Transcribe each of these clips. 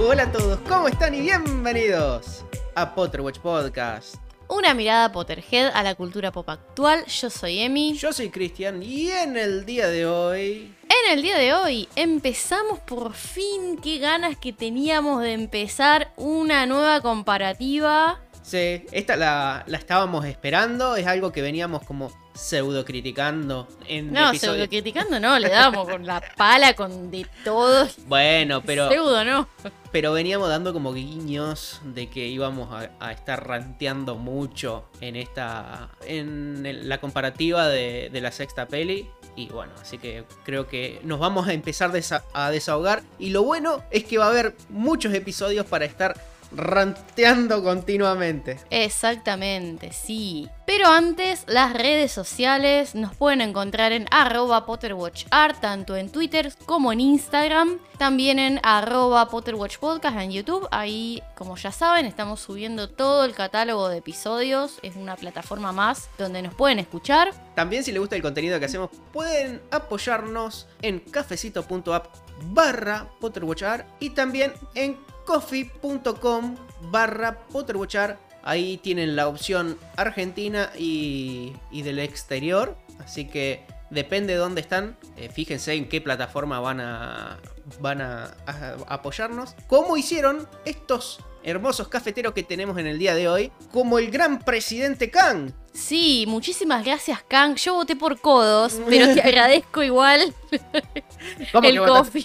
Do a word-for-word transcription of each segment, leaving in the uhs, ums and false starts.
hola a todos, ¿cómo están? Y bienvenidos a Potterwatch Podcast. Una mirada Potterhead a la cultura pop actual. Yo soy Emi. Yo soy Cristian y en el día de hoy... En el día de hoy empezamos por fin. Qué ganas que teníamos de empezar una nueva comparativa. Sí, esta la, la estábamos esperando, es algo que veníamos como pseudo criticando en No, episodio... pseudo criticando no, le dábamos con la pala, con de todo. Bueno, pero... Pseudo no. Pero veníamos dando como guiños de que íbamos a, a estar ranteando mucho en esta... En el- la comparativa de, de la sexta peli. Y bueno, así que creo que nos vamos a empezar desa- a desahogar. Y lo bueno es que va a haber muchos episodios para estar ranteando continuamente. Exactamente, sí. Pero antes, las redes sociales nos pueden encontrar en arroba PotterWatchArt, tanto en Twitter como en Instagram. También en arroba PotterWatchPodcast en YouTube. Ahí, como ya saben, estamos subiendo todo el catálogo de episodios. Es una plataforma más donde nos pueden escuchar. También si les gusta el contenido que hacemos, pueden apoyarnos en cafecito.app barra PotterWatchArt y también en coffee.com barra PotterWatchArt. Ahí tienen la opción Argentina y, y del exterior. Así que depende de dónde están. Eh, fíjense en qué plataforma van a, van a, a apoyarnos. Como hicieron estos hermosos cafeteros que tenemos en el día de hoy. Como el gran presidente Kang. Sí, muchísimas gracias, Kang. Yo voté por codos, pero te agradezco igual ¿Cómo el que votaste? coffee.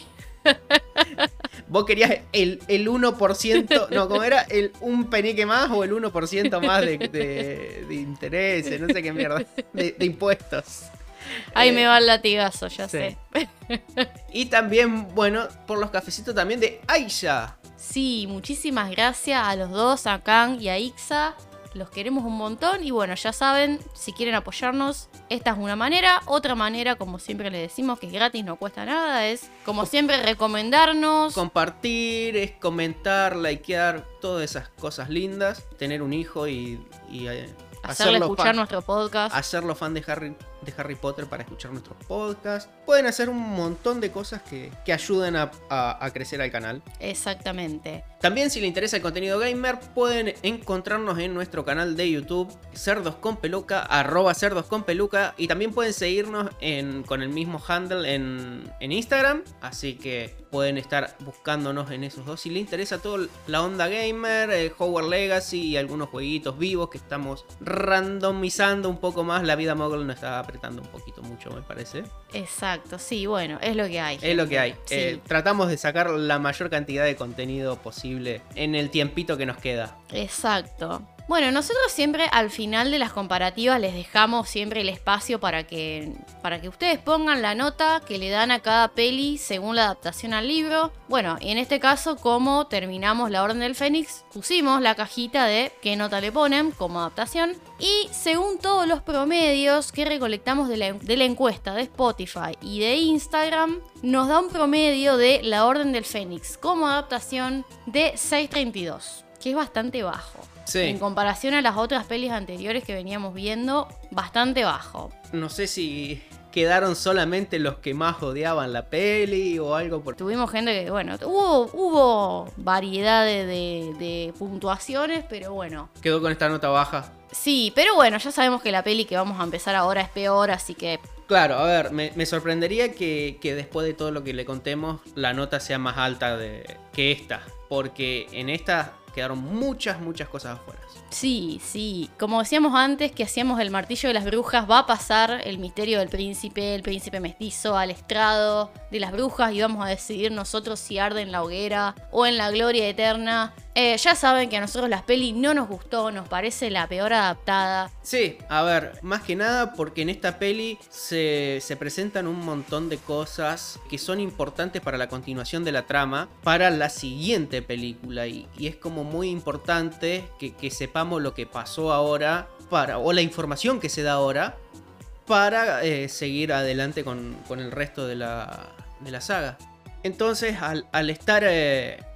Vos querías el, el uno por ciento, no, ¿cómo era? El un penique más o el uno por ciento más de, de, de intereses, no sé qué mierda, de, de impuestos. Ahí Eh, me va el latigazo, ya sí. sé. Y también, bueno, por los cafecitos también de Aisha. Sí, muchísimas gracias a los dos, a Kang y a Ixa. Los queremos un montón y bueno, ya saben, si quieren apoyarnos, esta es una manera. Otra manera, como siempre les decimos, que es gratis, no cuesta nada, es como siempre recomendarnos. Compartir, es comentar, likear, todas esas cosas lindas. Tener un hijo y, y eh, Hacerle hacerlo escuchar fan, nuestro podcast. hacerlo fan de Harry, de Harry Potter para escuchar nuestros podcasts. Pueden hacer un montón de cosas que, que ayuden a, a, a crecer al canal. Exactamente. También si les interesa el contenido gamer, pueden encontrarnos en nuestro canal de YouTube, Cerdos con Peluca, arroba Cerdos con Peluca. Y también pueden seguirnos en, con el mismo handle en, en Instagram. Así que pueden estar buscándonos en esos dos. Si les interesa toda la onda gamer, eh, Hogwarts Legacy y algunos jueguitos vivos que estamos randomizando un poco más. La vida Muggle nos está apretando un poquito mucho, me parece. Exacto, sí, bueno, es lo que hay. Es lo que hay. Sí. Eh, tratamos de sacar la mayor cantidad de contenido posible en el tiempito que nos queda. Exacto. Bueno, nosotros siempre al final de las comparativas les dejamos siempre el espacio para que, para que ustedes pongan la nota que le dan a cada peli según la adaptación al libro. Bueno, y en este caso, como terminamos La Orden del Fénix, pusimos la cajita de qué nota le ponen como adaptación. Y según todos los promedios que recolectamos de la, de la encuesta de Spotify y de Instagram, nos da un promedio de La Orden del Fénix como adaptación de seis treinta y dos, que es bastante bajo. Sí. En comparación a las otras pelis anteriores que veníamos viendo, bastante bajo. No sé si quedaron solamente los que más odiaban la peli o algo por... Tuvimos gente que, bueno, hubo, hubo variedad de, de, de puntuaciones, pero bueno. Quedó con esta nota baja. Sí, pero bueno, ya sabemos que la peli que vamos a empezar ahora es peor, así que... Claro, a ver, me, me sorprendería que, que después de todo lo que le contemos, la nota sea más alta de, que esta. Porque en esta quedaron muchas, muchas cosas afuera. Sí, sí. Como decíamos antes, que hacíamos el martillo de las brujas, va a pasar el misterio del príncipe, el príncipe mestizo, al estrado de las brujas y vamos a decidir nosotros si arde en la hoguera o en la gloria eterna. Eh, ya saben que a nosotros las pelis no nos gustó, nos parece la peor adaptada. Sí, a ver, más que nada porque en esta peli se, se presentan un montón de cosas que son importantes para la continuación de la trama, para la siguiente película. Y, y es como muy importante que, que sepamos lo que pasó ahora, para, o la información que se da ahora, para eh, seguir adelante con, con el resto de la, de la saga. Entonces, al, al estar... Eh,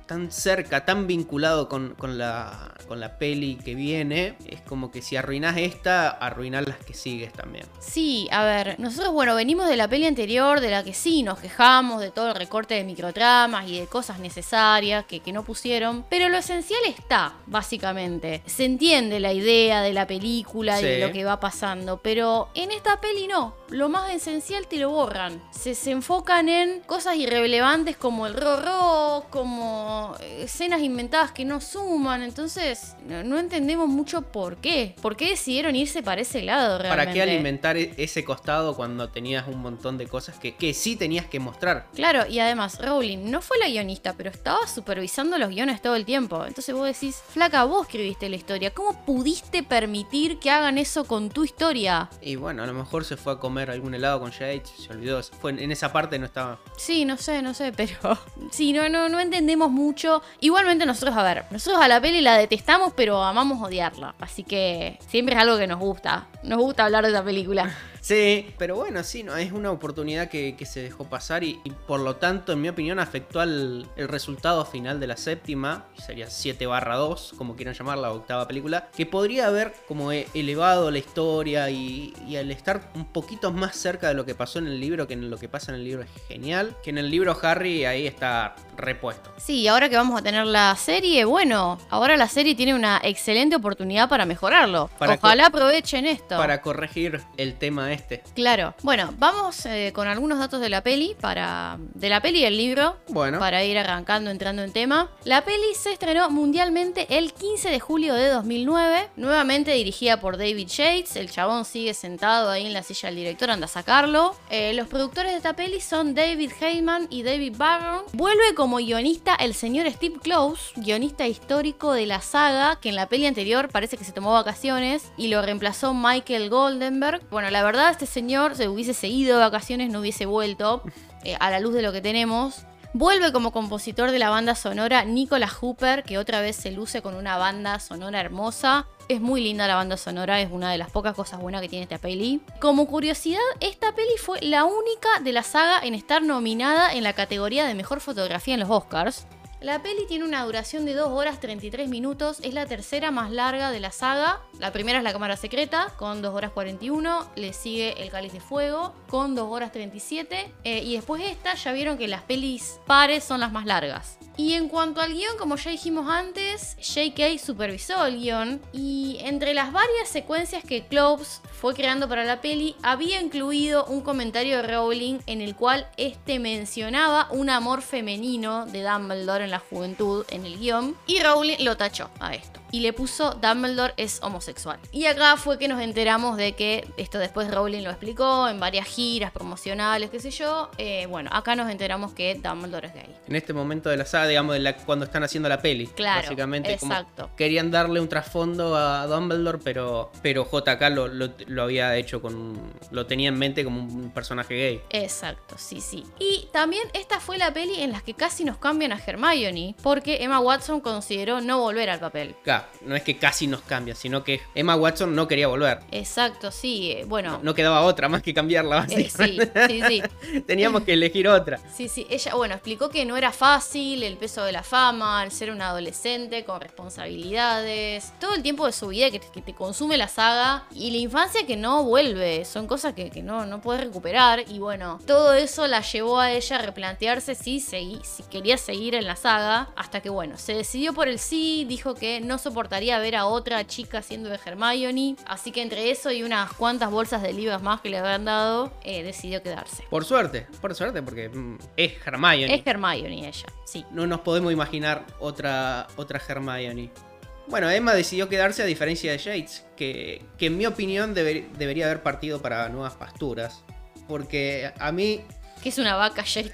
tan cerca, tan vinculado con, con, la, con la peli que viene, es como que si arruinás esta, arruinás las que sigues también. Sí, a ver, nosotros, bueno, venimos de la peli anterior, de la que sí nos quejamos de todo el recorte de microtramas y de cosas necesarias que, que no pusieron, pero lo esencial está, básicamente. Se entiende la idea de la película y Sí. de lo que va pasando, pero en esta peli no. Lo más esencial te lo borran. Se, se enfocan en cosas irrelevantes como el ro-ro, como escenas inventadas que no suman. Entonces, no, no entendemos mucho por qué. ¿Por qué decidieron irse para ese lado realmente? ¿Para qué alimentar ese costado cuando tenías un montón de cosas que, que sí tenías que mostrar? Claro, y además, Rowling no fue la guionista, pero estaba supervisando los guiones todo el tiempo. Entonces vos decís, flaca, vos escribiste la historia. ¿Cómo pudiste permitir que hagan eso con tu historia? Y bueno, a lo mejor se fue a comer algún helado con Jade, se olvidó. Fue en, en esa parte no estaba. Sí, no sé, no sé, pero sí, no, no, no entendemos mucho. Igualmente nosotros, a ver, nosotros a la peli la detestamos, pero amamos odiarla. Así que siempre es algo que nos gusta. Nos gusta hablar de esa película. Sí, pero bueno, sí, no, es una oportunidad que, que se dejó pasar y, y por lo tanto, en mi opinión, afectó al el resultado final de la séptima, sería siete barra dos, como quieran llamar, la octava película, que podría haber como e- elevado la historia y, y al estar un poquito más cerca de lo que pasó en el libro, que en lo que pasa en el libro es genial, que en el libro Harry ahí está repuesto. Sí, ahora que vamos a tener la serie, bueno, ahora la serie tiene una excelente oportunidad para mejorarlo. Para Ojalá aprovechen esto. Para corregir el tema este. Claro. Bueno, vamos eh, con algunos datos de la peli para de la peli y el libro. Bueno. Para ir arrancando, entrando en tema. La peli se estrenó mundialmente el quince de julio de dos mil nueve. Nuevamente dirigida por David Yates. El chabón sigue sentado ahí en la silla del director, anda a sacarlo. Eh, los productores de esta peli son David Heyman y David Barron. Vuelve como guionista el señor Steve Close, guionista histórico de la saga, que en la peli anterior parece que se tomó vacaciones y lo reemplazó Michael Goldenberg. Bueno, la verdad, este señor se hubiese seguido de vacaciones, no hubiese vuelto eh, a la luz de lo que tenemos. Vuelve como compositor de la banda sonora Nicholas Hooper, que otra vez se luce con una banda sonora hermosa. Es muy linda la banda sonora, es una de las pocas cosas buenas que tiene esta peli. Como curiosidad, esta peli fue la única de la saga en estar nominada en la categoría de mejor fotografía en los Oscars. La peli tiene una duración de dos horas treinta y tres minutos, es la tercera más larga de la saga. La primera es La Cámara Secreta, con dos horas cuarenta y uno, le sigue El Cáliz de Fuego, con dos horas treinta y siete, eh, y después esta, ya vieron que las pelis pares son las más largas. Y en cuanto al guión, como ya dijimos antes, J K supervisó el guión, y entre las varias secuencias que Close fue creando para la peli, había incluido un comentario de Rowling en el cual este mencionaba un amor femenino de Dumbledore en la juventud en el guión, y Rowling lo tachó a esto y le puso Dumbledore es homosexual. Y acá fue que nos enteramos de que esto después Rowling lo explicó en varias giras promocionales, qué sé yo. Eh, bueno, acá nos enteramos que Dumbledore es gay. En este momento de la saga, digamos, de la, cuando están haciendo la peli. Claro, básicamente, exacto. Como querían darle un trasfondo a Dumbledore, pero, pero J K lo, lo, lo había hecho con... Lo tenía en mente como un personaje gay. Exacto, sí, sí. Y también esta fue la peli en la que casi nos cambian a Hermione, porque Emma Watson consideró no volver al papel. Claro, no es que casi nos cambia, sino que Emma Watson no quería volver. Exacto, sí, eh, bueno. No, no quedaba otra más que cambiarla, básicamente. Eh, sí, sí, sí. Teníamos que elegir otra. Sí, sí, ella, bueno, explicó que no era fácil el peso de la fama, al ser una adolescente con responsabilidades, todo el tiempo de su vida que te, que te consume la saga y la infancia que no vuelve, son cosas que, que no, no puedes recuperar y bueno, todo eso la llevó a ella a replantearse si, segui, si quería seguir en la saga, hasta que bueno, se decidió por el sí, dijo que no soportaría ver a otra chica siendo de Hermione, así que entre eso y unas cuantas bolsas de libros más que le habían dado, eh, decidió quedarse. Por suerte, por suerte, porque mm, es Hermione. Es Hermione ella, sí. No nos podemos imaginar otra, otra Hermione. Bueno, Emma decidió quedarse a diferencia de Yates, que, que en mi opinión deber, debería haber partido para nuevas pasturas. Porque a mí... Que es una vaca, Yates.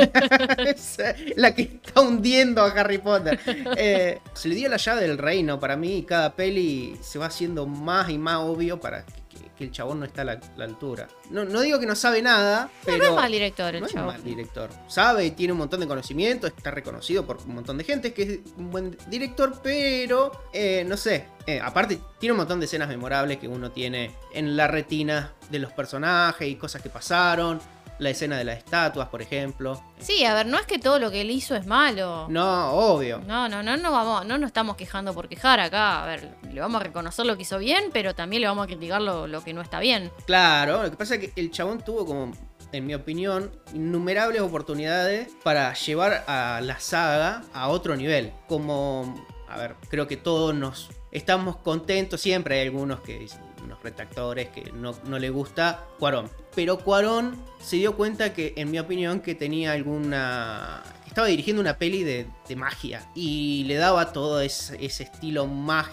Es la que está hundiendo a Harry Potter. Eh, se le dio la llave del reino para mí y cada peli se va haciendo más y más obvio para que, que, que el chabón no está a la, la altura. No, no digo que no sabe nada, pero... No, no es mal director el no chabón. es mal director. Sabe, tiene un montón de conocimiento, está reconocido por un montón de gente, que es un buen director, pero... Eh, no sé. Eh, aparte, tiene un montón de escenas memorables que uno tiene en la retina de los personajes y cosas que pasaron. La escena de las estatuas, por ejemplo. Sí, a ver, no es que todo lo que él hizo es malo. No, obvio. No, no, no, no vamos, no nos estamos quejando por quejar acá. A ver, le vamos a reconocer lo que hizo bien, pero también le vamos a criticar lo, lo que no está bien. Claro, lo que pasa es que el chabón tuvo como, en mi opinión, innumerables oportunidades para llevar a la saga a otro nivel. Como, a ver, creo que todos nos estamos contentos, siempre hay algunos que dicen, unos retractores que no, no le gusta Cuarón. Pero Cuarón se dio cuenta que, en mi opinión, que tenía alguna... Estaba dirigiendo una peli de, de magia y le daba todo ese, ese estilo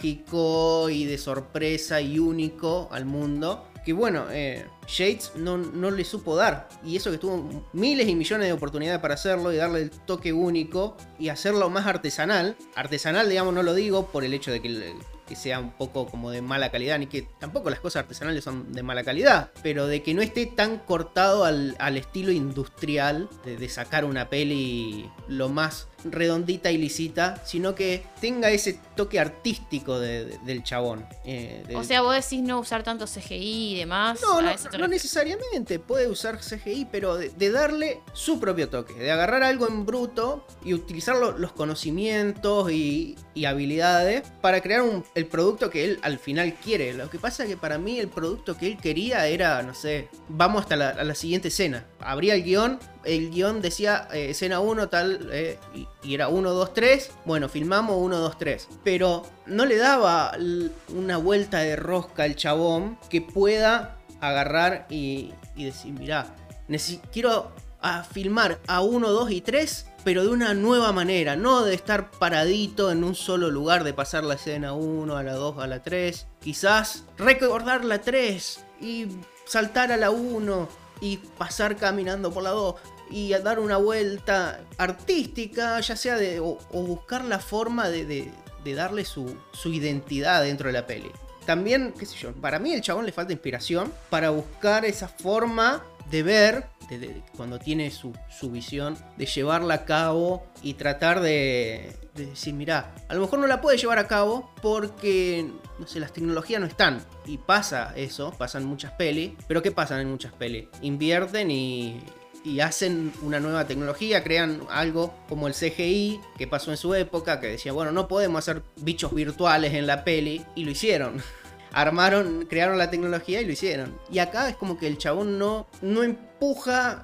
mágico y de sorpresa y único al mundo. Que bueno, eh, Yates no, no le supo dar. Y eso que tuvo miles y millones de oportunidades para hacerlo y darle el toque único y hacerlo más artesanal. Artesanal, digamos, no lo digo por el hecho de que, que sea un poco como de mala calidad, ni que tampoco las cosas artesanales son de mala calidad, pero de que no esté tan cortado al, al estilo industrial de, de sacar una peli lo más redondita y lisita, sino que tenga ese toque artístico de, de, del chabón. Eh, del... O sea, vos decís no usar tanto C G I y demás. No, no, no necesariamente. Puede usar C G I, pero de, de darle su propio toque. De agarrar algo en bruto y utilizar lo, los conocimientos y, y habilidades para crear un, el producto que él al final quiere. Lo que pasa es que para mí el producto que él quería era, no sé, vamos hasta la, a la siguiente escena. Abría el guión. El guión decía eh, escena uno tal eh, y, y era uno, dos, tres. Bueno, filmamos uno, dos, tres. Pero no le daba l- una vuelta de rosca al chabón que pueda agarrar y, y decir, mirá, neces- quiero a filmar a uno, dos y tres, pero de una nueva manera. No de estar paradito en un solo lugar, de pasar la escena uno, a la dos, a la tres. Quizás recordar la tres y saltar a la uno y pasar caminando por la dos. Y dar una vuelta artística, ya sea de, o, o buscar la forma de, de, de darle su, su identidad dentro de la peli. También, qué sé yo, para mí el chabón le falta inspiración para buscar esa forma de ver, de, de, cuando tiene su, su visión, de llevarla a cabo y tratar de, de decir, mirá, a lo mejor no la puede llevar a cabo porque, no sé, las tecnologías no están. Y pasa eso, pasan muchas pelis, pero ¿qué pasan en muchas pelis? Invierten y... y hacen una nueva tecnología, crean algo como el C G I que pasó en su época, que decía, bueno, no podemos hacer bichos virtuales en la peli, y lo hicieron. Armaron, crearon la tecnología y lo hicieron. Y acá es como que el chabón no, no empuja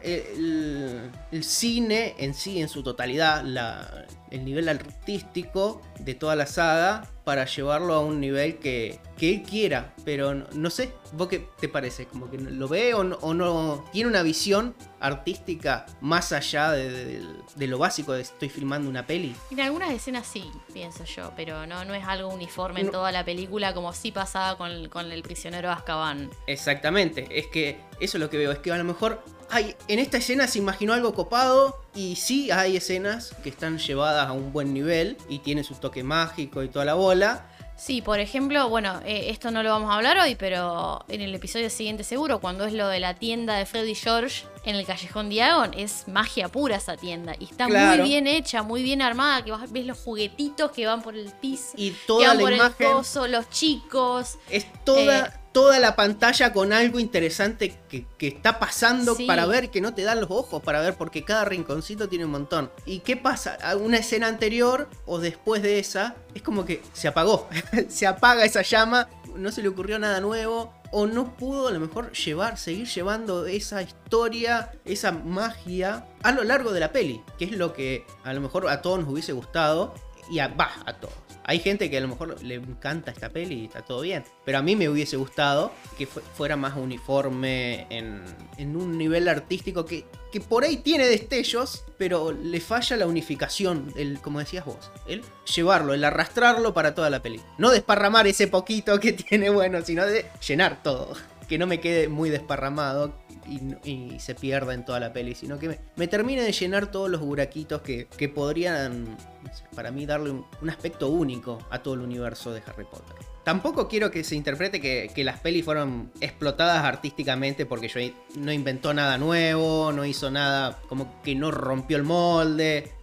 el, el cine en sí, en su totalidad, la, el nivel artístico de toda la saga, para llevarlo a un nivel que, que él quiera. Pero no, no sé, ¿vos qué te parece? ¿Como que lo ve o no, o no tiene una visión artística más allá de, de, de lo básico de estoy filmando una peli? En algunas escenas sí, pienso yo, pero no, no es algo uniforme en No. toda la película, como sí pasaba con, con el prisionero de Azkaban. Exactamente, es que eso es lo que veo, es que a lo mejor hay, en esta escena se imaginó algo copado, y sí hay escenas que están llevadas a un buen nivel y tienen su toque mágico y toda la bola. Sí, por ejemplo, bueno, eh, esto no lo vamos a hablar hoy, pero en el episodio siguiente seguro, cuando es lo de la tienda de Freddy George en el Callejón Diagon, es magia pura esa tienda. Y está Claro. muy bien hecha, muy bien armada, que vas, ves los juguetitos que van por el piso, Y que toda van la por imagen el coso, los chicos. es toda, Eh, toda la pantalla con algo interesante que, que está pasando, Sí. para ver, que no te dan los ojos para ver, porque cada rinconcito tiene un montón. ¿Y qué pasa? A una escena anterior o después de esa, es como que se apagó. Se apaga esa llama, no se le ocurrió nada nuevo, o no pudo a lo mejor llevar, seguir llevando esa historia, esa magia a lo largo de la peli, que es lo que a lo mejor a todos nos hubiese gustado, y a, bah, a todos. Hay gente que a lo mejor le encanta esta peli y está todo bien, pero a mí me hubiese gustado que fu- fuera más uniforme en, en un nivel artístico que, que por ahí tiene destellos, pero le falla la unificación, el, como decías vos, el llevarlo, el arrastrarlo para toda la peli. No desparramar ese poquito que tiene bueno, sino de llenar todo. Que no me quede muy desparramado y, y se pierda en toda la peli, sino que me, me termine de llenar todos los buraquitos que, que podrían, no sé, para mí, darle un, un aspecto único a todo el universo de Harry Potter. Tampoco quiero que se interprete que, que las pelis fueron explotadas artísticamente porque yo no inventó nada nuevo, no hizo nada, como que no rompió el molde.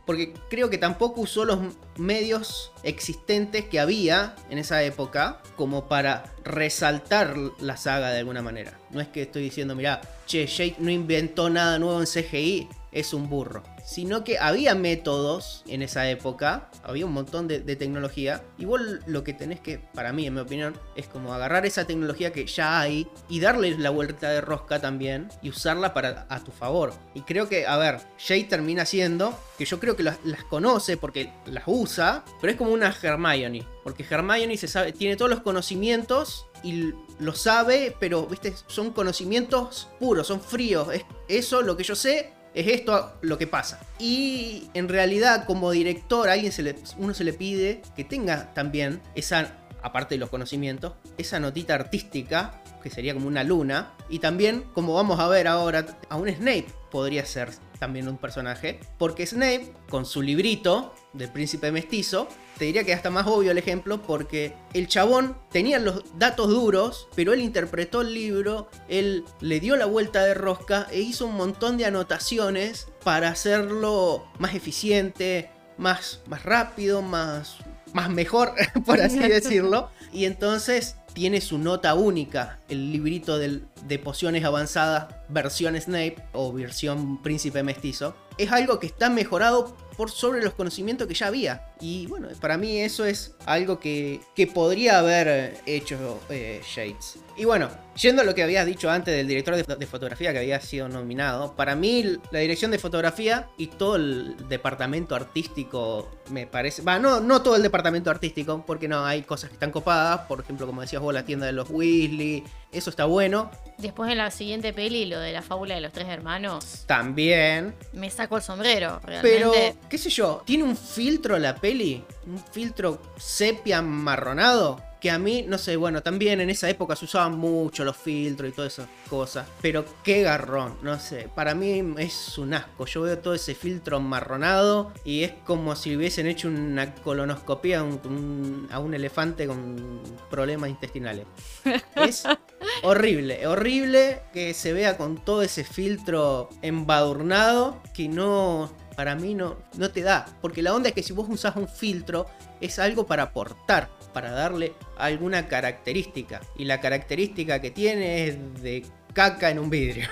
porque creo que tampoco usó los medios existentes que había en esa época como para resaltar la saga de alguna manera. No es que estoy diciendo, mirá, che, Jade no inventó nada nuevo en C G I, es un burro. Sino que había métodos en esa época, había un montón de, de tecnología, y vos lo que tenés que, para mí, en mi opinión, es como agarrar esa tecnología que ya hay y darle la vuelta de rosca también y usarla para a tu favor. Y creo que, a ver, Jade termina siendo, que yo creo que las, las conoce porque las usa, pero es como una Hermione, porque Hermione se sabe, tiene todos los conocimientos y lo sabe, pero viste, son conocimientos puros, son fríos, es eso lo que yo sé. Es esto lo que pasa. Y en realidad, como director, a alguien se le, uno se le pide que tenga también esa, aparte de los conocimientos, esa notita artística, que sería como una luna. Y también, como vamos a ver ahora, a un Snape podría ser también un personaje. Porque Snape, con su librito del príncipe mestizo, te diría que hasta más obvio el ejemplo, porque el chabón tenía los datos duros, pero él interpretó el libro, él le dio la vuelta de rosca e hizo un montón de anotaciones para hacerlo más eficiente, más, más rápido, más, más mejor, por así decirlo. Y entonces tiene su nota única, el librito del, de pociones avanzadas versión Snape o versión príncipe mestizo. Es algo que está mejorado por sobre los conocimientos que ya había. Y bueno, para mí eso es algo que, que podría haber hecho eh, Yates. Y bueno, yendo a lo que habías dicho antes del director de, de fotografía que había sido nominado, para mí la dirección de fotografía y todo el departamento artístico me parece... Va, no, no todo el departamento artístico, porque no, hay cosas que están copadas. Por ejemplo, como decías vos, la tienda de los Weasley, eso está bueno. Después en la siguiente peli, lo de la fábula de los tres hermanos, también me saco el sombrero, realmente. Pero, qué sé yo, tiene un filtro la peli, un filtro sepia marronado, que a mí, no sé, bueno, también en esa época se usaban mucho los filtros y todas esas cosas, pero qué garrón, no sé, para mí es un asco. Yo veo todo ese filtro marronado y es como si hubiesen hecho una colonoscopia a un, un, a un elefante con problemas intestinales. Es horrible, horrible que se vea con todo ese filtro embadurnado que no... Para mí no, no te da, porque la onda es que si vos usás un filtro es algo para aportar, para darle alguna característica. Y la característica que tiene es de caca en un vidrio.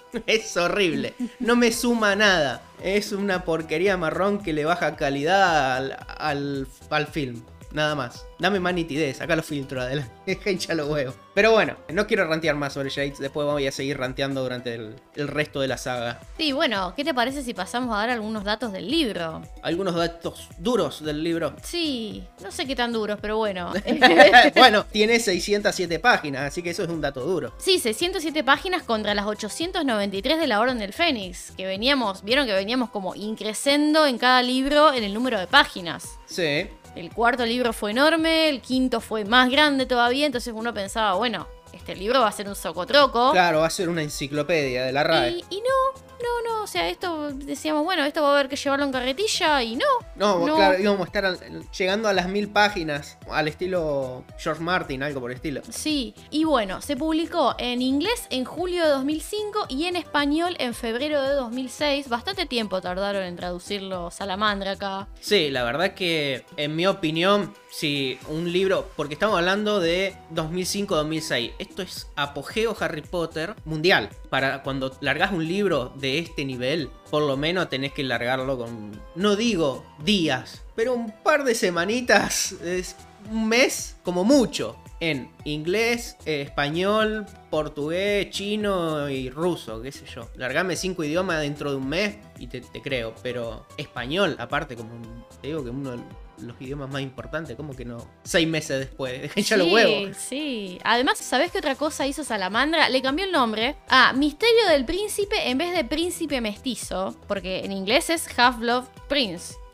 Es horrible, no me suma nada. Es una porquería marrón que le baja calidad al, al, al film. Nada más. Dame más nitidez, acá los filtros adelante. Hincha los huevos. Pero bueno, no quiero rantear más sobre Yates. Después voy a seguir ranteando durante el, el resto de la saga. Sí, bueno, ¿qué te parece si pasamos a dar algunos datos del libro? Algunos datos duros del libro. Sí, no sé qué tan duros, pero bueno. Bueno, tiene seiscientas siete páginas, así que eso es un dato duro. Sí, seiscientas siete páginas contra las ochocientas noventa y tres de la Orden del Fénix. Que veníamos, vieron que veníamos como increciendo en cada libro en el número de páginas. Sí. El cuarto libro fue enorme, el quinto fue más grande todavía, entonces uno pensaba, bueno, este libro va a ser un socotroco. Claro, va a ser una enciclopedia de la R A E. Y, y no, no, no, o sea, esto decíamos, bueno, esto va a haber que llevarlo en carretilla y no. No, no. Claro, íbamos a estar al, llegando a las mil páginas, al estilo George Martin, algo por el estilo. Sí, y bueno, se publicó en inglés en julio de dos mil cinco y en español en febrero de dos mil seis. Bastante tiempo tardaron en traducirlo Salamandra acá. Sí, la verdad que, en mi opinión, sí, un libro, porque estamos hablando de dos mil cinco a dos mil seis. Esto es apogeo Harry Potter mundial. Para cuando largás un libro de este nivel, por lo menos tenés que largarlo con, no digo días, pero un par de semanitas, es un mes como mucho, en inglés, eh, español, portugués, chino y ruso, qué sé yo. Largame cinco idiomas dentro de un mes y te, te creo, pero español, aparte, como te digo que uno de los idiomas más importantes, como que no, seis meses después, dejen ya los huevos. Sí, además, ¿sabés qué otra cosa hizo Salamandra? Le cambió el nombre a Misterio del Príncipe en vez de Príncipe Mestizo, porque en inglés es Half-Blood Prince.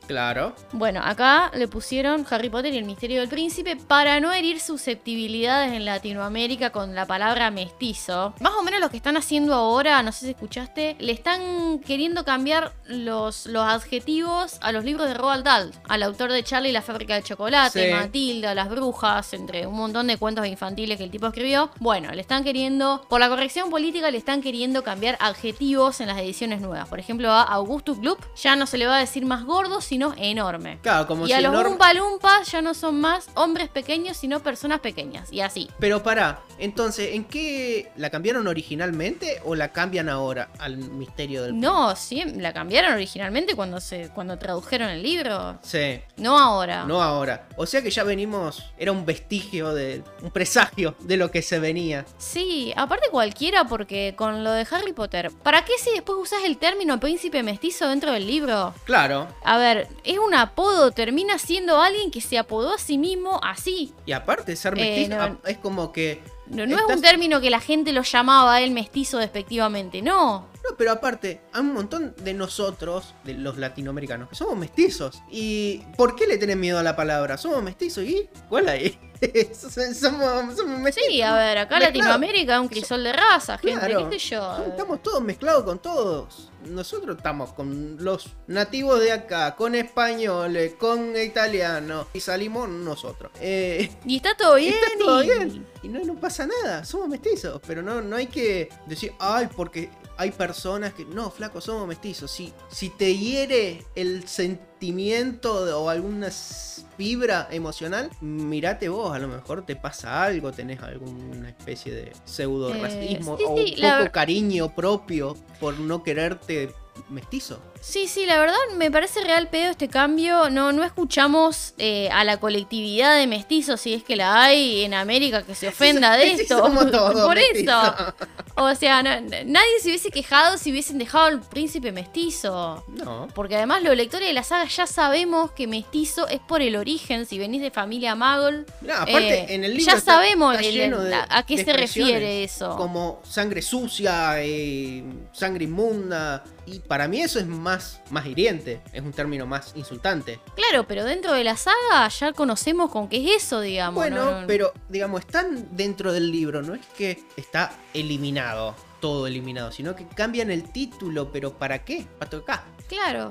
Claro. Bueno, acá le pusieron Harry Potter y el misterio del príncipe para no herir susceptibilidades en Latinoamérica con la palabra mestizo. Más o menos lo que están haciendo ahora, no sé si escuchaste, le están queriendo cambiar los, los adjetivos a los libros de Roald Dahl, al autor de Charlie y la fábrica de chocolate, Sí. Matilda, Las brujas, entre un montón de cuentos infantiles que el tipo escribió. Bueno, le están queriendo, por la corrección política, le están queriendo cambiar adjetivos en las ediciones nuevas. Por ejemplo, a Augustus Gloop ya no se le va a decir más gordo, sino enorme. Claro, como Y si a los Norm- Oompa Loompas ya no son más hombres pequeños, sino personas pequeñas. Y así. Pero pará, entonces, ¿en qué la cambiaron originalmente o la cambian ahora al misterio del No, sí, la cambiaron originalmente cuando se cuando tradujeron el libro. Sí, No ahora. no ahora. O sea que ya venimos, era un vestigio de, un presagio de lo que se venía. Sí, aparte cualquiera, porque con lo de Harry Potter, ¿para qué si después usas el término príncipe mestizo dentro del libro? Claro. A ver, es un apodo, termina siendo alguien que se apodó a sí mismo así. Y aparte, ser Eh, mestizo no. ah, es como que... No, no es estás- un término que la gente lo llamaba a él mestizo despectivamente, no. No, pero aparte, hay un montón de nosotros, de los latinoamericanos, que somos mestizos. ¿Y por qué le tenés miedo a la palabra? Somos mestizos, ¿y cuál hay? somos, somos mestizos. Sí, a ver, acá Mezclados. Latinoamérica es un crisol de raza, gente, Claro. qué sé yo. Estamos todos mezclados con todos. Nosotros estamos con los nativos de acá, con españoles, con italianos. Y salimos nosotros. Eh, Y está todo y bien. está todo y- bien. Y no, no pasa nada. Somos mestizos. Pero no, no hay que decir, ay, porque hay personas que. No, flaco, somos mestizos. Si, si te hiere el sentimiento de- o alguna s- fibra emocional, mirate vos. A lo mejor te pasa algo. Tenés alguna especie de pseudo racismo. Eh, sí, o sí, un la poco ver- cariño propio por no quererte mestizo. Sí, sí, la verdad me parece real pedo este cambio. No, no escuchamos eh, a la colectividad de mestizos, si es que la hay en América, que se ofenda de Sí, esto. somos todos Por mestizos. eso. O sea, no- nadie se hubiese quejado si hubiesen dejado al príncipe mestizo. No. Porque además los lectores de la saga ya sabemos que mestizo es por el origen, si venís de familia Muggle. No, aparte, eh, en el libro ya está- sabemos está el- lleno de- la- a qué de se expresiones, refiere eso. Como sangre sucia, eh, sangre inmunda. Y para mí eso es más, más hiriente. Es un término más insultante. Claro, pero dentro de la saga ya conocemos con qué es eso, digamos. Bueno, ¿no? No- pero digamos, están dentro del libro. No es que está eliminado, todo eliminado, sino que cambian el título. ¿Pero para qué? Para tocar. Claro,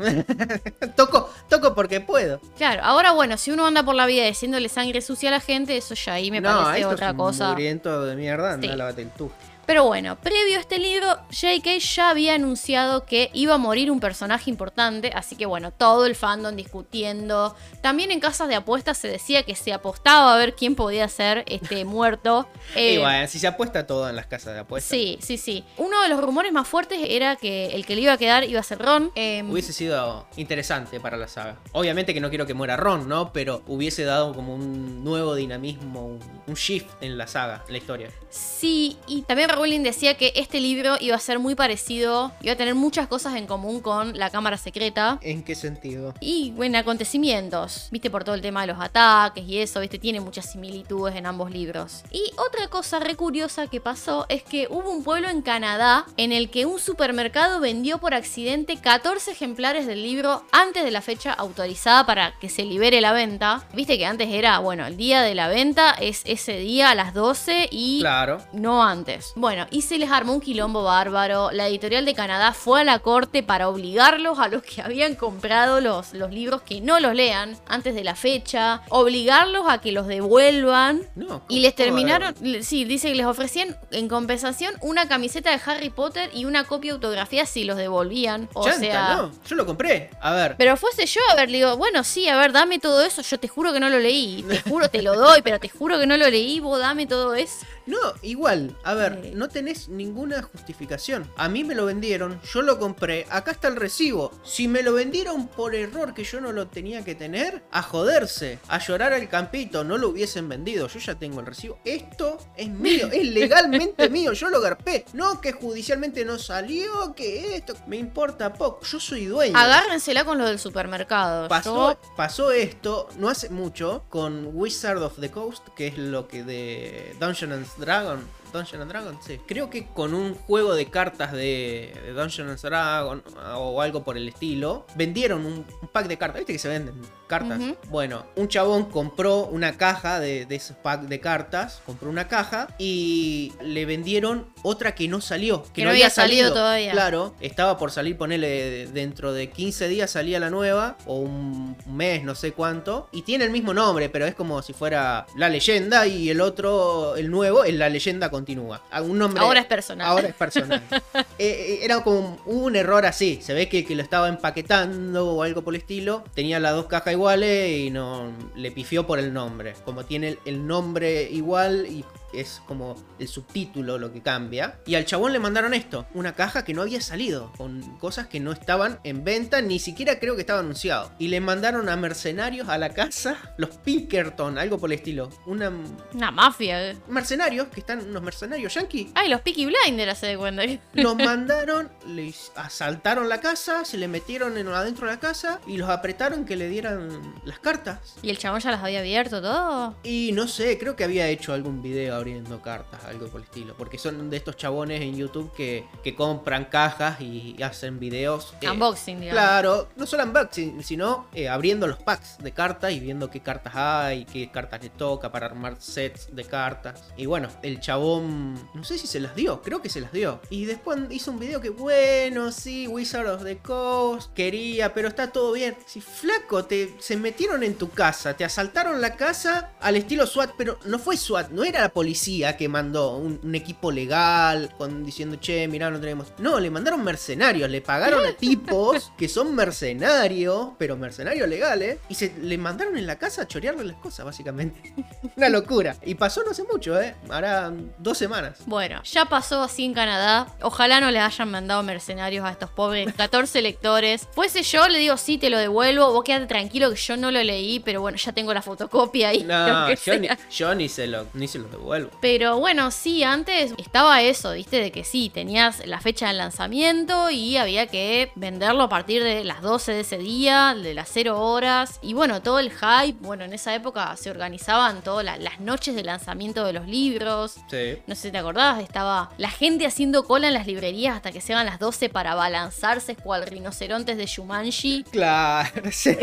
toco, toco porque puedo. claro. Ahora, bueno, si uno anda por la vida diciéndole sangre sucia a la gente, eso ya ahí me no, parece esto otra es un cosa. mugriento de mierda. Sí. Anda, lávate el tú. Pero bueno, previo a este libro, J K ya había anunciado que iba a morir un personaje importante, así que bueno, todo el fandom discutiendo. También en casas de apuestas se decía que se apostaba a ver quién podía ser este muerto. Y Eh, bueno, si se apuesta todo en las casas de apuestas. Sí, sí, sí. Uno de los rumores más fuertes era que el que le iba a quedar iba a ser Ron. Eh, Hubiese sido interesante para la saga. Obviamente que no quiero que muera Ron, ¿no? Pero hubiese dado como un nuevo dinamismo, un, un shift en la saga, en la historia. Sí, y también Rowling decía que este libro iba a ser muy parecido, iba a tener muchas cosas en común con La Cámara Secreta. ¿En qué sentido? Y bueno, acontecimientos, viste, por todo el tema de los ataques y eso, viste, tiene muchas similitudes en ambos libros. Y otra cosa re curiosa que pasó es que hubo un pueblo en Canadá en el que un supermercado vendió por accidente catorce ejemplares del libro antes de la fecha autorizada para que se libere la venta. Viste que antes era, bueno, el día de la venta es ese día a las doce y... Claro. No antes. Bueno, y se les armó un quilombo bárbaro. La editorial de Canadá fue a la corte para obligarlos a los que habían comprado los, los libros que no los lean antes de la fecha. Obligarlos a que los devuelvan. No, ¿cómo- Y les cómo terminaron, le- sí, dice que les ofrecían en compensación una camiseta de Harry Potter y una copia autografía si los devolvían. O Chanta, sea... no, yo lo compré. A ver. Pero fuese yo, a ver, le digo, bueno, sí, a ver, dame todo eso, yo te juro que no lo leí, te juro, te lo doy, pero te juro que no lo leí, vos dame todo eso. No, igual, a ver, Sí. no tenés ninguna justificación. A mí me lo vendieron, yo lo compré, acá está el recibo. Si me lo vendieron por error que yo no lo tenía que tener, a joderse, a llorar al campito, no lo hubiesen vendido. Yo ya tengo el recibo. Esto es mío, es legalmente mío, yo lo garpé. No que judicialmente no salió, que esto, me importa poco, yo soy dueño. Agárrensela con lo del supermercado. Pasó, Yo- pasó esto no hace mucho con Wizard of the Coast, que es lo que de Dungeons and Dragons, Dungeons and Dragons, sí. Creo que con un juego de cartas de, de Dungeons and Dragons o algo por el estilo, vendieron un, un pack de cartas. ¿Viste que se venden cartas? Uh-huh. Bueno, un chabón compró una caja de, de esos packs de cartas, compró una caja y le vendieron otra que no salió, que, que no, no había salido. salido todavía. Claro, estaba por salir, ponele, dentro de quince días salía la nueva, o un mes, no sé cuánto, y tiene el mismo nombre, pero es como si fuera La Leyenda y el otro, el nuevo, es La Leyenda Continúa. Un nombre, ahora es personal. Ahora es personal. eh, era como un, un error así, se ve que, que lo estaba empaquetando o algo por el estilo, tenía las dos cajas iguales y no le pifió por el nombre. Como tiene el, el nombre igual y es como el subtítulo lo que cambia. Y al chabón le mandaron esto, una caja que no había salido, con cosas que no estaban en venta, ni siquiera creo que estaba anunciado. Y le mandaron a mercenarios a la casa, los Pinkerton, algo por el estilo. Una, una mafia. Mercenarios, que están unos mercenarios yankees. Ay, los Peaky Blinders, se de cuenta. Los mandaron, les asaltaron la casa, se le metieron en, adentro de la casa y los apretaron que le dieran las cartas. ¿Y el chabón ya las había abierto todo? Y no sé, creo que había hecho algún video abriendo cartas, algo por el estilo, porque son de estos chabones en YouTube que, que compran cajas y hacen videos eh, unboxing, digamos. Claro, no solo unboxing, sino eh, abriendo los packs de cartas y viendo qué cartas hay, qué cartas le toca para armar sets de cartas. Y bueno, el chabón, no sé si se las dio, creo que se las dio. Y después hizo un video que, bueno, sí, Wizard of the Coast quería, pero está todo bien. Si flaco, te se metieron en tu casa, te asaltaron la casa al estilo SWAT, pero no fue SWAT, no era la policía que mandó un, un equipo legal con, diciendo, che, mirá, no tenemos. No, le mandaron mercenarios, le pagaron a tipos que son mercenarios, pero mercenarios legales, y se le mandaron en la casa a chorearle las cosas, básicamente. Una locura. Y pasó no hace mucho, ¿eh? Hará dos semanas. Bueno, ya pasó así en Canadá. Ojalá no le hayan mandado mercenarios a estos pobres catorce lectores. Fuese yo, le digo, sí, te lo devuelvo. Vos quédate tranquilo que yo no lo leí, pero bueno, ya tengo la fotocopia ahí. No, yo ni, yo ni se lo, ni se lo devuelvo. Pero bueno, sí, antes estaba eso, viste, de que sí, tenías la fecha de lanzamiento y había que venderlo a partir de las doce de ese día, de las cero horas. Y bueno, todo el hype, bueno, en esa época se organizaban todas la, las noches de lanzamiento de los libros. Sí. No sé si te acordabas, estaba la gente haciendo cola en las librerías hasta que se hagan las doce para balanzarse cual rinocerontes de Shumanji. Claro, sí.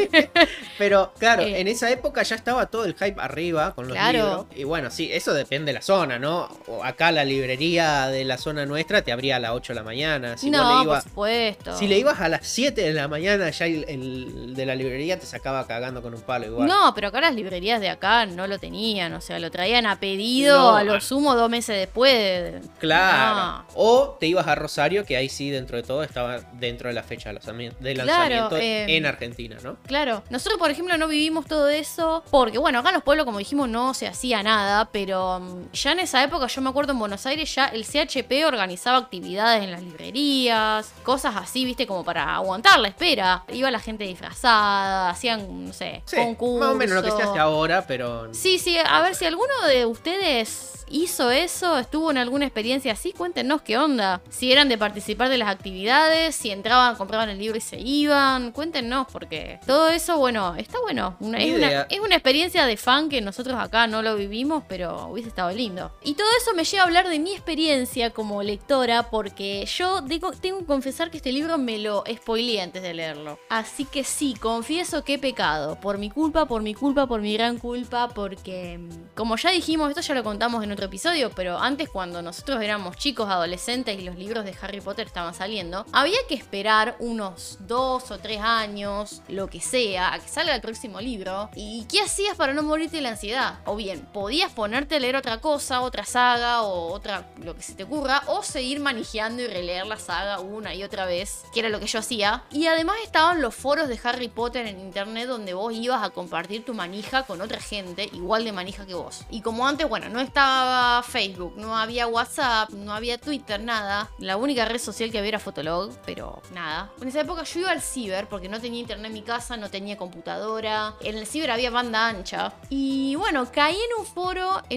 Pero claro, eh, en esa época ya estaba todo el hype arriba con los claro. libros. Y bueno, sí, eso depende de la zona, ¿no? Acá la librería de la zona nuestra te abría a las ocho de la mañana. Si no, le ibas, por supuesto. Si le ibas a las siete de la mañana, ya el, el de la librería te sacaba cagando con un palo igual. No, pero acá las librerías de acá no lo tenían, o sea, lo traían a pedido, no, a lo sumo dos meses después. Claro. No. O te ibas a Rosario, que ahí sí, dentro de todo, estaba dentro de la fecha de lanzamiento, de lanzamiento claro, eh, en Argentina, ¿no? Claro. Nosotros, por ejemplo, no vivimos todo eso porque, bueno, acá en los pueblos, como dijimos, no se hacía nada, pero um, ya en esa época, yo me acuerdo en Buenos Aires, ya el C H P organizaba actividades en las librerías, cosas así, viste, como para aguantar la espera. Iba la gente disfrazada, hacían, no sé, sí, concursos. Más o menos lo que se hace ahora, pero... Sí, sí, a ver si alguno de ustedes hizo eso, estuvo en alguna experiencia así, cuéntenos qué onda. Si eran de participar de las actividades, si entraban, compraban el libro y se iban, cuéntenos, porque todo eso, bueno, está bueno. Una, es, una, es una experiencia de fan que nosotros acá no lo vivimos, pero hubiese estado lindo. Y todo eso me lleva a hablar de mi experiencia como lectora, porque yo digo, tengo que confesar que este libro me lo spoileé antes de leerlo. Así que sí, confieso que he pecado. Por mi culpa, por mi culpa, por mi gran culpa, porque, como ya dijimos, esto ya lo contamos en otro episodio, pero antes, cuando nosotros éramos chicos, adolescentes y los libros de Harry Potter estaban saliendo, había que esperar unos dos o tres años, lo que sea, a que salga el próximo libro. ¿Y qué hacías para no morirte de la ansiedad? O bien, podías ponerte a leer otra cosa, otra saga o otra, lo que se te ocurra, o seguir manejando y releer la saga una y otra vez, que era lo que yo hacía. Y además estaban los foros de Harry Potter en internet, donde vos ibas a compartir tu manija con otra gente igual de manija que vos. Y como antes, bueno, no estaba Facebook, no había WhatsApp, no había Twitter, nada. La única red social que había era Fotolog, pero nada. En esa época yo iba al ciber porque no tenía internet en mi casa, no tenía computadora. En el ciber había banda ancha. Y bueno, caí en un foro, en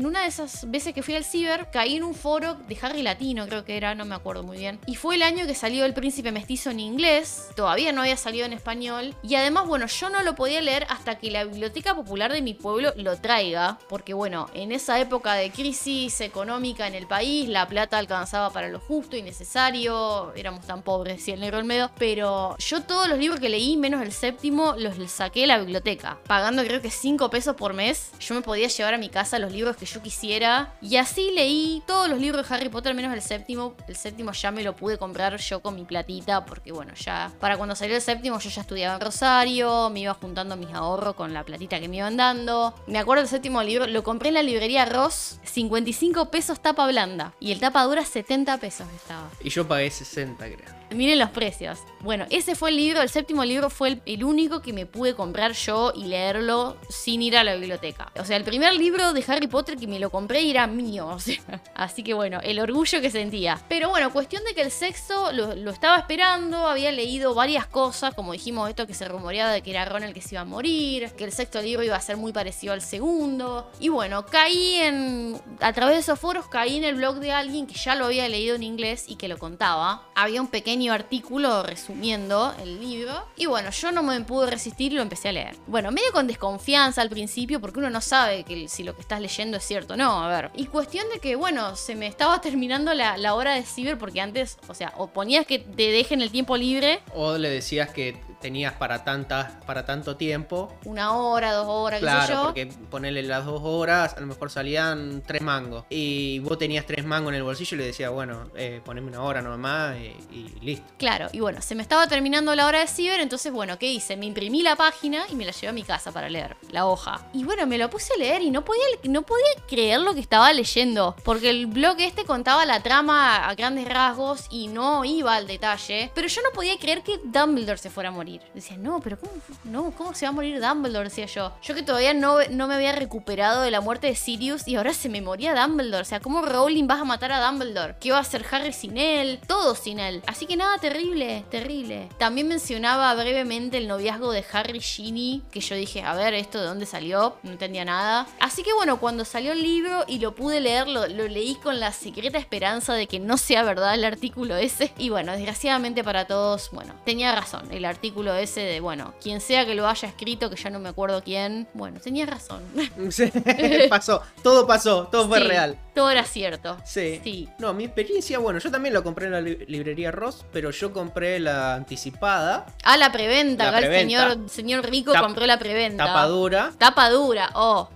una de esas veces que fui al ciber, caí en un foro de Harry Latino, creo que era, no me acuerdo muy bien. Y fue el año que salió El Príncipe Mestizo en inglés, todavía no había salido en español. Y además, bueno, yo no lo podía leer hasta que la Biblioteca Popular de mi pueblo lo traiga. Porque bueno, en esa época de crisis económica en el país, la plata alcanzaba para lo justo y necesario. Éramos tan pobres, decía el negro Olmedo. Pero yo todos los libros que leí, menos el séptimo, los saqué de la biblioteca. Pagando creo que cinco pesos por mes, yo me podía llevar a mi casa los libros que yo quisiera. Y así leí todos los libros de Harry Potter, menos el séptimo. El séptimo ya me lo pude comprar yo con mi platita, porque bueno, ya para cuando salió el séptimo yo ya estudiaba en Rosario, me iba juntando mis ahorros con la platita que me iban dando. Me acuerdo del séptimo libro, lo compré en la librería Ross, cincuenta y cinco pesos tapa blanda. Y el tapa dura setenta pesos estaba. Y yo pagué sesenta, creo. Miren los precios. Bueno, ese fue el libro, el séptimo libro fue el, el único que me pude comprar yo y leerlo sin ir a la biblioteca. O sea, el primer libro de Harry Potter que me lo compré y era mío. O sea, así que bueno, el orgullo que sentía. Pero bueno, cuestión de que el sexto lo, lo estaba esperando, había leído varias cosas, como dijimos esto que se rumoreaba de que era Ron el que se iba a morir, que el sexto libro iba a ser muy parecido al segundo. Y bueno, caí en... A través de esos foros caí en el blog de alguien que ya lo había leído en inglés y que lo contaba. Había un pequeño artículo resumiendo el libro y bueno, yo no me pude resistir y lo empecé a leer. Bueno, medio con desconfianza al principio porque uno no sabe que si lo que estás leyendo es cierto o no, a ver. Y cuestión de que bueno, se me estaba terminando la, la hora de ciber porque antes, o sea, o ponías que te dejen el tiempo libre o le decías que tenías para tantas, para tanto tiempo. Una hora, dos horas, claro, qué sé yo. Porque ponerle las dos horas, a lo mejor salían tres mangos. Y vos tenías tres mangos en el bolsillo y le decías, bueno, eh, poneme una hora nomás y, y listo. Claro, y bueno, se me estaba terminando la hora de ciber, entonces bueno, ¿qué hice? Me imprimí la página y me la llevé a mi casa para leer, la hoja. Y bueno, me lo puse a leer y no podía, no podía creer lo que estaba leyendo. Porque el blog este contaba la trama a grandes rasgos y no iba al detalle. Pero yo no podía creer que Dumbledore se fuera a morir. Decía, no, pero ¿cómo, no, ¿cómo se va a morir Dumbledore? Decía yo. Yo que todavía no, no me había recuperado de la muerte de Sirius y ahora se me moría Dumbledore. O sea, ¿cómo Rowling vas a matar a Dumbledore? ¿Qué va a hacer Harry sin él? Todo sin él. Así que nada, terrible, terrible. También mencionaba brevemente el noviazgo de Harry y Ginny, que yo dije, a ver, ¿esto de dónde salió? No entendía nada. Así que bueno, cuando salió el libro y lo pude leer, lo, lo leí con la secreta esperanza de que no sea verdad el artículo ese. Y bueno, desgraciadamente para todos, bueno, tenía razón. El artículo ese de, bueno, quien sea que lo haya escrito, que ya no me acuerdo quién, bueno, tenía razón. Sí, pasó, todo pasó, todo fue sí, real. Todo era cierto. Sí. sí. No, mi experiencia, bueno, yo también lo compré en la li librería Ross, pero yo compré la anticipada. Ah, la preventa, la acá preventa. el señor, señor rico Tap compró la preventa. Tapa dura. Tapa dura, oh.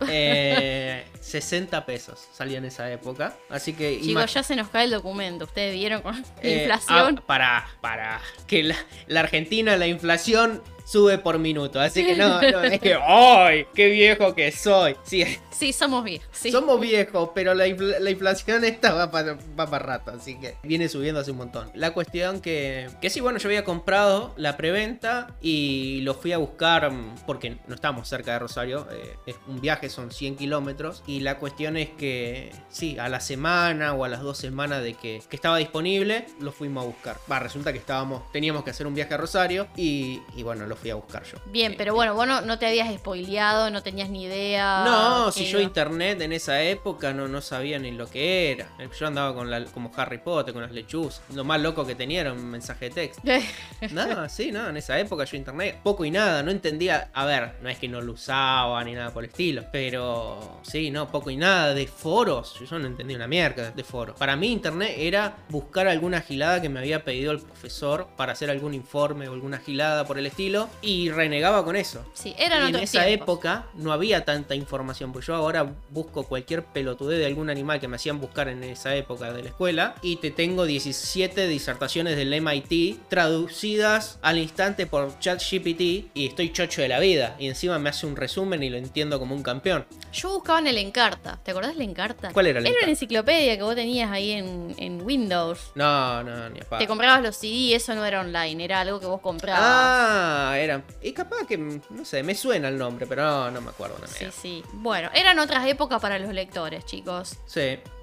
Eh, sesenta pesos salía en esa época. Así que. Chicos, ya se nos cae el documento. Ustedes vieron con la eh, inflación. Ah, para, para. Que la, la Argentina, la inflación sube por minuto. Así que no, no es que. ¡Ay! ¡Qué viejo que soy! Sí, sí somos viejos. Sí. Somos viejos, pero la, infl la inflación esta va para va pa rato. Así que viene subiendo hace un montón. La cuestión que. Que sí, bueno, yo había comprado la preventa y lo fui a buscar porque no estamos cerca de Rosario. Eh, es un viaje, son cien kilómetros. Y la cuestión es que. Sí, a la semana o a las dos semanas de que, que estaba disponible, lo fuimos a buscar. Va, resulta que estábamos. Teníamos que hacer un viaje a Rosario y, y bueno, lo fui a buscar yo. Bien, pero bueno, vos no, no te habías spoileado, no tenías ni idea. No, si yo internet en esa época no, no sabía ni lo que era. Yo andaba con la, como Harry Potter, con las lechuzas. Lo más loco que tenía era un mensaje de texto. Nada, sí, no, en esa época yo internet poco y nada, no entendía. A ver, no es que no lo usaba ni nada por el estilo, pero sí, no, poco y nada de foros. Yo no entendía una mierda de foros. Para mí internet era buscar alguna gilada que me había pedido el profesor para hacer algún informe o alguna gilada por el estilo. Y renegaba con eso. Sí, eran y en otros esa tiempos. época no había tanta información, porque yo ahora busco cualquier pelotudez de algún animal que me hacían buscar en esa época de la escuela y te tengo diecisiete disertaciones del M I T traducidas al instante por ChatGPT y estoy chocho de la vida y encima me hace un resumen y lo entiendo como un campeón. Yo buscaba en el Encarta. ¿Te acordás del Encarta? ¿Cuál era el Era Encarta? una enciclopedia que vos tenías ahí en, en Windows. No, no, ni a paz. Te comprabas los C D, eso no era online, era algo que vos comprabas. Ah, era. Y capaz que, no sé, me suena el nombre, pero no, no me acuerdo. No me sí, sí. Bueno, eran otras épocas para los lectores, chicos. Sí.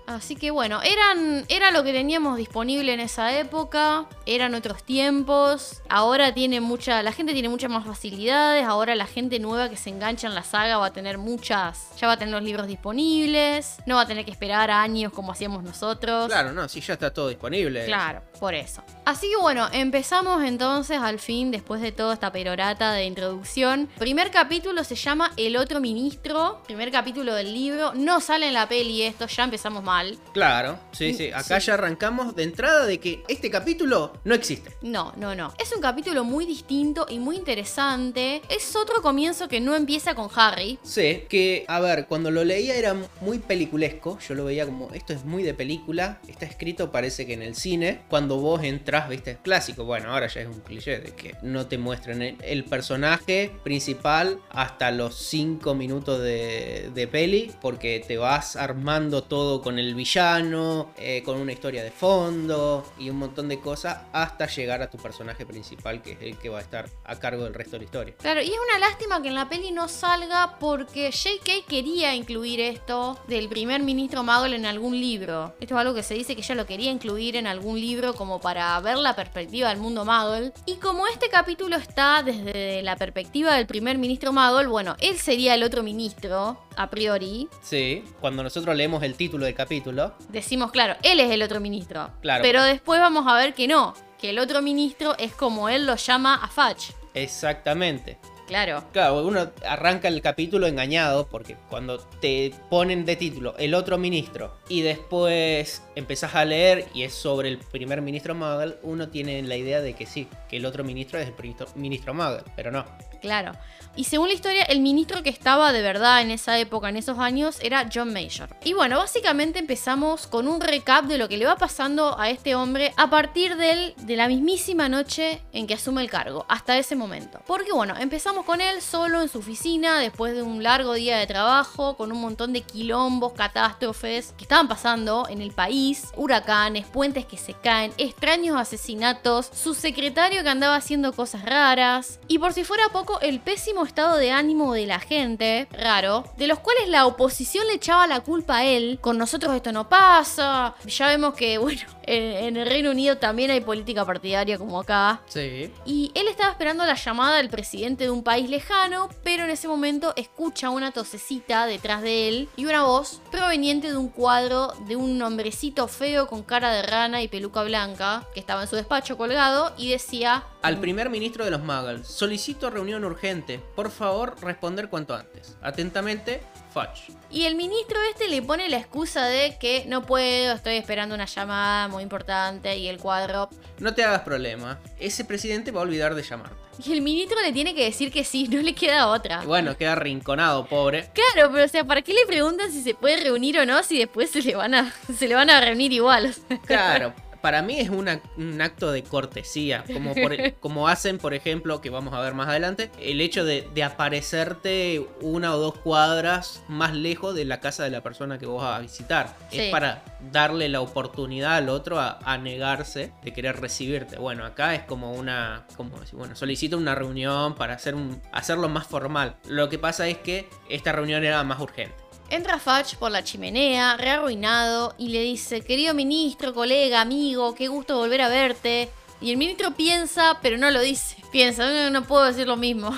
Así que bueno, eran, era lo que teníamos disponible en esa época, eran otros tiempos, ahora tiene mucha, la gente tiene muchas más facilidades, ahora la gente nueva que se engancha en la saga va a tener muchas, ya va a tener los libros disponibles, no va a tener que esperar años como hacíamos nosotros. Claro, no, sí, ya está todo disponible. Claro, por eso. Así que bueno, empezamos entonces al fin, después de toda esta perorata de introducción. Primer capítulo se llama El otro ministro, primer capítulo del libro, no sale en la peli esto, ya empezamos mal. Claro, sí, sí. Acá Sí. ya arrancamos de entrada de que este capítulo no existe. No, no, no. Es un capítulo muy distinto y muy interesante. Es otro comienzo que no empieza con Harry. Sí, que, a ver, cuando lo leía era muy peliculesco. Yo lo veía como, esto es muy de película. Está escrito, parece que en el cine. Cuando vos entras, viste, es clásico. Bueno, ahora ya es un cliché de que no te muestren el, el personaje principal hasta los cinco minutos de, de peli. Porque te vas armando todo con el villano, eh, con una historia de fondo y un montón de cosas hasta llegar a tu personaje principal, que es el que va a estar a cargo del resto de la historia. Claro, y es una lástima que en la peli no salga porque J K quería incluir esto del primer ministro Muggle en algún libro. Esto es algo que se dice que ella lo quería incluir en algún libro como para ver la perspectiva del mundo Muggle. Y como este capítulo está desde la perspectiva del primer ministro Muggle, bueno, él sería el otro ministro, a priori. Sí, cuando nosotros leemos el título del capítulo, Decimos, claro, él es el otro ministro. Claro. Pero después vamos a ver que no, que el otro ministro es como él lo llama a Fudge. exactamente. Claro. Claro, uno arranca el capítulo engañado porque cuando te ponen de título el otro ministro y después empezás a leer y es sobre el primer ministro Muggle, uno tiene la idea de que sí, que el otro ministro es el ministro, ministro Muggle, pero no. Claro. Y según la historia, el ministro que estaba de verdad en esa época, en esos años, era John Major. Y bueno, básicamente empezamos con un recap de lo que le va pasando a este hombre a partir del, de la mismísima noche en que asume el cargo, hasta ese momento. Porque bueno, empezamos con él solo en su oficina, después de un largo día de trabajo, con un montón de quilombos, catástrofes que estaban pasando en el país, huracanes, puentes que se caen, extraños asesinatos, su secretario que andaba haciendo cosas raras, y por si fuera poco, el pésimo estado de ánimo de la gente, raro, de los cuales la oposición le echaba la culpa a él. Con nosotros esto no pasa. Ya vemos que, bueno, en, en el Reino Unido también hay política partidaria como acá. Sí. Y él estaba esperando la llamada del presidente de un país lejano, pero en ese momento escucha una tosecita detrás de él y una voz proveniente de un cuadro de un hombrecito feo con cara de rana y peluca blanca que estaba en su despacho colgado y decía: Al primer ministro de los Muggles, solicito reunión urgente. Por favor, responder cuanto antes. Atentamente, Fudge. Y el ministro este le pone la excusa de que no puedo, estoy esperando una llamada muy importante y el cuadro. No te hagas problema, ese presidente va a olvidar de llamarte. Y el ministro le tiene que decir que sí, no le queda otra. Y bueno, queda arrinconado, pobre. Claro, pero o sea, ¿para qué le preguntan si se puede reunir o no si después se le van a, se le van a reunir igual? Claro. Para mí es una, un acto de cortesía, como, por, como hacen, por ejemplo, que vamos a ver más adelante, el hecho de, de aparecerte una o dos cuadras más lejos de la casa de la persona que vos vas a visitar. Sí. Es para darle la oportunidad al otro a, a negarse de querer recibirte. Bueno, acá es como una, como decir, bueno, solicito una reunión para hacer un, hacerlo más formal. Lo que pasa es que esta reunión era más urgente. Entra Fudge por la chimenea, rearruinado, y le dice: querido ministro, colega, amigo, qué gusto volver a verte. Y el ministro piensa, pero no lo dice. Piensa, no, no puedo decir lo mismo.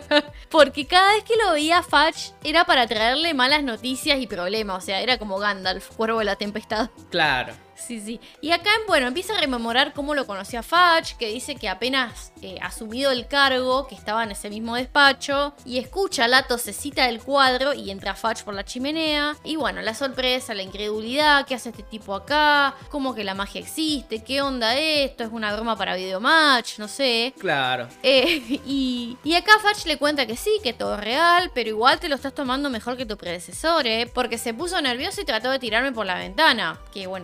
Porque cada vez que lo veía Fudge era para traerle malas noticias y problemas. O sea, era como Gandalf, cuervo de la tempestad. Claro. Sí, sí. Y acá, bueno, empieza a rememorar cómo lo conocía a Fudge, que dice que apenas eh, asumido el cargo, que estaba en ese mismo despacho, y escucha la tosecita del cuadro y entra Fudge por la chimenea. Y bueno, la sorpresa, la incredulidad, ¿qué hace este tipo acá? ¿Cómo que la magia existe? ¿Qué onda esto? ¿Es una broma para Videomatch? No sé. Claro. Eh, y, y acá Fudge le cuenta que sí, que todo es real, pero igual te lo estás tomando mejor que tu predecesor, ¿eh? Porque se puso nervioso y trató de tirarme por la ventana. Que bueno, según la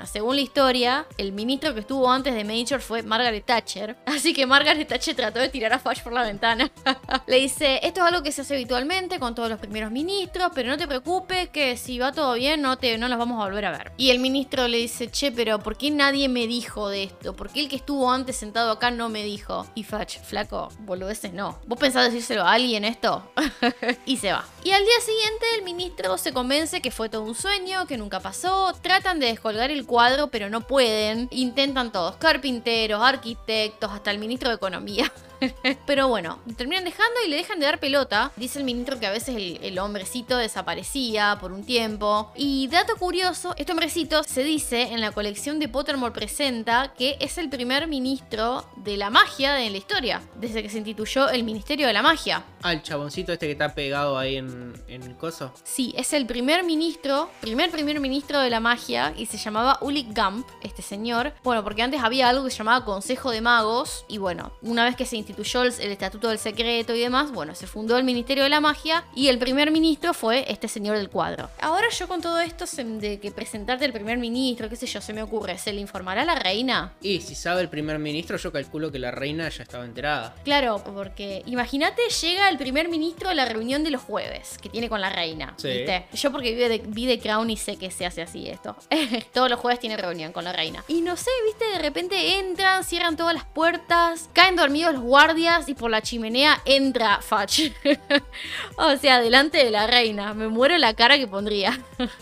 historia, el ministro que estuvo antes de Major fue Margaret Thatcher. Así que Margaret Thatcher trató de tirar a Fudge por la ventana. Le dice, esto es algo que se hace habitualmente con todos los primeros ministros, pero no te preocupes que si va todo bien no, te, no los vamos a volver a ver. Y el ministro le dice, che, pero ¿por qué nadie me dijo de esto? ¿Por qué el que estuvo antes sentado acá no me dijo? Y Fudge, flaco, boludeces no. ¿Vos pensás decírselo a alguien esto? Y se va. Y al día siguiente el ministro se convence que fue todo un sueño, que nunca pasó. Tratan de descolgar el cuadro, pero no pueden. Intentan todos, carpinteros, arquitectos, hasta el ministro de Economía. Pero bueno, terminan dejando y le dejan de dar pelota. Dice el ministro que a veces el, el hombrecito desaparecía por un tiempo. Y dato curioso, este hombrecito se dice en la colección de Pottermore Presenta que es el primer ministro de la magia de la historia, desde que se instituyó el Ministerio de la Magia. Ah, el chaboncito este que está pegado ahí en, en el coso. Sí, es el primer ministro, primer primer ministro de la magia, y se llamaba Ulick Gump, este señor. Bueno, porque antes había algo que se llamaba Consejo de Magos, y bueno, una vez que se instituyó el, el Estatuto del Secreto y demás, bueno, se fundó el Ministerio de la Magia, y el primer ministro fue este señor del cuadro. Ahora yo con todo esto de que presentarte el primer ministro, qué sé yo, se me ocurre, ¿se le informará a la reina? Y si sabe el primer ministro, yo calculo que la reina ya estaba enterada. Claro, porque imagínate, llega el primer ministro a la reunión de los jueves que tiene con la reina, sí. ¿Viste? Yo porque vi de, vi de Crown y sé que se hace así esto. Todos los jueves tiene reunión con la reina. Y no sé, ¿viste? De repente entran, cierran todas las puertas, caen dormidos los guardias y por la chimenea entra Fudge. O sea, delante de la reina. Me muero la cara que pondría.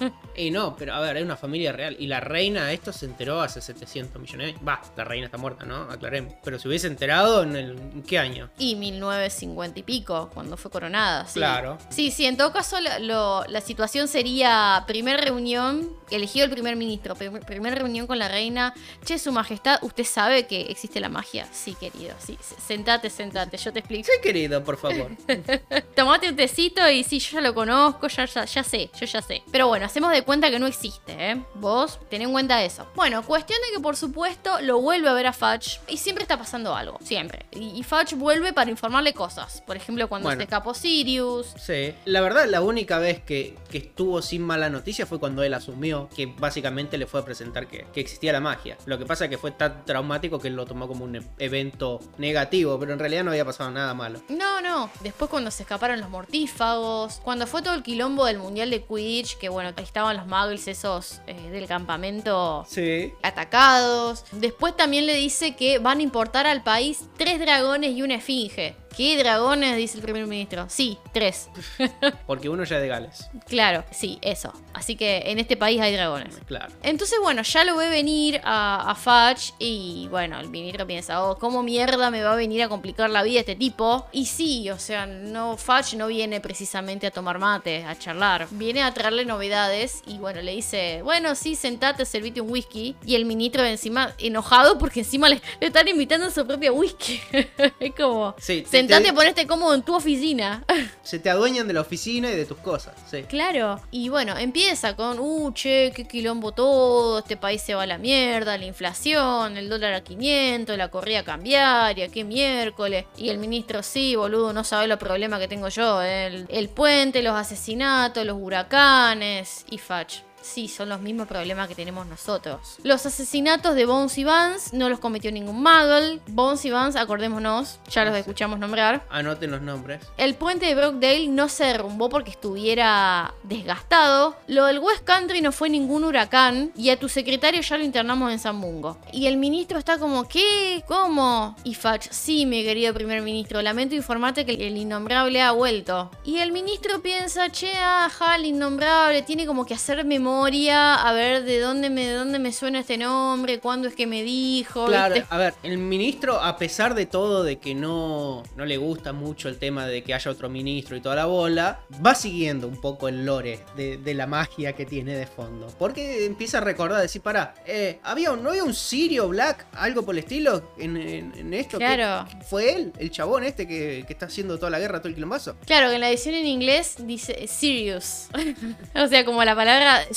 Y no, pero a ver, es una familia real. Y la reina, esto se enteró hace setecientos millones de años. Va, la reina está muerta, ¿no? Aclaremos. Pero se hubiese enterado en el... ¿en qué año? Y mil novecientos cincuenta y pico, cuando fue coronada, sí. Claro. Sí, sí, en todo caso lo, lo, la situación sería primer reunión, elegido el primer ministro, prim, primer reunión con la reina. Che, su majestad, ¿usted sabe que existe la magia? Sí, querido, sí. Sentate, sentate, yo te explico. Sí, querido, por favor. Tomate un tecito y sí, yo ya lo conozco, ya, ya, ya sé, yo ya sé. Pero bueno, hacemos de cuenta que no existe, ¿eh? Vos tenés en cuenta eso. Bueno, cuestión de que por supuesto lo vuelve a ver a Fudge y siempre está pasando algo, siempre. Y, y Fudge vuelve para informarle cosas. Por ejemplo, cuando bueno, se escapó Sirius. Sí, la verdad la única vez que, que estuvo sin mala noticia fue cuando él asumió que básicamente le fue a presentar que, que existía la magia. Lo que pasa es que fue tan traumático que él lo tomó como un evento negativo, pero en realidad no había pasado nada malo. No, no. Después cuando se escaparon los mortífagos, cuando fue todo el quilombo del Mundial de Quidditch, que bueno, ahí estaban los muggles esos eh, del campamento sí. atacados. Después también le dice que van a importar al país tres dragones y una esfinge. ¿Qué dragones? Dice el primer ministro. Sí, tres. Porque uno ya es de Gales. Claro, sí, eso. Así que en este país hay dragones. Claro. Entonces, bueno, ya lo ve venir a, a Fudge y, bueno, el ministro piensa, oh, ¿cómo mierda me va a venir a complicar la vida este tipo? Y sí, o sea, no, Fudge no viene precisamente a tomar mate, a charlar. Viene a traerle novedades y, bueno, le dice, bueno, sí, sentate, servite un whisky. Y el ministro encima enojado porque encima le, le están invitando a su propia whisky. Es como... Sí, sentate, ponerte cómodo en tu oficina. Se te adueñan de la oficina y de tus cosas, sí. Claro. Y bueno, empieza con, uh, che, qué quilombo todo, este país se va a la mierda, la inflación, el dólar a quinientos, la corrida cambiaria, qué miércoles. Y el ministro, sí, boludo, no sabe los problemas que tengo yo, ¿eh? el, el puente, los asesinatos, los huracanes y Fudge. Sí, son los mismos problemas que tenemos nosotros. Los asesinatos de Bones y Vance no los cometió ningún muggle. Bones y Vance, acordémonos, ya los escuchamos nombrar. Anoten los nombres. El puente de Brockdale no se derrumbó porque estuviera desgastado. Lo del West Country no fue ningún huracán. Y a tu secretario ya lo internamos en San Mungo. Y el ministro está como, ¿qué? ¿Cómo? Y Fudge, sí, mi querido primer ministro, lamento informarte que el innombrable ha vuelto. Y el ministro piensa, che, ajá, el innombrable tiene como que hacer memoria. A ver de dónde me, de dónde me suena este nombre, cuándo es que me dijo. Claro, ¿viste? A ver, el ministro, a pesar de todo, de que no, no le gusta mucho el tema de que haya otro ministro y toda la bola, va siguiendo un poco el lore de, de la magia que tiene de fondo. Porque empieza a recordar, decir, pará, eh, ¿había un, ¿no había un Sirio Black, algo por el estilo, en, en, en esto? Claro. ¿Qué, ¿Fue él, el chabón este que, que está haciendo toda la guerra, todo el quilombazo? Claro, que en la edición en inglés dice Sirius. O sea, como la palabra... Sí,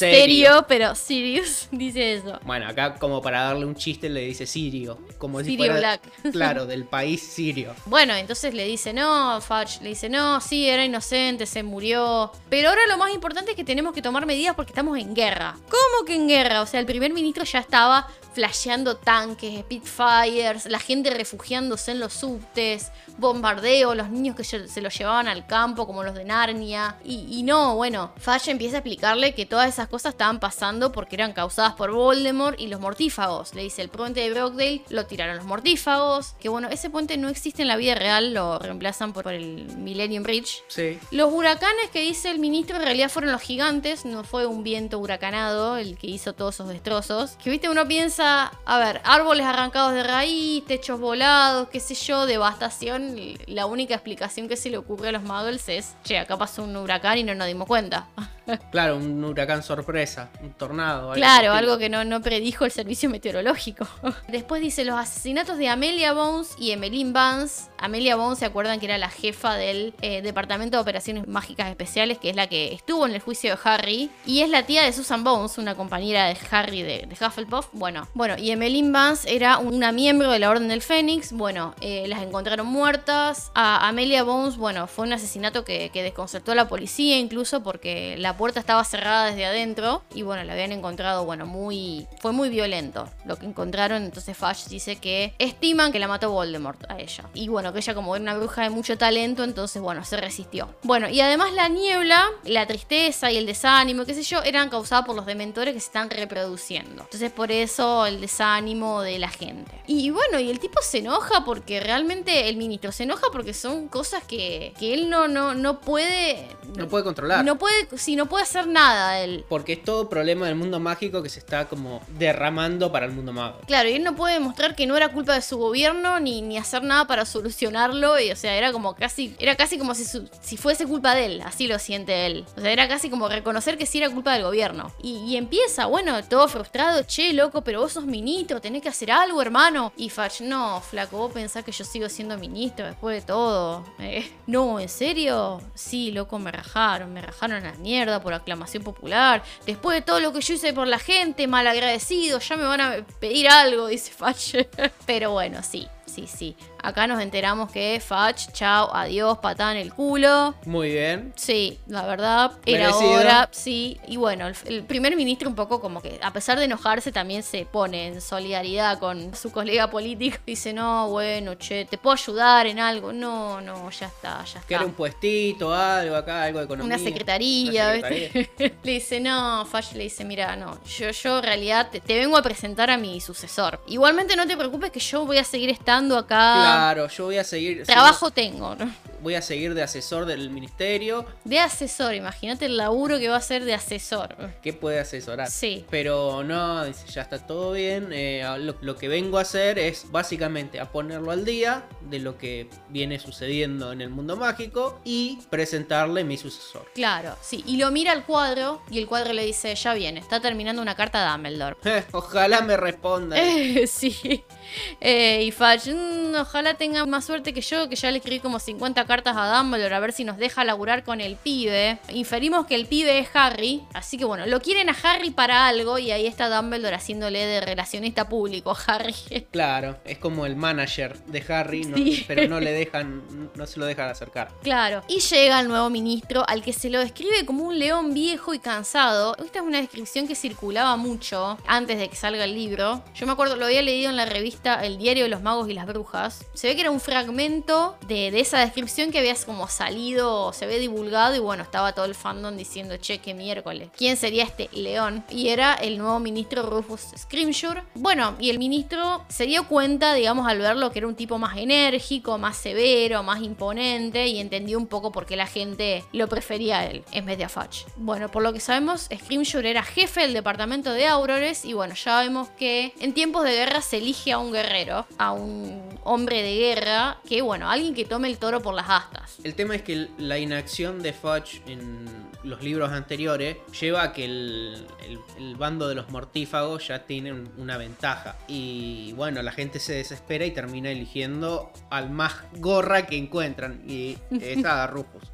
Misterio, pero Sirius dice eso. Bueno, acá como para darle un chiste le dice Sirio. Como si Sirio fuera, Black. claro, del país sirio. Bueno, entonces le dice, no, Fudge, le dice, no, sí, era inocente, se murió. Pero ahora lo más importante es que tenemos que tomar medidas porque estamos en guerra. ¿Cómo que en guerra? O sea, el primer ministro ya estaba flasheando tanques, Spitfires, la gente refugiándose en los subtes, bombardeo, los niños que se los llevaban al campo como los de Narnia. Y, y no, bueno, Fudge empieza a explicarle que todas esas cosas estaban pasando porque eran causadas por Voldemort y los mortífagos. Le dice, el puente de Brockdale lo tiraron los mortífagos, que bueno, ese puente no existe en la vida real, lo reemplazan por, por el Millennium Bridge. Sí. Los huracanes que dice el ministro en realidad fueron los gigantes, no fue un viento huracanado el que hizo todos esos destrozos. Que viste, uno piensa, a ver, árboles arrancados de raíz, techos volados, qué sé yo, devastación. La única explicación que se le ocurre a los muggles es, che, acá pasó un huracán y no nos dimos cuenta. Claro, un huracán sorpresa, un tornado. Claro, algo que no, no predijo el servicio meteorológico. Después dice, los asesinatos de Amelia Bones y Emmeline Vance. Amelia Bones, ¿se acuerdan que era la jefa del eh, Departamento de Operaciones Mágicas Especiales, que es la que estuvo en el juicio de Harry? Y es la tía de Susan Bones, una compañera de Harry de, de Hufflepuff. Bueno, bueno, y Emmeline Vance era una miembro de la Orden del Fénix. Bueno, eh, las encontraron muertas. A Amelia Bones, bueno, fue un asesinato que, que desconcertó a la policía incluso porque la puerta estaba cerrada desde adentro y bueno, la habían encontrado, bueno, muy... fue muy violento lo que encontraron. Entonces Fudge dice que estiman que la mató Voldemort a ella. Y bueno, que ella como era una bruja de mucho talento, entonces bueno, se resistió. Bueno, y además la niebla, la tristeza y el desánimo, qué sé yo, eran causadas por los dementores que se están reproduciendo. Entonces por eso el desánimo de la gente. Y bueno, y el tipo se enoja porque realmente el ministro se enoja porque son cosas que, que él no, no, no puede... No puede controlar. No puede, sí, no puede hacer nada él. Porque es todo problema del mundo mágico que se está como derramando para el mundo mágico. Claro, y él no puede demostrar que no era culpa de su gobierno ni, ni hacer nada para solucionarlo. Y o sea, era como casi, era casi como si, su, si fuese culpa de él, así lo siente él. O sea, era casi como reconocer que sí era culpa del gobierno. Y, y empieza, bueno, todo frustrado, che, loco, pero vos sos ministro, tenés que hacer algo, hermano. Y Fudge, no, flaco, vos pensás que yo sigo siendo ministro después de todo. Eh, no, ¿en serio? Sí, loco, me rajaron, me rajaron a la mierda por aclamación popular. Después de todo lo que yo hice por la gente, malagradecido, ya me van a pedir algo, dice Fudge. Pero bueno, sí, sí, sí. Acá nos enteramos que Fudge, chao, adiós, patada en el culo. Muy bien. Sí, la verdad, era Merecido. hora, sí. Y bueno, el, el primer ministro un poco como que, a pesar de enojarse, también se pone en solidaridad con su colega político. Dice, no, bueno, che, ¿te puedo ayudar en algo? No, no, ya está, ya está. Quiere un puestito, algo acá, algo de economía. Una secretaría, Una secretaría. ¿viste? Le dice, no, Fudge le dice, mira, no, yo, yo en realidad te, te vengo a presentar a mi sucesor. Igualmente no te preocupes que yo voy a seguir estando acá. Claro, yo voy a seguir... Trabajo tengo, ¿no? Voy a seguir de asesor del ministerio. De asesor, imagínate el laburo que va a ser de asesor. ¿Qué puede asesorar? Sí. Pero no, dice, ya está todo bien. Eh, lo, lo que vengo a hacer es básicamente a ponerlo al día de lo que viene sucediendo en el mundo mágico y presentarle mi sucesor. Claro, sí. Y lo mira al cuadro y el cuadro le dice, ya viene, está terminando una carta de Dumbledore. Eh, ojalá me responda. Eh, sí. Eh, y Fudge, mmm, ojalá tenga más suerte que yo, que ya le escribí como cincuenta cartas a Dumbledore a ver si nos deja laburar con el pibe. Inferimos que el pibe es Harry, así que bueno, lo quieren a Harry para algo y ahí está Dumbledore haciéndole de relacionista público a Harry. Claro, es como el manager de Harry, ¿no? Sí. Pero no le dejan, no se lo dejan acercar. Claro, y llega el nuevo ministro al que se lo describe como un león viejo y cansado. Esta es una descripción que circulaba mucho antes de que salga el libro. Yo me acuerdo, lo había leído en la revista El Diario de los Magos y las Brujas. Se ve que era un fragmento de, de esa descripción que había como salido, se ve divulgado y bueno, estaba todo el fandom diciendo, che, qué miércoles, ¿quién sería este león? Y era el nuevo ministro Rufus Scrimshaw. Bueno, y el ministro se dio cuenta, digamos, al verlo que era un tipo más enérgico, más severo, más imponente y entendió un poco por qué la gente lo prefería a él en vez de a Fudge. Bueno, por lo que sabemos, Scrimshaw era jefe del departamento de Aurores y bueno, ya vemos que en tiempos de guerra se elige a un guerrero, a un hombre de guerra, que bueno, alguien que tome el toro por las astas. El tema es que la inacción de Fudge en los libros anteriores lleva a que el, el, el bando de los mortífagos ya tiene un, una ventaja. Y bueno, la gente se desespera y termina eligiendo al más gorra que encuentran. Y está Rufus.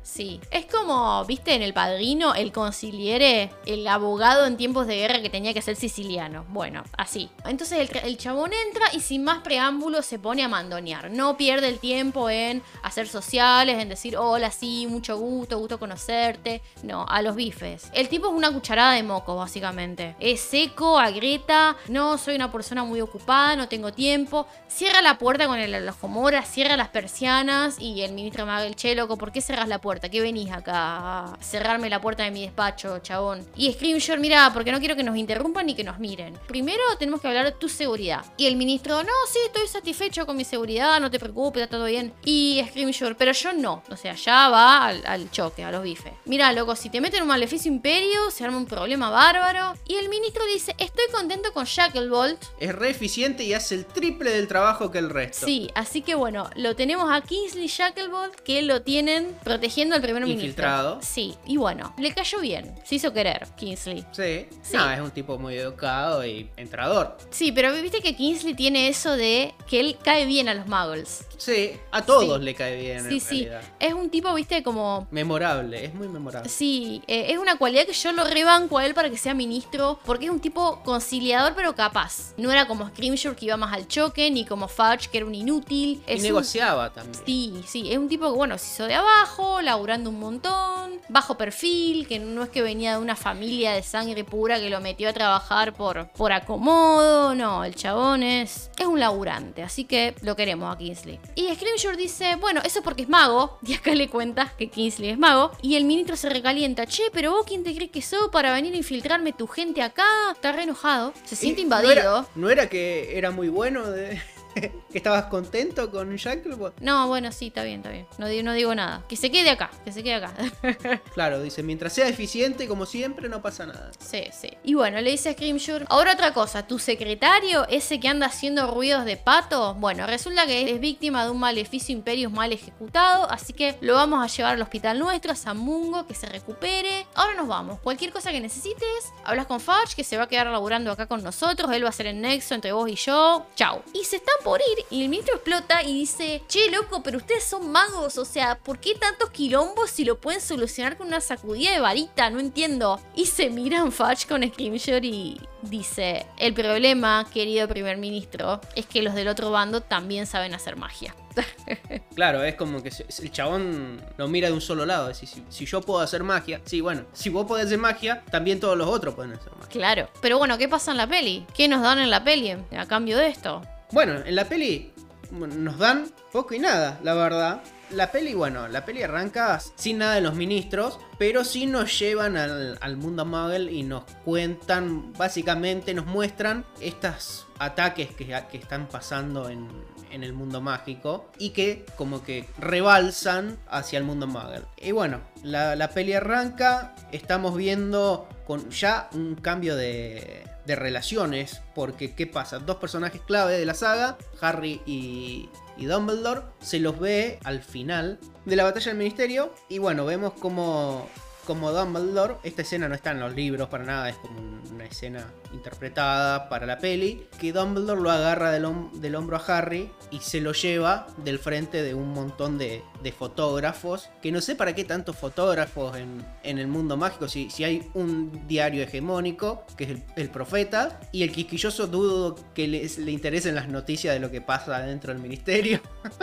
Sí, es como, viste, en El Padrino, el consigliere, el abogado en tiempos de guerra que tenía que ser siciliano. Bueno, así. Entonces el, el chabón entra y sin más preámbulos se pone a mandonear. No pierde el tiempo en hacer sociales, en decir, hola, sí, mucho gusto, gusto conocerte. No, a los bifes. El tipo es una cucharada de moco, básicamente. Es seco, agreta, no, soy una persona muy ocupada, no tengo tiempo. Cierra la puerta con el alojomora, cierra las persianas y el ministro Magel, che, loco, ¿por qué cerras la puerta? ¿Qué venís acá a cerrarme la puerta de mi despacho, chabón? Y Scrimgeour, mira, porque no quiero que nos interrumpan ni que nos miren. Primero tenemos que hablar de tu seguridad. Y el ministro, no, sí, estoy satisfecho con mi seguridad, no te preocupes, está todo bien. Y Scrimgeour, pero yo no. O sea, ya va al, al choque, a los bifes. Mira, loco, si te meten un maleficio imperio, se arma un problema bárbaro. Y el ministro dice, estoy contento con Shacklebolt. Es re eficiente y hace el triple del trabajo que el resto. Sí, así que bueno, lo tenemos a Kingsley Shacklebolt, que lo tienen protegiendo al primer ministro. Infiltrado. Sí, y bueno, le cayó bien. Se hizo querer, Kingsley. Sí. Sí. No, es un tipo muy educado y entrador. Sí, pero viste que Kingsley tiene eso de que él cae bien a los muggles. Sí, a todos Sí. le cae bien Sí, en sí. realidad. Es un tipo, viste, como... Memorable, es muy memorable. Sí, eh, es una cualidad que yo lo rebanco a él para que sea ministro, porque es un tipo conciliador pero capaz. No era como Scrimgeour que iba más al choque, ni como Fudge que era un inútil. Y Es un- negociaba también. Sí, sí, es un tipo que, bueno, se hizo de abajo, laburando un montón, bajo perfil, que no es que venía de una familia de sangre pura que lo metió a trabajar por, por acomodo, no, el chabón es, es un laburante, así que lo queremos a Kingsley. Y Scrimgeour dice, bueno, eso porque es mago, y acá le cuenta que Kingsley es mago, y el ministro se recalienta, che, pero vos quién te crees que sos para venir a infiltrarme tu gente acá, está re enojado, se siente Y invadido. ¿No era, no era que era muy bueno de... que estabas contento con Shacklebolt? No, bueno, sí, está bien, está bien. No, digo- no digo nada. Que se quede acá, que se quede acá. Claro, dice, mientras sea eficiente, como siempre, no pasa nada. Sí, sí. Y bueno, le dice a Scrimgeour, ahora otra cosa, tu secretario, ese que anda haciendo ruidos de pato, bueno, resulta que es víctima de un maleficio Imperius mal ejecutado, así que lo vamos a llevar al hospital nuestro, a San Mungo, que se recupere. Ahora nos vamos. Cualquier cosa que necesites, hablas con Fudge, que se va a quedar laburando acá con nosotros, él va a ser el nexo entre vos y yo. Chau. Y se están por ir y el ministro explota y dice, che, loco, pero ustedes son magos, o sea, ¿por qué tantos quilombos si lo pueden solucionar con una sacudida de varita? No entiendo. Y se miran Fudge con Scrimgeour y dice, el problema, querido primer ministro, es que los del otro bando también saben hacer magia. Claro, es como que se- el chabón lo mira de un solo lado. Es decir, si, si yo puedo hacer magia, sí, bueno, si vos podés hacer magia, también todos los otros pueden hacer magia. Claro. Pero bueno, ¿qué pasa en la peli? ¿Qué nos dan en la peli a cambio de esto? Bueno, en la peli bueno, nos dan poco y nada, la verdad. La peli, bueno, la peli arranca sin nada de los ministros, pero sí nos llevan al, al mundo Muggle y nos cuentan, básicamente nos muestran estos ataques que, que están pasando en, en el mundo mágico y que como que rebalsan hacia el mundo Muggle. Y bueno, la, la peli arranca, estamos viendo con ya un cambio de, de relaciones, porque ¿qué pasa? Dos personajes clave de la saga, Harry y... y Dumbledore, se los ve al final de la batalla del ministerio. Y bueno, vemos como, como Dumbledore, esta escena no está en los libros para nada, es como una escena interpretada para la peli, que Dumbledore lo agarra del, hom- del hombro a Harry y se lo lleva del frente de un montón de, de fotógrafos, que no sé para qué tantos fotógrafos en, en el mundo mágico, si, si hay un diario hegemónico, que es el, el Profeta, y el quisquilloso dudo que les, le interesen las noticias de lo que pasa dentro del ministerio.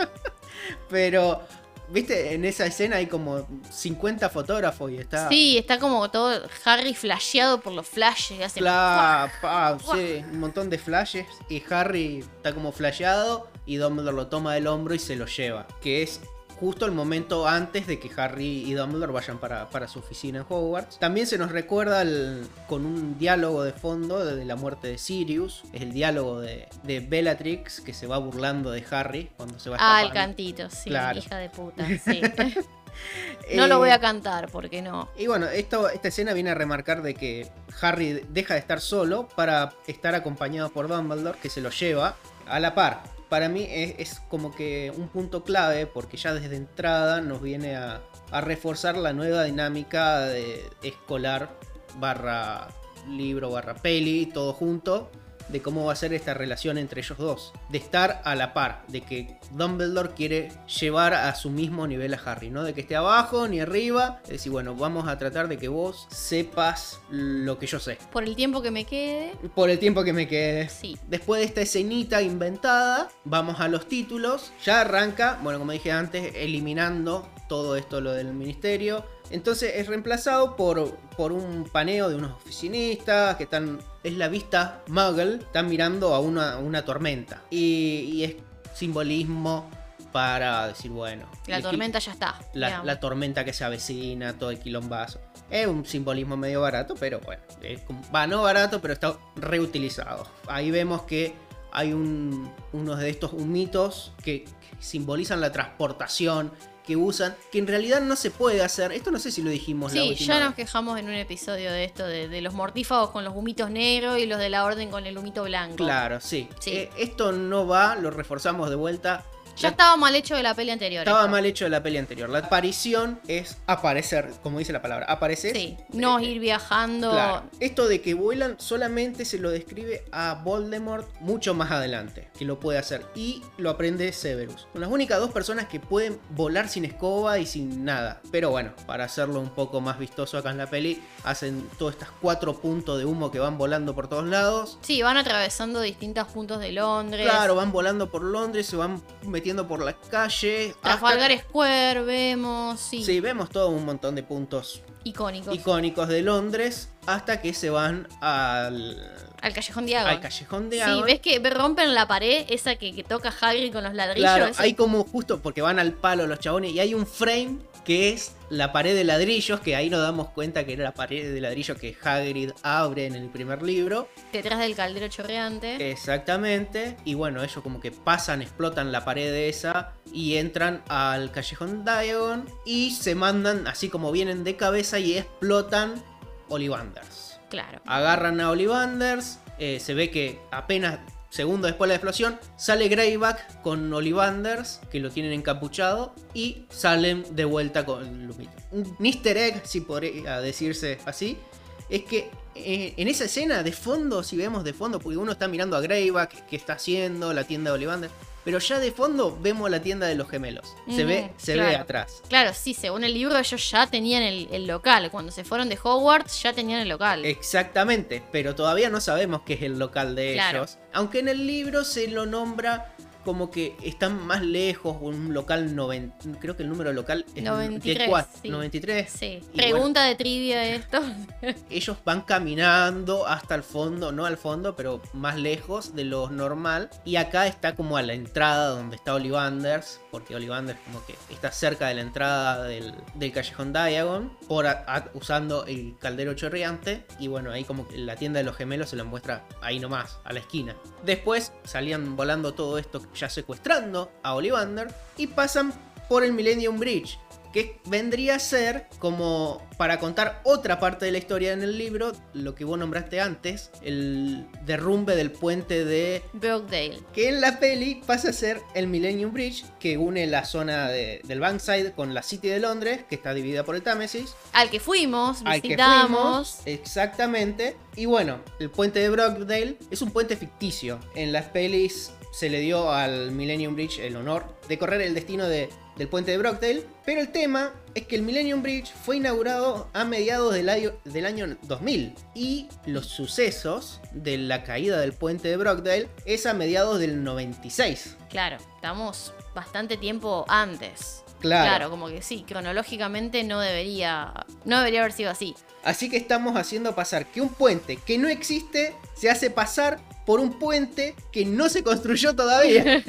Pero, viste, en esa escena hay como cincuenta fotógrafos y está... Sí, está como todo Harry flasheado por los flashes que hacen. Fla- pa- sí, un montón de flashes y Harry está como flasheado y Dumbledore lo toma del hombro y se lo lleva, que es justo el momento antes de que Harry y Dumbledore vayan para, para su oficina en Hogwarts. También se nos recuerda el- con un diálogo de fondo de la muerte de Sirius, es el diálogo de, de Bellatrix que se va burlando de Harry cuando se va Ah, el escapando. cantito, sí, Claro. hija de puta, sí. No lo voy a cantar, porque no. Y bueno, esto, esta escena viene a remarcar de que Harry deja de estar solo para estar acompañado por Dumbledore, que se lo lleva a la par. Para mí es, es como que un punto clave, porque ya desde entrada nos viene a, a reforzar la nueva dinámica de escolar barra libro barra peli, todo junto. de cómo va a ser esta relación entre ellos dos. De estar a la par, de que Dumbledore quiere llevar a su mismo nivel a Harry, no de que esté abajo ni arriba. Es decir, bueno, vamos a tratar de que vos sepas lo que yo sé. Por el tiempo que me quede. Por el tiempo que me quede. Sí. Después de esta escenita inventada, vamos a los títulos. Ya arranca, bueno, como dije antes, eliminando todo esto, lo del ministerio. Entonces es reemplazado por, por un paneo de unos oficinistas que están... Es la vista Muggle, están mirando a una, una tormenta. Y, y es simbolismo para decir, bueno... La tormenta ya está. La, la tormenta que se avecina, todo el quilombazo. Es un simbolismo medio barato, pero bueno. Es como, va, no barato, pero está reutilizado. Ahí vemos que hay un, unos de estos humitos que, que simbolizan la transportación, que usan, que en realidad no se puede hacer. Esto no sé si lo dijimos sí, la última ya vez. nos quejamos en un episodio de esto, de, de los mortífagos con los humitos negros y los de la orden con el humito blanco. Claro, sí. sí. Eh, esto no va, lo reforzamos de vuelta. Ya la... estaba mal hecho de la peli anterior. Estaba esto. mal hecho de la peli anterior. La aparición es aparecer, como dice la palabra, aparecer. Sí, no eh, ir viajando. Claro. Esto de que vuelan solamente se lo describe a Voldemort mucho más adelante, que lo puede hacer. Y lo aprende Severus. Son las únicas dos personas que pueden volar sin escoba y sin nada. Pero bueno, para hacerlo un poco más vistoso acá en la peli, hacen todos estos cuatro puntos de humo que van volando por todos lados. Sí, van atravesando distintos puntos de Londres. Claro, van volando por Londres, se van metiendo por la calle. Trafalgar hasta... Square, vemos. Sí. sí, vemos todo un montón de puntos icónicos. icónicos de Londres, hasta que se van al... Al Callejón Diagon. Al Callejón Diagon. Sí, ves que rompen la pared, esa que, que toca Harry con los ladrillos. Claro, ese... hay como justo, porque van al palo los chabones, y hay un frame que es la pared de ladrillos, que ahí nos damos cuenta que era la pared de ladrillos que Hagrid abre en el primer libro. Detrás del caldero chorreante. Exactamente. Y bueno, ellos como que pasan, explotan la pared de esa y entran al Callejón Diagon y se mandan, así como vienen de cabeza, y explotan Ollivanders. Claro. Agarran a Ollivanders, eh, se ve que apenas segundo después de la explosión sale Greyback con Ollivanders, que lo tienen encapuchado, y salen de vuelta con el lumito. Un easter egg, si podría decirse así, es que eh, en esa escena de fondo, si vemos de fondo, porque uno está mirando a Greyback, que está haciendo la tienda de Ollivanders, pero ya de fondo vemos la tienda de los gemelos. Se mm, ve, se claro. ve atrás. Claro, sí, según el libro ellos ya tenían el, el local. Cuando se fueron de Hogwarts ya tenían el local. Exactamente, pero todavía no sabemos qué es el local de claro. ellos. Aunque en el libro se lo nombra como que están más lejos, un local noventa, creo que el número local es noventa y tres, de cuatro, sí. noventa y tres. Sí. Y Pregunta bueno, de trivia esto. ellos van caminando hasta el fondo, no al fondo, pero más lejos de lo normal. Y acá está como a la entrada donde está Ollivanders, porque Ollivanders como que está cerca de la entrada del, del Callejón Diagon, por a, a, usando el caldero chorreante. Y bueno, ahí como que la tienda de los gemelos se la muestra ahí nomás, a la esquina. Después salían volando todo esto, ya secuestrando a Ollivander, y pasan por el Millennium Bridge, que vendría a ser como para contar otra parte de la historia en el libro, lo que vos nombraste antes, el derrumbe del puente de Brookdale, que en la peli pasa a ser el Millennium Bridge, que une la zona de, del Bankside con la City de Londres, que está dividida por el Támesis, al que fuimos, al que visitamos. fuimos, exactamente. Y bueno, el puente de Brookdale es un puente ficticio. En las pelis se le dio al Millennium Bridge el honor de correr el destino de, del puente de Brookdale, pero el tema es que el Millennium Bridge fue inaugurado a mediados del año, del año dos mil, y los sucesos de la caída del puente de Brookdale es a mediados del noventa y seis. Claro, estamos bastante tiempo antes. Claro. Claro, como que sí, cronológicamente no debería, no debería haber sido así. Así que estamos haciendo pasar que un puente que no existe se hace pasar por un puente que no se construyó todavía.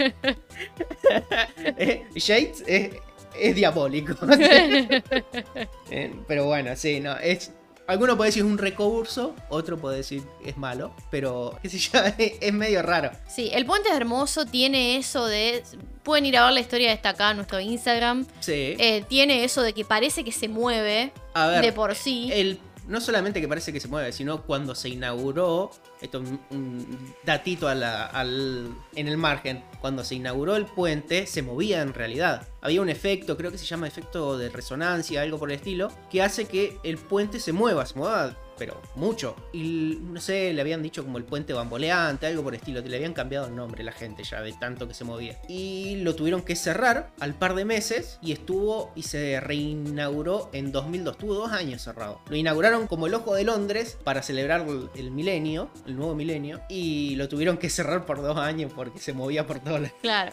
eh, Yates es, es diabólico. eh, pero bueno, sí, no, es... Alguno puede decir es un recurso, otro puede decir es malo, pero qué sé yo, es, es medio raro. Sí, el puente es hermoso, tiene eso de... Pueden ir a ver la historia destacada en nuestro Instagram. Sí. Eh, tiene eso de que parece que se mueve A ver, de por sí. El, no solamente que parece que se mueve, sino cuando se inauguró, esto es un, un datito a la, al, en el margen, cuando se inauguró el puente se movía en realidad. Había un efecto, creo que se llama efecto de resonancia, algo por el estilo, que hace que el puente se mueva, se mueva pero mucho. Y no sé, le habían dicho como el puente bamboleante, algo por estilo. Le habían cambiado el nombre la gente ya de tanto que se movía. Y lo tuvieron que cerrar al par de meses y estuvo y se reinauguró en dos mil dos. Estuvo dos años cerrado. Lo inauguraron como el Ojo de Londres para celebrar el, el milenio, el nuevo milenio. Y lo tuvieron que cerrar por dos años porque se movía por todos lados. Claro.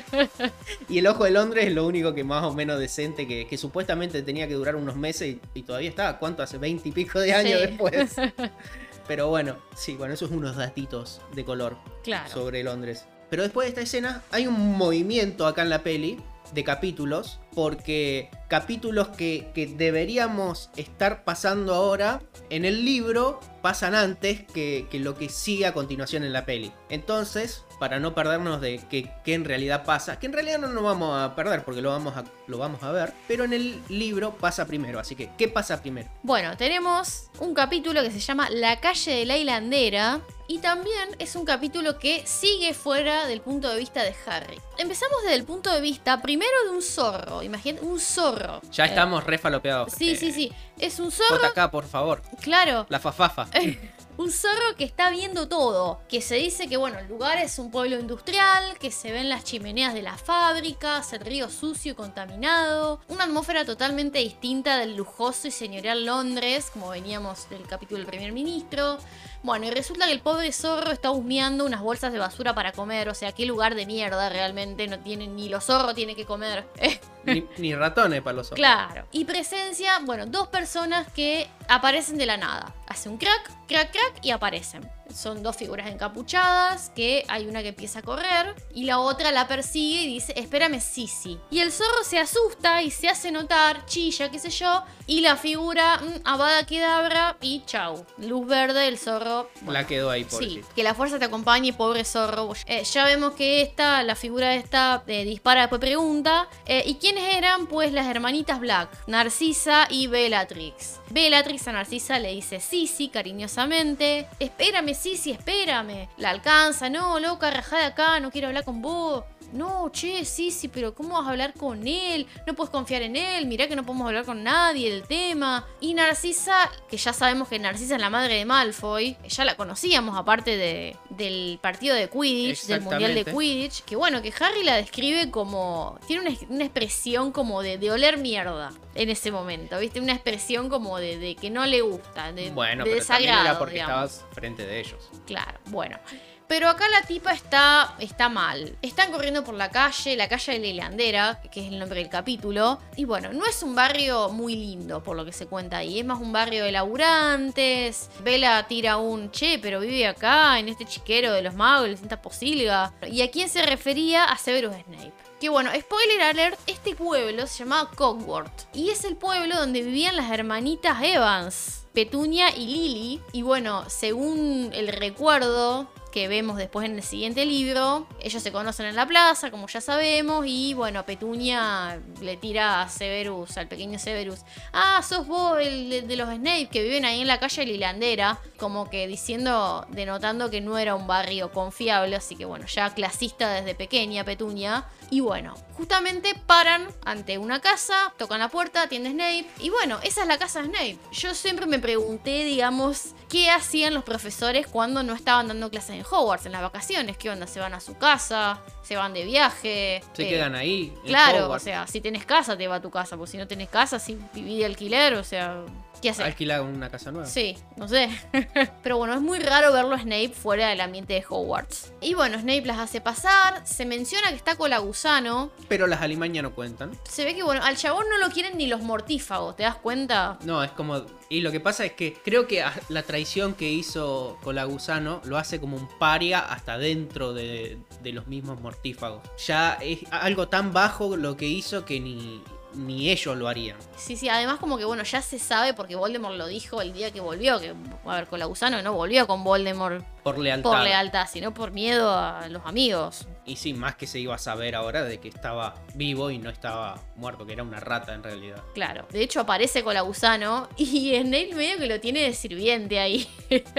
Y el Ojo de Londres es lo único que más o menos decente que, que supuestamente tenía que durar unos meses y, y todavía está. ¿Cuánto? Hace veinte y pico de años Sí. después. Pero bueno, sí, bueno, esos son unos datitos de color Claro. sobre Londres. Pero después de esta escena hay un movimiento acá en la peli de capítulos, porque capítulos que, que deberíamos estar pasando ahora en el libro pasan antes que, que lo que sigue a continuación en la peli. Entonces, para no perdernos de qué en realidad pasa, que en realidad no nos vamos a perder porque lo vamos a, lo vamos a ver, pero en el libro pasa primero, así que ¿qué pasa primero? Bueno, tenemos un capítulo que se llama La calle de la hilandera y también es un capítulo que sigue fuera del punto de vista de Harry. Empezamos desde el punto de vista primero de un zorro, imagínate, un zorro. Ya Eh, estamos re falopeados. Sí, Eh, sí, sí, es un zorro, J K, por favor. claro. La fafafa. Un zorro que está viendo todo, que se dice que bueno, el lugar es un pueblo industrial, que se ven las chimeneas de las fábricas, el río sucio y contaminado, una atmósfera totalmente distinta del lujoso y señorial Londres, como veníamos del capítulo del primer ministro. Bueno, y resulta que el pobre zorro está husmeando unas bolsas de basura para comer, o sea, qué lugar de mierda realmente, no tiene, ni los zorros tiene que comer. Ni, ni ratones para los ojos. Claro. Y presencia, bueno, dos personas que aparecen de la nada. Hace un crack, crack, crack y aparecen. Son dos figuras encapuchadas, que hay una que empieza a correr y la otra la persigue y dice, espérame, Sisi. Y el zorro se asusta y se hace notar, chilla, qué sé yo, y la figura, mmm, Avada Kedavra y chau. Luz verde, el zorro... bueno, La quedó ahí, sí, pobrecito. que la fuerza te acompañe, pobre zorro. Eh, ya vemos que esta, la figura esta, eh, dispara, después pregunta. Eh, ¿Y quiénes eran? Pues las hermanitas Black, Narcisa y Bellatrix. Bellatrix a Narcisa le dice Sisi cariñosamente. Espérame, Sisi, espérame. La alcanza, no, loca, rajá de acá, no quiero hablar con vos. No, che, Sisi, pero ¿cómo vas a hablar con él? No puedes confiar en él, mirá que no podemos hablar con nadie del tema. Y Narcisa, que ya sabemos que Narcisa es la madre de Malfoy, ya la conocíamos aparte de, del partido de Quidditch, del mundial de Quidditch, que bueno, que Harry la describe como... tiene una, una expresión como de, de oler mierda en ese momento, ¿viste? Una expresión como de, de que no le gusta, de, Bueno, de pero también desagrado, era porque digamos. estabas frente de ellos. Claro, bueno. Pero acá la tipa está, está mal. Están corriendo por la calle, la calle de la hilandera, que es el nombre del capítulo. Y bueno, no es un barrio muy lindo por lo que se cuenta ahí. Es más un barrio de laburantes. Bella tira un, che, pero vive acá, en este chiquero de los magos, le sienta posilga. ¿Y a quién se refería? A Severus Snape. Que bueno, spoiler alert, este pueblo se llamaba Cogworth. Y es el pueblo donde vivían las hermanitas Evans, Petunia y Lily. Y bueno, según el recuerdo que vemos después en el siguiente libro, ellos se conocen en la plaza, como ya sabemos, y bueno, Petunia le tira a Severus, al pequeño Severus, ah, sos vos el de, de los Snape que viven ahí en la calle de la hilandera, como que diciendo, denotando que no era un barrio confiable, así que bueno, ya clasista desde pequeña Petunia. Y bueno, justamente paran ante una casa, tocan la puerta, atiende Snape. Y bueno, esa es la casa de Snape. Yo siempre me pregunté, digamos, ¿qué hacían los profesores cuando no estaban dando clases en Hogwarts, en las vacaciones? ¿Qué onda? ¿Se van a su casa? ¿Se van de viaje? Se Eh, quedan ahí. en Claro, Hogwarts. o sea, si tenés casa, te va a tu casa. Porque si no tenés casa, si vivís de alquiler, o sea, ¿qué haces? Alquilar una casa nueva. Sí, no sé. Pero bueno, es muy raro verlo a Snape fuera del ambiente de Hogwarts. Y bueno, Snape las hace pasar. Se menciona que está con la gusano. Pero las alimañas no cuentan. Se ve que, bueno, al chabón no lo quieren ni los mortífagos, ¿te das cuenta? No, es como... Y lo que pasa es que creo que a- la traición que hizo Colagusano lo hace como un paria hasta dentro de, de los mismos mortífagos. Ya es algo tan bajo lo que hizo que ni, ni ellos lo harían. Sí, sí, además como que, bueno, ya se sabe porque Voldemort lo dijo el día que volvió, que, a ver, con la gusano no volvió con Voldemort Por lealtad. por lealtad, sino por miedo a los amigos. Y sí, más que se iba a saber ahora de que estaba vivo y no estaba muerto, que era una rata en realidad. Claro, de hecho aparece con la gusano y Snape medio que lo tiene de sirviente ahí.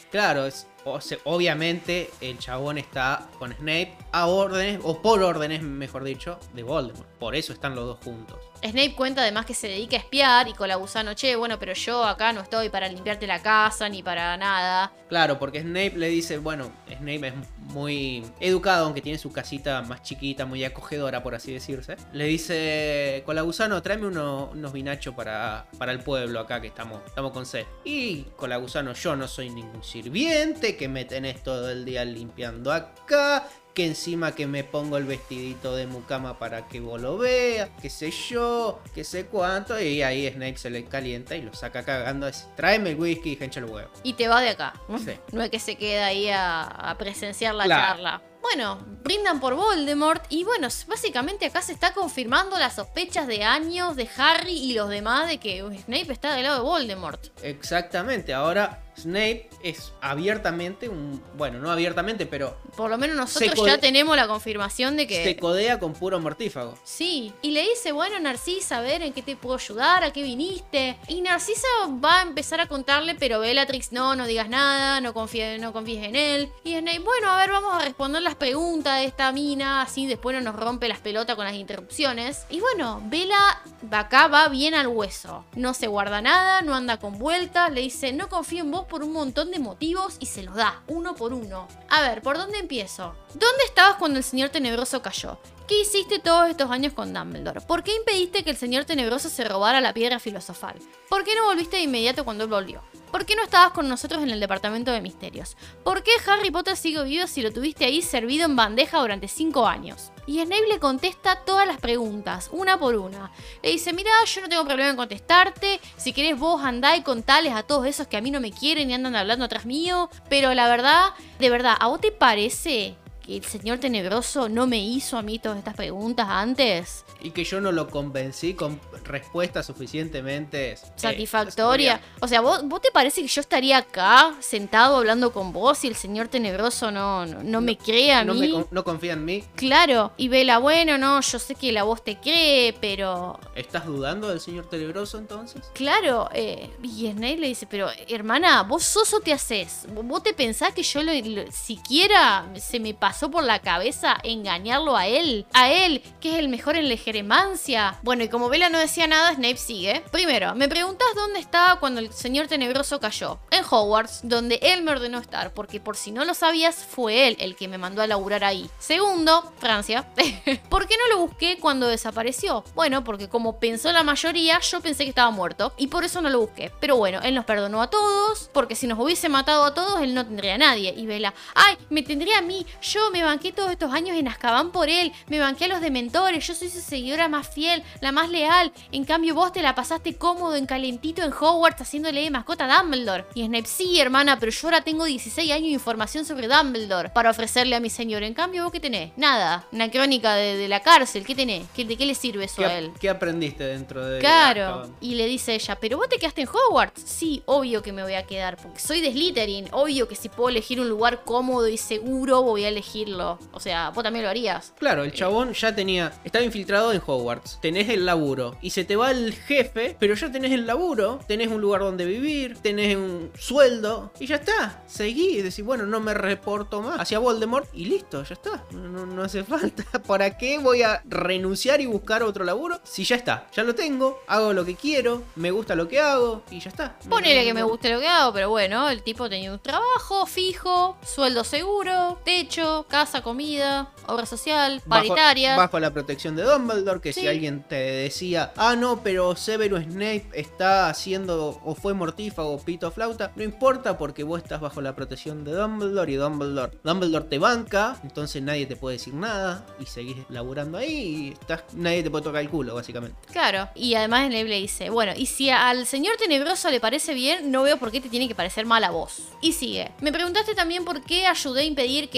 Claro, es, o sea, obviamente el chabón está con Snape a órdenes, o por órdenes, mejor dicho, de Voldemort. Por eso están los dos juntos. Snape cuenta además que se dedica a espiar y Colagusano, che, bueno, pero yo acá no estoy para limpiarte la casa ni para nada. Claro, porque Snape le dice, bueno, Snape es muy educado, aunque tiene su casita más chiquita, muy acogedora, por así decirse. Le dice, Colagusano, tráeme uno, unos vinachos para, para el pueblo acá, que estamos, estamos con sed. Y Colagusano, yo no soy ningún sirviente, que me tenés todo el día limpiando acá, que encima que me pongo el vestidito de mucama para que vos lo veas, qué sé yo, qué sé cuánto. Y ahí Snape se le calienta y lo saca cagando, dice, tráeme el whisky y hincha el huevo. Y te va de acá. Sí. No es que se queda ahí a, a presenciar la Claro. charla. Bueno, brindan por Voldemort y bueno, básicamente acá se está confirmando las sospechas de años de Harry y los demás de que Snape está del lado de Voldemort. Exactamente, ahora Snape es abiertamente un... Bueno, no abiertamente, pero Por lo menos nosotros Se code- ya tenemos la confirmación de que... se codea con puro mortífago. Sí, y le dice, bueno, Narcisa, a ver en qué te puedo ayudar, a qué viniste. Y Narcisa va a empezar a contarle, pero Bellatrix, no, no digas nada, no confíes, no confíes en él. Y Snape, bueno, a ver, vamos a responder las preguntas de esta mina, así después no nos rompe las pelotas con las interrupciones. Y bueno, Bella acá va bien al hueso. No se guarda nada, no anda con vueltas, le dice, no confío en vos por un montón de motivos y se los da, uno por uno. A ver, ¿por dónde empiezo? ¿Dónde estabas cuando el señor tenebroso cayó? ¿Qué hiciste todos estos años con Dumbledore? ¿Por qué impediste que el señor tenebroso se robara la piedra filosofal? ¿Por qué no volviste de inmediato cuando él volvió? ¿Por qué no estabas con nosotros en el departamento de misterios? ¿Por qué Harry Potter sigue vivo si lo tuviste ahí servido en bandeja durante cinco años? Y Snape le contesta todas las preguntas, una por una. Le dice, mira, yo no tengo problema en contestarte. Si querés vos andá y contales a todos esos que a mí no me quieren y andan hablando atrás mío. Pero la verdad, de verdad, ¿a vos te parece que el señor tenebroso no me hizo a mí todas estas preguntas antes? Y que yo no lo convencí con respuestas suficientemente eh, Satisfactoria. O sea, ¿vos, ¿vos te parece que yo estaría acá sentado hablando con vos y el señor tenebroso no, no, no me cree a no, mí? me con- no confía en mí. Claro. Y Bella, bueno, no, yo sé que la voz te cree, pero... ¿Estás dudando del señor tenebroso entonces? Claro, eh, y Snape le dice, pero hermana, vos sos o te haces. ¿Vos te pensás que yo lo, lo- siquiera se me pasó por la cabeza engañarlo a él? A él, que es el mejor en la jeremancia. Bueno, y como Bella no decía nada, Snape sigue. Primero, me preguntás dónde estaba cuando el señor tenebroso cayó. En Hogwarts, donde él me ordenó estar, porque por si no lo sabías, fue él el que me mandó a laburar ahí. Segundo, Francia. ¿Por qué no lo busqué cuando desapareció? Bueno, porque como pensó la mayoría, yo pensé que estaba muerto y por eso no lo busqué. Pero bueno, él nos perdonó a todos, porque si nos hubiese matado a todos, él no tendría a nadie. Y Bella, ay, me tendría a mí. Yo me banqué todos estos años en Azkaban por él. Me banqué a los dementores. Yo soy su seguidora más fiel, la más leal. En cambio, vos te la pasaste cómodo, en calentito en Hogwarts, haciéndole de mascota a Dumbledore. Y Snape, sí, hermana, pero yo ahora tengo dieciséis años de información sobre Dumbledore para ofrecerle a mi señor. En cambio, ¿vos qué tenés? Nada. Una crónica de, de la cárcel. ¿Qué tenés? ¿Qué, ¿De qué le sirve eso ¿Qué, a él? qué aprendiste dentro de Claro. Azkaban? Y le dice ella, ¿pero vos te quedaste en Hogwarts? Sí, obvio que me voy a quedar, porque soy de Slytherin. Obvio que si puedo elegir un lugar cómodo y seguro, voy a elegirlo. O sea, vos también lo harías. Claro, el chabón ya tenía... Estaba infiltrado en Hogwarts. Tenés el laburo. Y se te va el jefe, pero ya tenés el laburo. Tenés un lugar donde vivir. Tenés un sueldo. Y ya está. Seguí y decís, bueno, no me reporto más hacia Voldemort. Y listo, ya está. No, no, no hace falta. ¿Para qué voy a renunciar y buscar otro laburo? Si ya está. Ya lo tengo. Hago lo que quiero. Me gusta lo que hago. Y ya está. Ponele que me guste lo que hago, pero bueno, el tipo tenía un trabajo fijo, sueldo seguro, techo, casa, comida, obra social, Bajo- paritaria. Bajo, la protección de Dumbledore, que Sí. si alguien te decía, ah, no, pero Severus Snape está haciendo o fue mortífago o pito flauta, no importa porque vos estás bajo la protección de Dumbledore y Dumbledore, Dumbledore te banca, entonces nadie te puede decir nada y seguís laburando ahí y estás, nadie te puede tocar el culo, básicamente. Claro, y además Snape le dice, bueno, y si al señor tenebroso le parece bien, no veo por qué te tiene que parecer mal a vos. Y sigue, me preguntaste también por qué ayudé a impedir que él se robara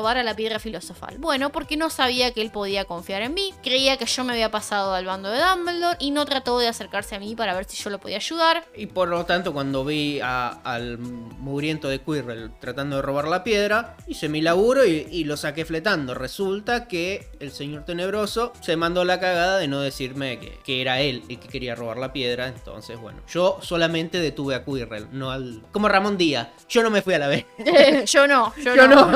robara la piedra filosofal? Bueno, porque no sabía que él podía confiar en mí, creía que yo me había pasado al bando de Dumbledore y no trató de acercarse a mí para ver si yo lo podía ayudar. Y por lo tanto, cuando vi a, al mugriento de Quirrell tratando de robar la piedra, hice mi laburo y, y lo saqué fletando. Resulta que el señor Tenebroso se mandó la cagada de no decirme que, que era él el que quería robar la piedra. Entonces, bueno, yo solamente detuve a Quirrell, no al... Como Ramón Díaz, yo no me fui a la vez. Yo no, yo, Yo no. no.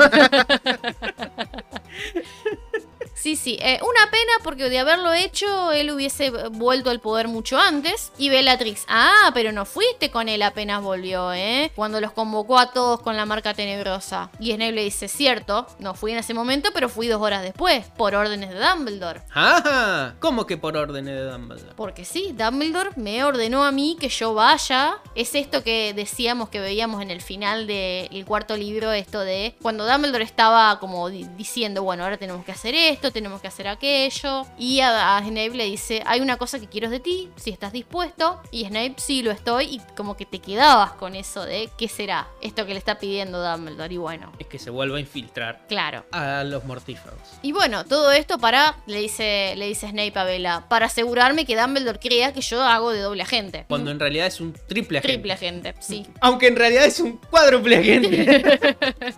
Sí, sí, eh, una pena porque de haberlo hecho él hubiese vuelto al poder mucho antes. Y Bellatrix, ah, pero no fuiste con él apenas volvió, ¿eh? Cuando los convocó a todos con la marca tenebrosa. Y Snape le dice, cierto, no fui en ese momento, pero fui dos horas después, por órdenes de Dumbledore. Ah, ¿cómo que por órdenes de Dumbledore? Porque sí, Dumbledore me ordenó a mí que yo vaya. Es esto que decíamos que veíamos en el final del cuarto libro, esto de cuando Dumbledore estaba como di- diciendo, bueno, ahora tenemos que hacer esto, tenemos que hacer aquello. Y a, a Snape le dice, hay una cosa que quiero de ti, si estás dispuesto. Y Snape, sí, lo estoy. Y como que te quedabas con eso de, ¿qué será? Esto que le está pidiendo Dumbledore. Y bueno, Es que se vuelva a infiltrar claro. a los mortífagos. Y bueno, todo esto para, le dice, le dice Snape a Bella, para asegurarme que Dumbledore crea que yo hago de doble agente. Cuando en realidad es un triple agente. Triple agente, sí. Aunque en realidad es un cuádruple agente.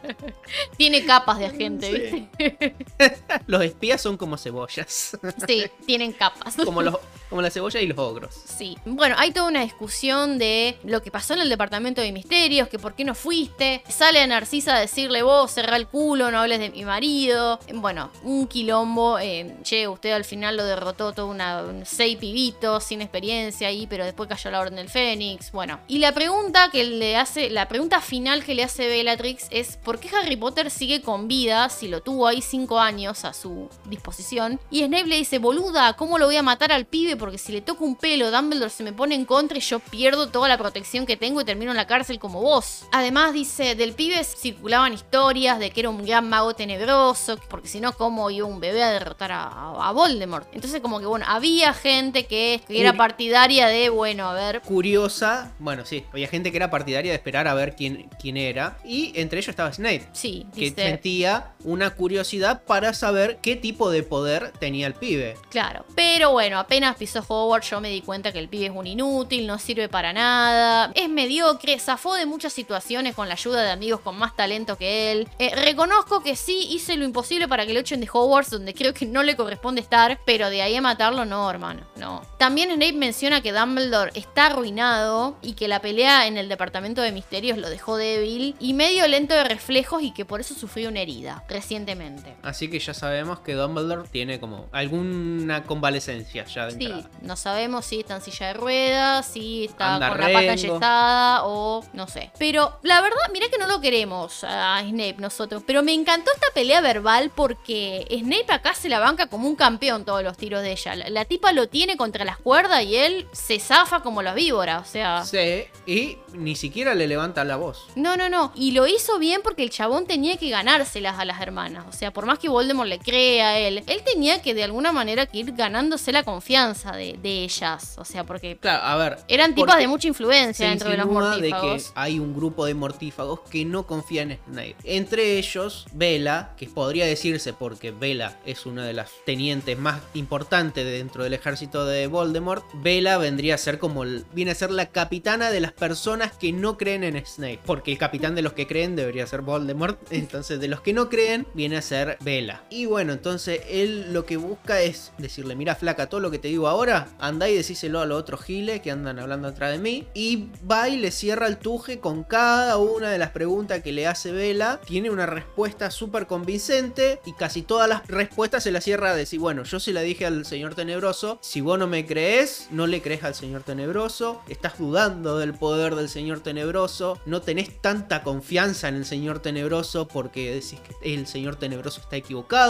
Tiene capas de agente, Sí. ¿viste? Los espías son como cebollas. Sí, tienen capas. Como, los, como la cebolla y los ogros. Sí. Bueno, hay toda una discusión de lo que pasó en el departamento de misterios, que por qué no fuiste. Sale a Narcisa a decirle, vos cerrá el culo, no hables de mi marido. Bueno, un quilombo. Eh, che, usted al final lo derrotó todo una un seis pibitos sin experiencia ahí, pero después cayó la Orden del Fénix. Bueno, y la pregunta que le hace, la pregunta final que le hace Bellatrix es ¿por qué Harry Potter sigue con vida si lo tuvo ahí cinco años a su disposición? Y Snape le dice, boluda, ¿cómo lo voy a matar al pibe? Porque si le toco un pelo, Dumbledore se me pone en contra y yo pierdo toda la protección que tengo y termino en la cárcel como vos. Además dice, del pibe circulaban historias de que era un gran mago tenebroso, porque si no, ¿cómo iba un bebé a derrotar a, a, a Voldemort? Entonces como que bueno, había gente que, que era partidaria de, bueno, a ver... Curiosa, bueno, sí, había gente que era partidaria de esperar a ver quién, quién era. Y entre ellos estaba Snape. Sí, Que dice... sentía una curiosidad para saber qué tipo de poder tenía el pibe. Claro, pero bueno, apenas pisó Hogwarts yo me di cuenta que el pibe es un inútil, no sirve para nada, es mediocre, zafó de muchas situaciones con la ayuda de amigos con más talento que él. Eh, reconozco que sí hice lo imposible para que lo echen de Hogwarts, donde creo que no le corresponde estar, pero de ahí a matarlo no, hermano, no. También Snape menciona que Dumbledore está arruinado y que la pelea en el departamento de misterios lo dejó débil y medio lento de reflejos y que por eso sufrió una herida recientemente. Así que ya sabemos que Dumbledore tiene como alguna convalecencia ya de Sí, entrada. no sabemos si está en silla de ruedas, si está Anda con la pata rengo. enyesada o no sé. Pero la verdad, mirá que no lo queremos a Snape nosotros, pero me encantó esta pelea verbal porque Snape acá se la banca como un campeón todos los tiros de ella. La, la tipa lo tiene contra las cuerdas y él se zafa como la víbora, o sea... Sí, y ni siquiera le levanta la voz. No, no, no. Y lo hizo bien porque el chabón tenía que ganárselas a las hermanas. O sea, por más que Voldemort le crea a él, él tenía que de alguna manera que ir ganándose la confianza de, de ellas. O sea, porque Claro, a ver. eran tipas porque de mucha influencia se dentro de los insinúa de que mortífagos. hay un grupo de mortífagos que no confían en Snape. Entre ellos, Bella, que podría decirse porque Bella es una de las tenientes más importantes dentro del ejército de Voldemort. Bella vendría a ser como el- viene a ser la capitana de las personas que no creen en Snape, porque el capitán de los que creen debería ser Voldemort. Entonces, de los que no creen viene a ser Bella. Y bueno, entonces él lo que busca es decirle, mira flaca, todo lo que te digo ahora, andá y decíselo a los otros giles que andan hablando atrás de mí. Y va y le cierra el tuje con cada una de las preguntas que le hace Bella. Tiene una respuesta súper convincente y casi todas las respuestas se las cierra a decir, bueno, yo se la dije al señor tenebroso, si vos no me crees, no le crees al señor tenebroso, estás dudando del poder del señor tenebroso, no tenés tanta confianza en el señor tenebroso porque decís que el señor tenebroso está equivocado,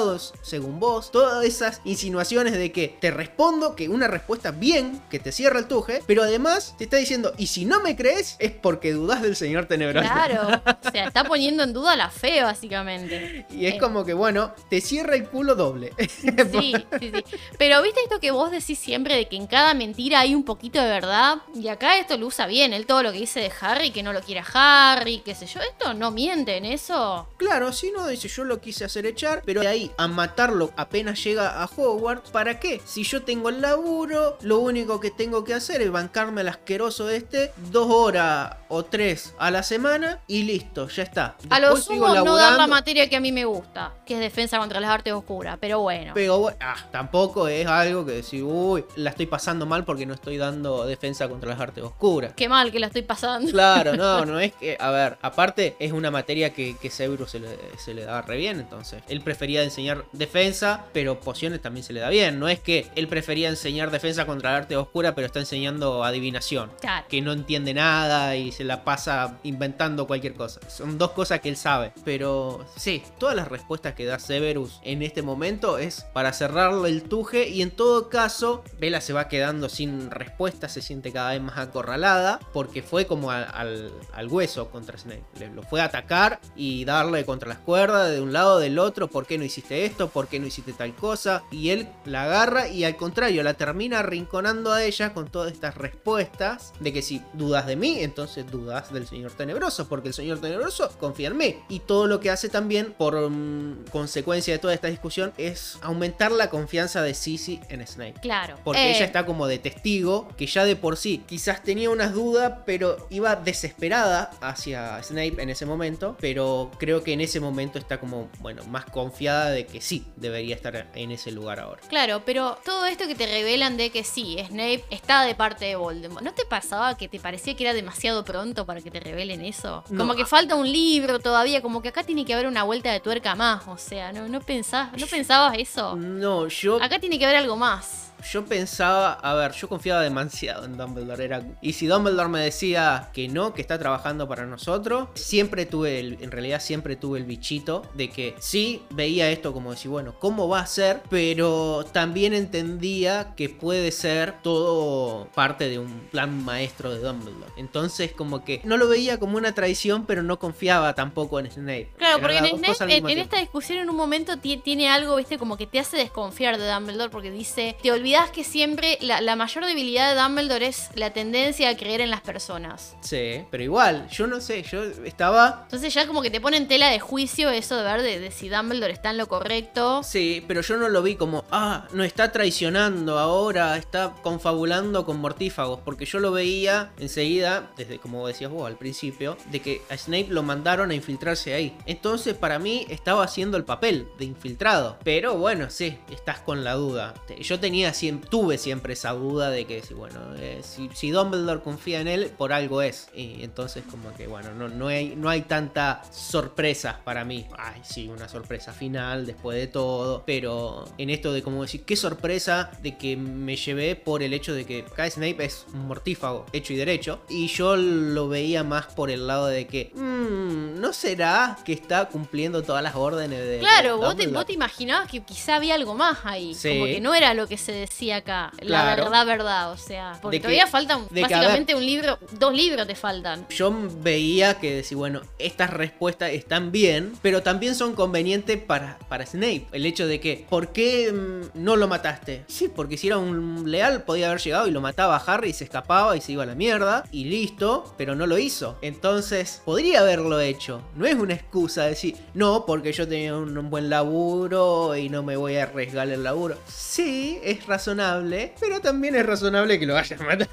según vos. Todas esas insinuaciones de que te respondo, que una respuesta bien, que te cierra el tuje, pero además te está diciendo, y si no me crees, es porque dudás del señor tenebroso. Claro, o sea, está poniendo en duda la fe, básicamente. Y es Eh. como que, bueno, te cierra el culo doble. Sí, sí, sí. Pero viste esto que vos decís siempre de que en cada mentira hay un poquito de verdad. Y acá esto lo usa bien. Él todo lo que dice de Harry, que no lo quiere a Harry, qué sé yo. Esto no miente en eso. Claro, si no, dice, yo lo quise hacer echar, pero de ahí a matarlo apenas llega a Hogwarts, ¿para qué? Si yo tengo el laburo, lo único que tengo que hacer es bancarme al asqueroso este dos horas o tres a la semana y listo, ya está. A lo Después sigo sumo no dar la laburando. materia que a mí me gusta, que es defensa contra las artes oscuras. Pero bueno. Pero bueno, ah, tampoco es algo que decir, uy, la estoy pasando mal porque no estoy dando defensa contra las artes oscuras. Qué mal que la estoy pasando. Claro, no, no es que, a ver, aparte es una materia que, que Severus se le, se le da re bien, entonces él prefería enseñar defensa, pero pociones también se le da bien, no es que él prefería enseñar defensa contra la arte oscura, pero está enseñando adivinación, Claro. que no entiende nada y se la pasa inventando cualquier cosa, son dos cosas que él sabe, pero sí, todas las respuestas que da Severus en este momento es para cerrarle el tuje y en todo caso, Bella se va quedando sin respuesta, se siente cada vez más acorralada, porque fue como al, al, al hueso contra Snape. Le, lo fue a atacar y darle contra las cuerdas de un lado del otro. ¿Por qué no hiciste esto? ¿Por qué no hiciste tal cosa? Y él la agarra y al contrario la termina arrinconando a ella con todas estas respuestas de que si dudas de mí, entonces dudas del señor tenebroso, porque el señor tenebroso confía en mí. Y todo lo que hace también por um, consecuencia de toda esta discusión es aumentar la confianza de Sisi en Snape. Claro. Porque Eh, ella está como de testigo, que ya de por sí quizás tenía unas dudas, pero iba desesperada hacia Snape en ese momento. Pero creo que en ese momento está como, bueno, más confiada de que sí, debería estar en ese lugar ahora. Claro, pero todo esto que te revelan de que sí, Snape está de parte de Voldemort, ¿no te pasaba que te parecía que era demasiado pronto para que te revelen eso? No, Como que a- falta un libro todavía, como que acá tiene que haber una vuelta de tuerca más, o sea, ¿no, no, pensás, ¿no pensabas eso? No, yo... Acá tiene que haber algo más. Yo pensaba, a ver, yo confiaba demasiado en Dumbledore. Era, y si Dumbledore me decía que no, que está trabajando para nosotros, siempre tuve, el, en realidad siempre tuve el bichito de que sí veía esto como decir, bueno, ¿cómo va a ser? Pero también entendía que puede ser todo parte de un plan maestro de Dumbledore. Entonces como que no lo veía como una traición, pero no confiaba tampoco en Snape. Claro, Eran porque las en, dos Snape, cosas al en, mismo en tiempo. esta discusión en un momento ti- tiene algo, viste, como que te hace desconfiar de Dumbledore porque dice, te olvidas que siempre la, la mayor debilidad de Dumbledore es la tendencia a creer en las personas. Sí, pero igual, yo no sé, yo estaba... Entonces ya como que te pone en tela de juicio eso de ver de, de si Dumbledore está en lo correcto. Sí, pero yo no lo vi como, ah, no está traicionando ahora, está confabulando con mortífagos, porque yo lo veía enseguida, desde como decías vos al principio, de que a Snape lo mandaron a infiltrarse ahí. Entonces para mí estaba haciendo el papel de infiltrado. Pero bueno, sí, estás con la duda. Yo tenía siempre, tuve siempre esa duda de que, bueno, eh, si, si Dumbledore confía en él, por algo es. Y entonces como que, bueno, no, no, hay, no hay tanta sorpresa para mí. Ay, sí, una sorpresa final después de todo. Pero en esto de como decir, qué sorpresa de que me llevé por el hecho de que acá Snape es un mortífago, hecho y derecho. Y yo lo veía más por el lado de que, mmm, ¿no será que está cumpliendo todas las órdenes de... Claro, de vos te, Dumbledore? vos te imaginabas que quizá había algo más ahí. Sí. Como que no era lo que se decía acá. La Claro. verdad, verdad. O sea, porque De que- todavía faltan de que, a básicamente un libro, dos libros te faltan. Yo veía que decir, bueno, estas respuestas están bien, pero también son convenientes para, para Snape. El hecho de que, ¿por qué mm, no lo mataste? Sí, porque si era un leal podía haber llegado y lo mataba a Harry y se escapaba y se iba a la mierda y listo, pero no lo hizo. Entonces, podría haberlo hecho. No es una excusa decir, no, porque yo tenía un, un buen laburo y no me voy a arriesgar el laburo. Sí, es razonable, pero también es razonable que lo hayas matado.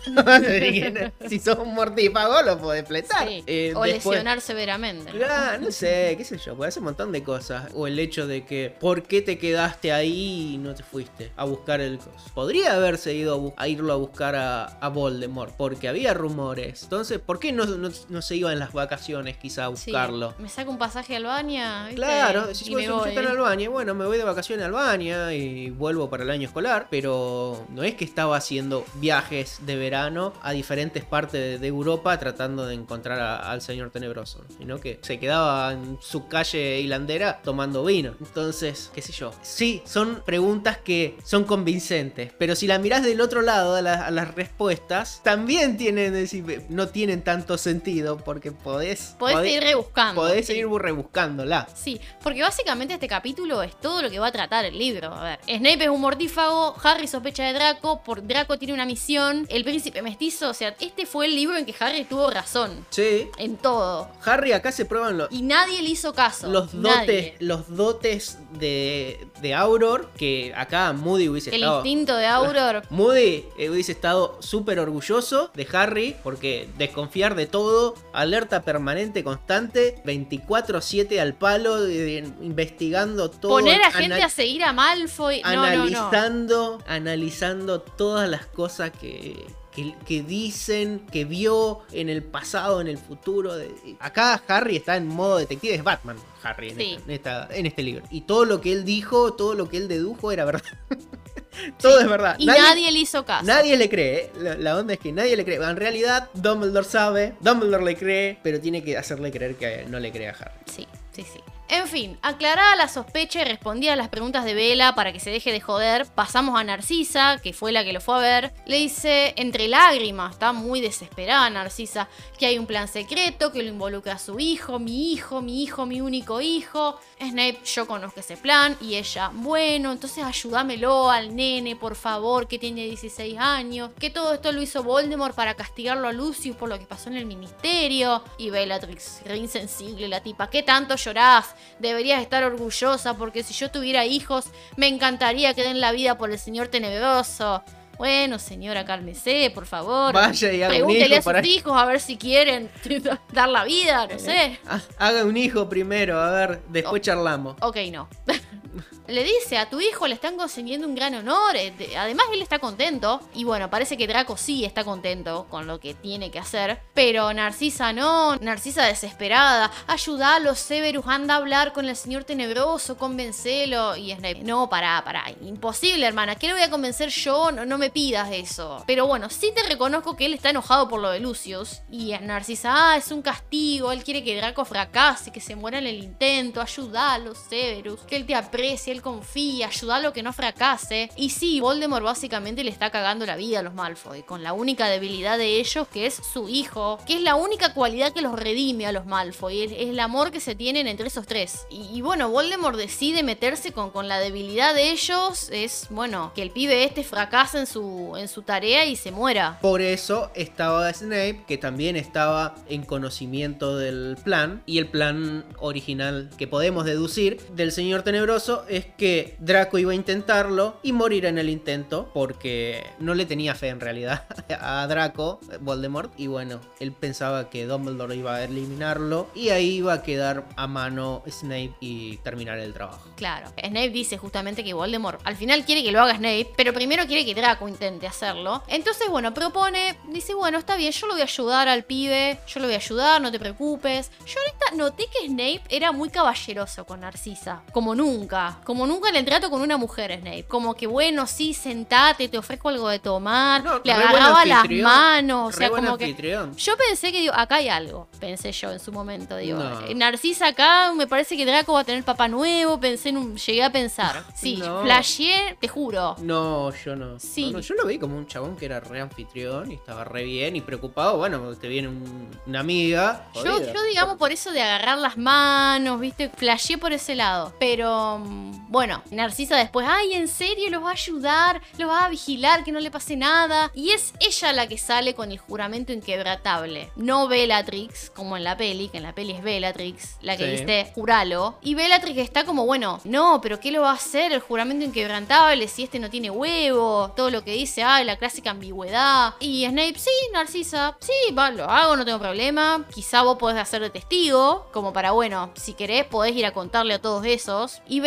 Si sos un mortífago, lo podés fletar. Sí. Eh, o después- lesionar severamente. ¿no? Claro, no sé, qué sé yo, puede hacer un montón de cosas. O el hecho de que, ¿por qué te quedaste ahí y no te fuiste a buscar el coso? Podría haberse ido a, bu- a irlo a buscar a, a Voldemort, porque había rumores. Entonces, ¿por qué no, no, no se iba en las vacaciones quizá a Sí, buscarlo? me saco un pasaje a Albania, ¿viste? Claro, si y yo me yo voy. estoy en Albania, bueno, me voy de vacaciones a Albania y vuelvo para el año escolar, pero pero no es que estaba haciendo viajes de verano a diferentes partes de, de Europa tratando de encontrar a, al señor tenebroso, sino que se quedaba en su calle hilandera tomando vino. Entonces, qué sé yo. Sí, son preguntas que son convincentes, pero si la mirás del otro lado a, la, a las respuestas, también tienen, decir, no tienen tanto sentido, porque podés... Podés, podés seguir rebuscando. Podés sí. seguir rebuscándola. Sí, porque básicamente este capítulo es todo lo que va a tratar el libro. A ver, Snape es un mortífago, Harry sospecha de Draco, por Draco tiene una misión, el príncipe mestizo, o sea, este fue el libro en que Harry tuvo razón. Sí. En todo. Harry acá se prueban los... Y nadie le hizo caso. Los dotes, los dotes de, de Auror, que acá Moody hubiese el estado... El instinto de Auror. Moody hubiese estado súper orgulloso de Harry, porque desconfiar de todo, alerta permanente, constante, veinticuatro siete al palo, de, de, investigando todo. Poner a gente a seguir a Malfoy. No, analizando, no, no. analizando todas las cosas que... Que, que dicen, que vio en el pasado, en el futuro. De, acá Harry está en modo detective, es Batman Harry en, sí. esta, en, esta, en este libro. Y todo lo que él dijo, todo lo que él dedujo era verdad. Todo sí. es verdad. Y nadie, nadie le hizo caso. Nadie le cree. ¿eh? La, la onda es que nadie le cree. En realidad, Dumbledore sabe, Dumbledore le cree, pero tiene que hacerle creer que no le cree a Harry. Sí, sí, sí. En fin, aclarada la sospecha y respondida a las preguntas de Bella para que se deje de joder, pasamos a Narcisa, que fue la que lo fue a ver. Le dice, entre lágrimas, está muy desesperada Narcisa, que hay un plan secreto, que lo involucra a su hijo, mi hijo, mi hijo, mi único hijo. Snape, yo conozco ese plan. Y ella, bueno, entonces ayúdamelo al nene, por favor, que tiene dieciséis años. Que todo esto lo hizo Voldemort para castigarlo a Lucius por lo que pasó en el ministerio. Y Bellatrix, re insensible la tipa, ¿qué tanto llorás? Deberías estar orgullosa porque si yo tuviera hijos me encantaría que den la vida por el señor tenebroso. Bueno, señora, cálmese, por favor. Vaya y haga Pregúntele un hijo a sus para... hijos a ver si quieren dar la vida, no sé. Haga un hijo primero, a ver, después oh. charlamos. Ok, no. Le dice, a tu hijo le están concediendo un gran honor. Además, él está contento. Y bueno, parece que Draco sí está contento con lo que tiene que hacer. Pero Narcisa no. Narcisa desesperada. Ayúdalo, Severus, anda a hablar con el señor tenebroso, convencelo. Y Snape, no, pará, pará. Imposible, hermana. ¿Qué le voy a convencer yo? No, no me pidas eso. Pero bueno, sí te reconozco que él está enojado por lo de Lucius. Y Narcisa, ah, es un castigo. Él quiere que Draco fracase, que se muera en el intento. Ayúdalo, Severus. Que él te aprecie, él confía, ayúdalo que no fracase. Y sí, Voldemort básicamente le está cagando la vida a los Malfoy, con la única debilidad de ellos, que es su hijo, que es la única cualidad que los redime a los Malfoy, es, es el amor que se tienen entre esos tres. Y, y bueno, Voldemort decide meterse con, con la debilidad de ellos, es, bueno, que el pibe este fracase en su, en su tarea y se muera. Por eso estaba Snape, que también estaba en conocimiento del plan, y el plan original que podemos deducir del señor tenebroso es que Draco iba a intentarlo y morir en el intento, porque no le tenía fe en realidad a Draco, Voldemort, y bueno, él pensaba que Dumbledore iba a eliminarlo y ahí iba a quedar a mano Snape y terminar el trabajo. Claro, Snape dice justamente que Voldemort al final quiere que lo haga Snape, pero primero quiere que Draco intente hacerlo. Entonces, bueno, propone, dice, bueno, está bien, yo lo voy a ayudar al pibe, yo lo voy a ayudar, no te preocupes. Yo ahorita noté que Snape era muy caballeroso con Narcisa, como nunca, como nunca en el trato con una mujer, Snape. Como que, bueno, sí, sentate, te ofrezco algo de tomar. No, le agarraba las manos. O sea, como que. Yo pensé que, digo, acá hay algo. Pensé yo en su momento, digo. No. Narcisa acá, me parece que Draco va a tener papá nuevo. Pensé en un. Llegué a pensar. Sí, no. Flasheé, te juro. No, yo no. Sí. No, no. Yo lo vi como un chabón que era re anfitrión y estaba re bien y preocupado. Bueno, te viene un, una amiga. Yo, yo, digamos, por eso de agarrar las manos, ¿viste? Flasheé por ese lado. Pero, bueno, Narcisa después, ay, ¿en serio los va a ayudar? ¿Los va a vigilar? Que no le pase nada. Y es ella la que sale con el juramento inquebrantable. No Bellatrix, como en la peli, que en la peli es Bellatrix, la que sí. dice, juralo. Y Bellatrix está como, bueno, no, pero ¿qué lo va a hacer el juramento inquebrantable si este no tiene huevo? Todo lo que dice, ay, la clásica ambigüedad. Y Snape, sí, Narcisa, sí, va, lo hago, no tengo problema. Quizá vos podés hacer de testigo, como para, bueno, si querés podés ir a contarle a todos esos. Y Bellatrix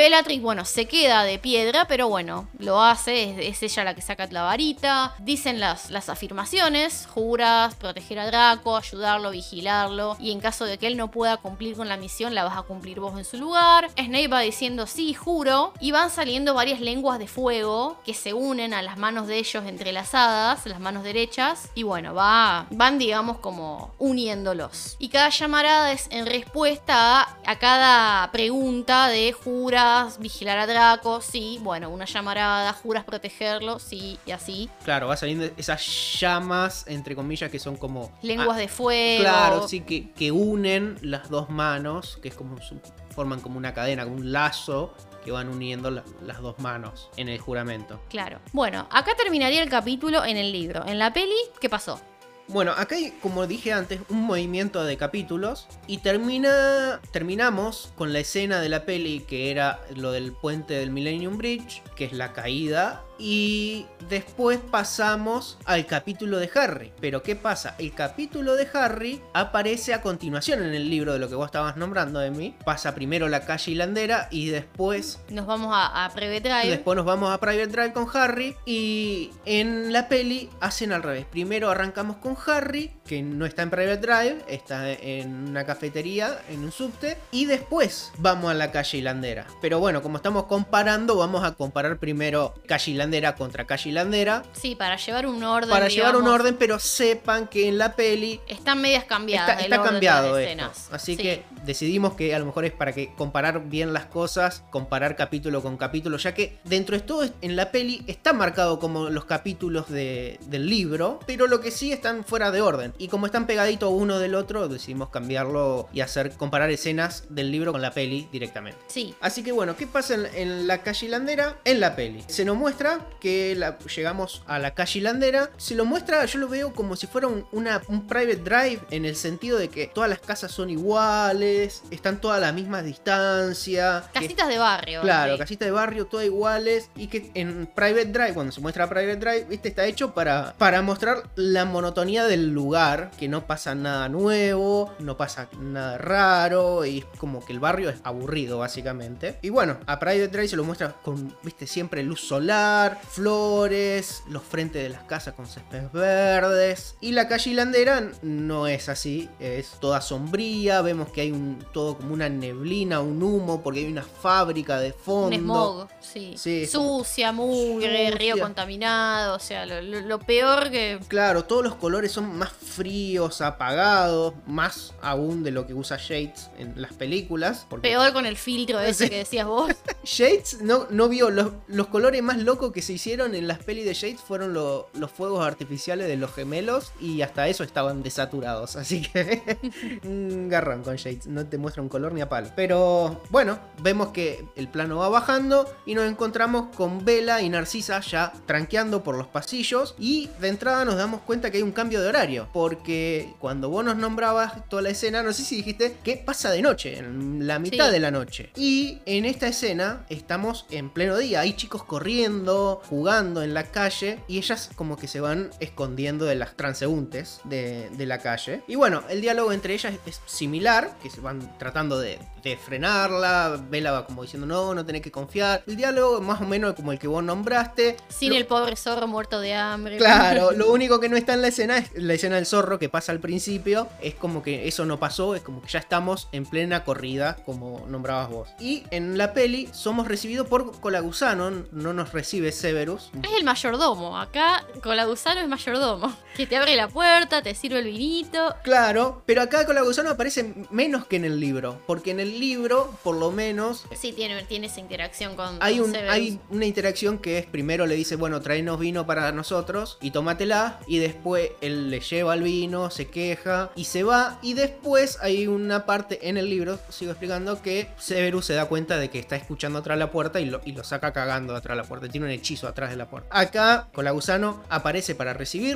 Bellatrix, bueno, se queda de piedra, pero bueno, lo hace, es, es ella la que saca la varita. Dicen las, las afirmaciones, juras proteger a Draco, ayudarlo, vigilarlo, y en caso de que él no pueda cumplir con la misión, la vas a cumplir vos en su lugar. Snape va diciendo sí, juro, y van saliendo varias lenguas de fuego que se unen a las manos de ellos entrelazadas, las manos derechas, y bueno, va, van digamos como uniéndolos. Y cada llamarada es en respuesta a, a cada pregunta de juras vigilar a Draco, sí, bueno, una llamarada, juras protegerlo, sí, y así. Claro, va saliendo esas llamas, entre comillas, que son como... Lenguas ah, de fuego. Claro, sí, que, que unen las dos manos, que es como forman como una cadena, como un lazo, que van uniendo la, las dos manos en el juramento. Claro. Bueno, acá terminaría el capítulo en el libro. En la peli, ¿qué pasó? Bueno, acá hay, como dije antes, un movimiento de capítulos y termina, terminamos con la escena de la peli que era lo del puente del Millennium Bridge, que es la caída, y después pasamos al capítulo de Harry. Pero ¿qué pasa? El capítulo de Harry aparece a continuación en el libro de lo que vos estabas nombrando, Emi. Pasa primero la calle hilandera y después... Nos vamos a, a Private Drive. Después nos vamos a Private Drive con Harry, y en la peli hacen al revés. Primero arrancamos con Harry, que no está en Private Drive, está en una cafetería, en un subte, y después vamos a la calle hilandera. Pero bueno, como estamos comparando, vamos a comparar primero calle hilandera contra calle hilandera. Sí, para llevar un orden. Para digamos, llevar un orden, pero sepan que en la peli están medias cambiadas. Está, está el orden cambiado de las esto. escenas. Así Sí. que decidimos que a lo mejor es para que comparar bien las cosas, comparar capítulo con capítulo, ya que dentro de todo en la peli está marcado como los capítulos de, del libro, pero lo que sí están fuera de orden. Y como están pegaditos uno del otro, decidimos cambiarlo y hacer comparar escenas del libro con la peli directamente. Sí. Así que bueno, ¿qué pasa en, en la calle hilandera? En la peli se nos muestra que la, llegamos a la calle hilandera. Se lo muestra, yo lo veo como si fuera un, una, un private drive, en el sentido de que todas las casas son iguales, están todas a la misma distancia. Casitas que, de barrio. Claro, sí. casitas de barrio, todas iguales. Y que en private drive, cuando se muestra private drive, este está hecho para, para mostrar la monotonía del lugar, que no pasa nada nuevo, no pasa nada raro, y es como que el barrio es aburrido básicamente. Y bueno, a private drive se lo muestra con, viste, siempre luz solar, flores, los frentes de las casas con céspedes verdes. Y la calle hilandera no es así, es toda sombría, vemos que hay un, todo como una neblina, un humo, porque hay una fábrica de fondo. Un smog, sí. Sí. Sucia, mugre, Sucia. río contaminado, o sea, lo, lo, lo peor que... Claro, todos los colores son más fríos, apagados, más aún de lo que usa Shades en las películas. Porque... Peor con el filtro ese Sí. que decías vos. Shades no, no vio los, los colores más locos que se hicieron en las pelis de Shades fueron lo, los fuegos artificiales de los gemelos, y hasta eso estaban desaturados, así que un garrón con Shades, no te muestra un color ni a palo. Pero bueno, vemos que el plano va bajando y nos encontramos con Bella y Narcisa ya tranqueando por los pasillos, y de entrada nos damos cuenta que hay un cambio de horario, porque cuando vos nos nombrabas toda la escena, no sé si dijiste que pasa de noche, en la mitad Sí. de la noche, y en esta escena estamos en pleno día, hay chicos corriendo, jugando en la calle, y ellas como que se van escondiendo de las transeúntes de, de la calle. Y bueno, el diálogo entre ellas es similar, que se van tratando de, de frenarla. Bella va como diciendo, no, no tenés que confiar. El diálogo es más o menos como el que vos nombraste. Sin Lo- el pobre zorro muerto de hambre. Claro, lo único que no está en la escena es la escena del zorro que pasa al principio. Es como que eso no pasó, es como que ya estamos en plena corrida, como nombrabas vos. Y en la peli somos recibidos por Colagusano, no nos recibe Severus. Es el mayordomo. Acá Colagusano es mayordomo. Que te abre la puerta, te sirve el vinito. Claro, pero acá Colagusano aparece menos que en el libro, porque en el libro, por lo menos, Sí, tiene, tiene esa interacción con, hay, con un, Severus. hay una interacción que es, primero le dice, bueno, tráenos vino para nosotros y tómatela, y después él le lleva el vino, se queja y se va, y después hay una parte en el libro, sigo explicando, que Severus se da cuenta de que está escuchando atrás de la puerta y lo, y lo saca cagando atrás de la puerta, tiene un hechizo atrás de la puerta. Acá Colagusano aparece para recibirlas,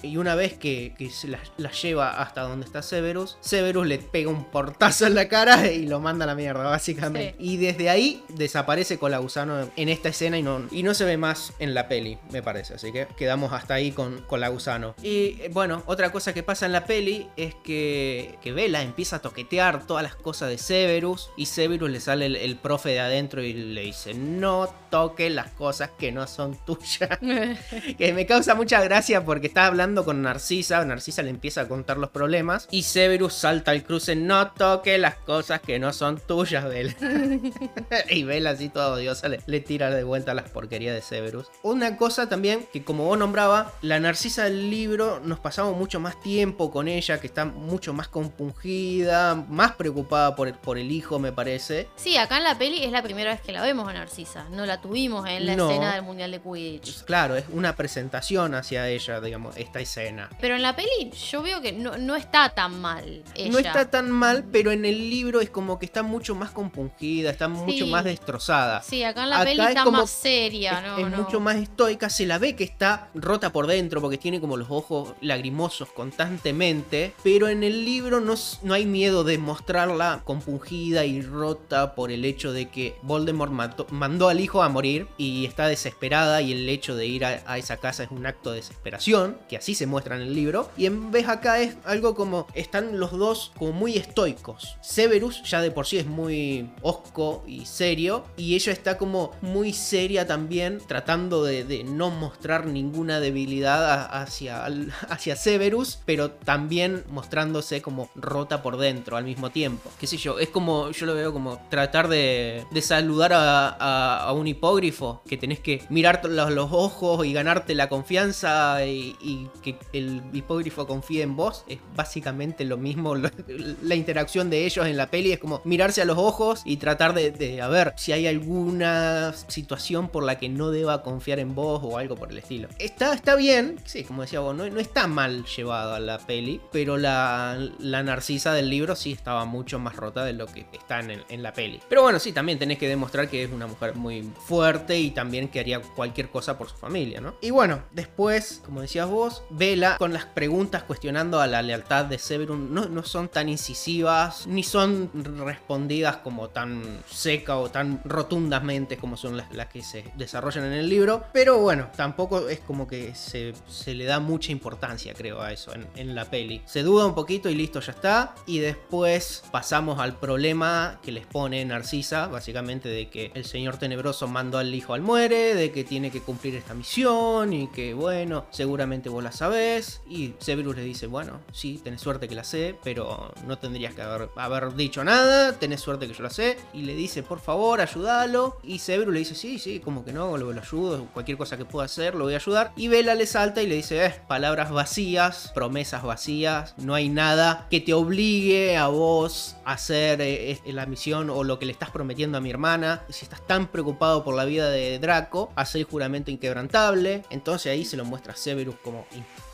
y una vez que, que se las la lleva hasta donde está Severus, Severus le pega un portazo en la cara y lo manda a la mierda, básicamente. Sí. Y desde ahí desaparece Colagusano en esta escena y no, y no se ve más en la peli, me parece. Así que quedamos hasta ahí con Colagusano. Y bueno, otra cosa que pasa en la peli es que, que Bella empieza a toquetear todas las cosas de Severus y Severus le sale el, el profe de adentro y le dice: no toques las cosas que no son tuyas. Que me causa mucha gracia porque está hablando con Narcisa. Narcisa le empieza a contar los problemas y Severus salta al cruce: no toques las cosas que no son tuyas, Bella. Y Bella, así toda odiosa, le, le tira de vuelta las porquerías de Severus. Una cosa también que, como vos nombraba, la Narcisa del libro nos pasamos mucho más tiempo con ella, que está mucho más compungida, más preocupada por el, por el hijo, me parece. Sí, acá en la peli es la primera vez que la vemos a Narcisa. No la tuvimos en la no. escena del Mundial de Quidditch. Claro, es una presentación hacia ella, digamos, esta escena. Pero en la peli yo veo que no, no está tan mal ella. No está tan mal, pero en el libro es como que está mucho más compungida, está sí. mucho más destrozada. Sí, acá en la acá peli está como, más seria, ¿no? Es, es no. mucho más estoica, se la ve que está rota por dentro porque tiene como los ojos lagrimosos constantemente, pero en el libro no, no hay miedo de mostrarla compungida y rota por el hecho de que Voldemort mató, mandó al hijo a morir y está desesperada, y el hecho de ir a, a esa casa es un acto de desesperación, que así se muestra en el libro, y en vez acá es algo como están los dos como muy estoicos. Severus ya de por sí es muy hosco y serio, y ella está como muy seria también, tratando de, de no mostrar ninguna debilidad a, hacia, hacia Severus, pero también mostrándose como rota por dentro al mismo tiempo. Qué sé yo, es como, yo lo veo como tratar de, de saludar a, a, a un hipógrifo, que tenés que mirar los, los ojos y ganarte la confianza y, y que el hipógrifo confíe en vos. Es básicamente lo mismo. La interacción de ellos en la peli es como mirarse a los ojos y tratar de, de a ver si hay alguna situación por la que no deba confiar en vos o algo por el estilo. Está, está bien, sí, como decía vos, no, no está mal llevada la peli, pero la, la Narcisa del libro sí estaba mucho más rota de lo que está en, en la peli. Pero bueno, sí, también tenés que demostrar que es una mujer muy fuerte y también que haría cualquier cosa por su familia, ¿no? Y bueno, después, como decías vos, Bella con las preguntas cuestionando a la lealtad de Severus no, no son tan incisivas, ni son respondidas como tan seca o tan rotundamente como son las, las que se desarrollan en el libro, pero bueno, tampoco es como que se, se le da mucha importancia, creo, a eso en, en la peli. Se duda un poquito y listo, ya está. Y después pasamos al problema que les pone Narcisa, básicamente de que el señor tenebroso mandó al hijo al muere, de que tiene que cumplir esta misión y que bueno, seguramente vos la sabés. Y Severus le dice: bueno, sí, tenés suerte que la sé, pero no tendrías que haber, haber dicho nada, tenés suerte que yo la sé. Y le dice: por favor, ayúdalo. Y Severus le dice: sí, sí, como que no, lo, lo ayudo, cualquier cosa que pueda hacer, lo voy a ayudar. Y Bella le salta y le dice: eh, palabras vacías, promesas vacías, no hay nada que te obligue a vos a hacer eh, la misión o lo que le estás prometiendo a mi hermana. Si estás tan preocupado por la vida de Draco, haz el juramento inquebrantable. Entonces ahí se lo muestra a Severus como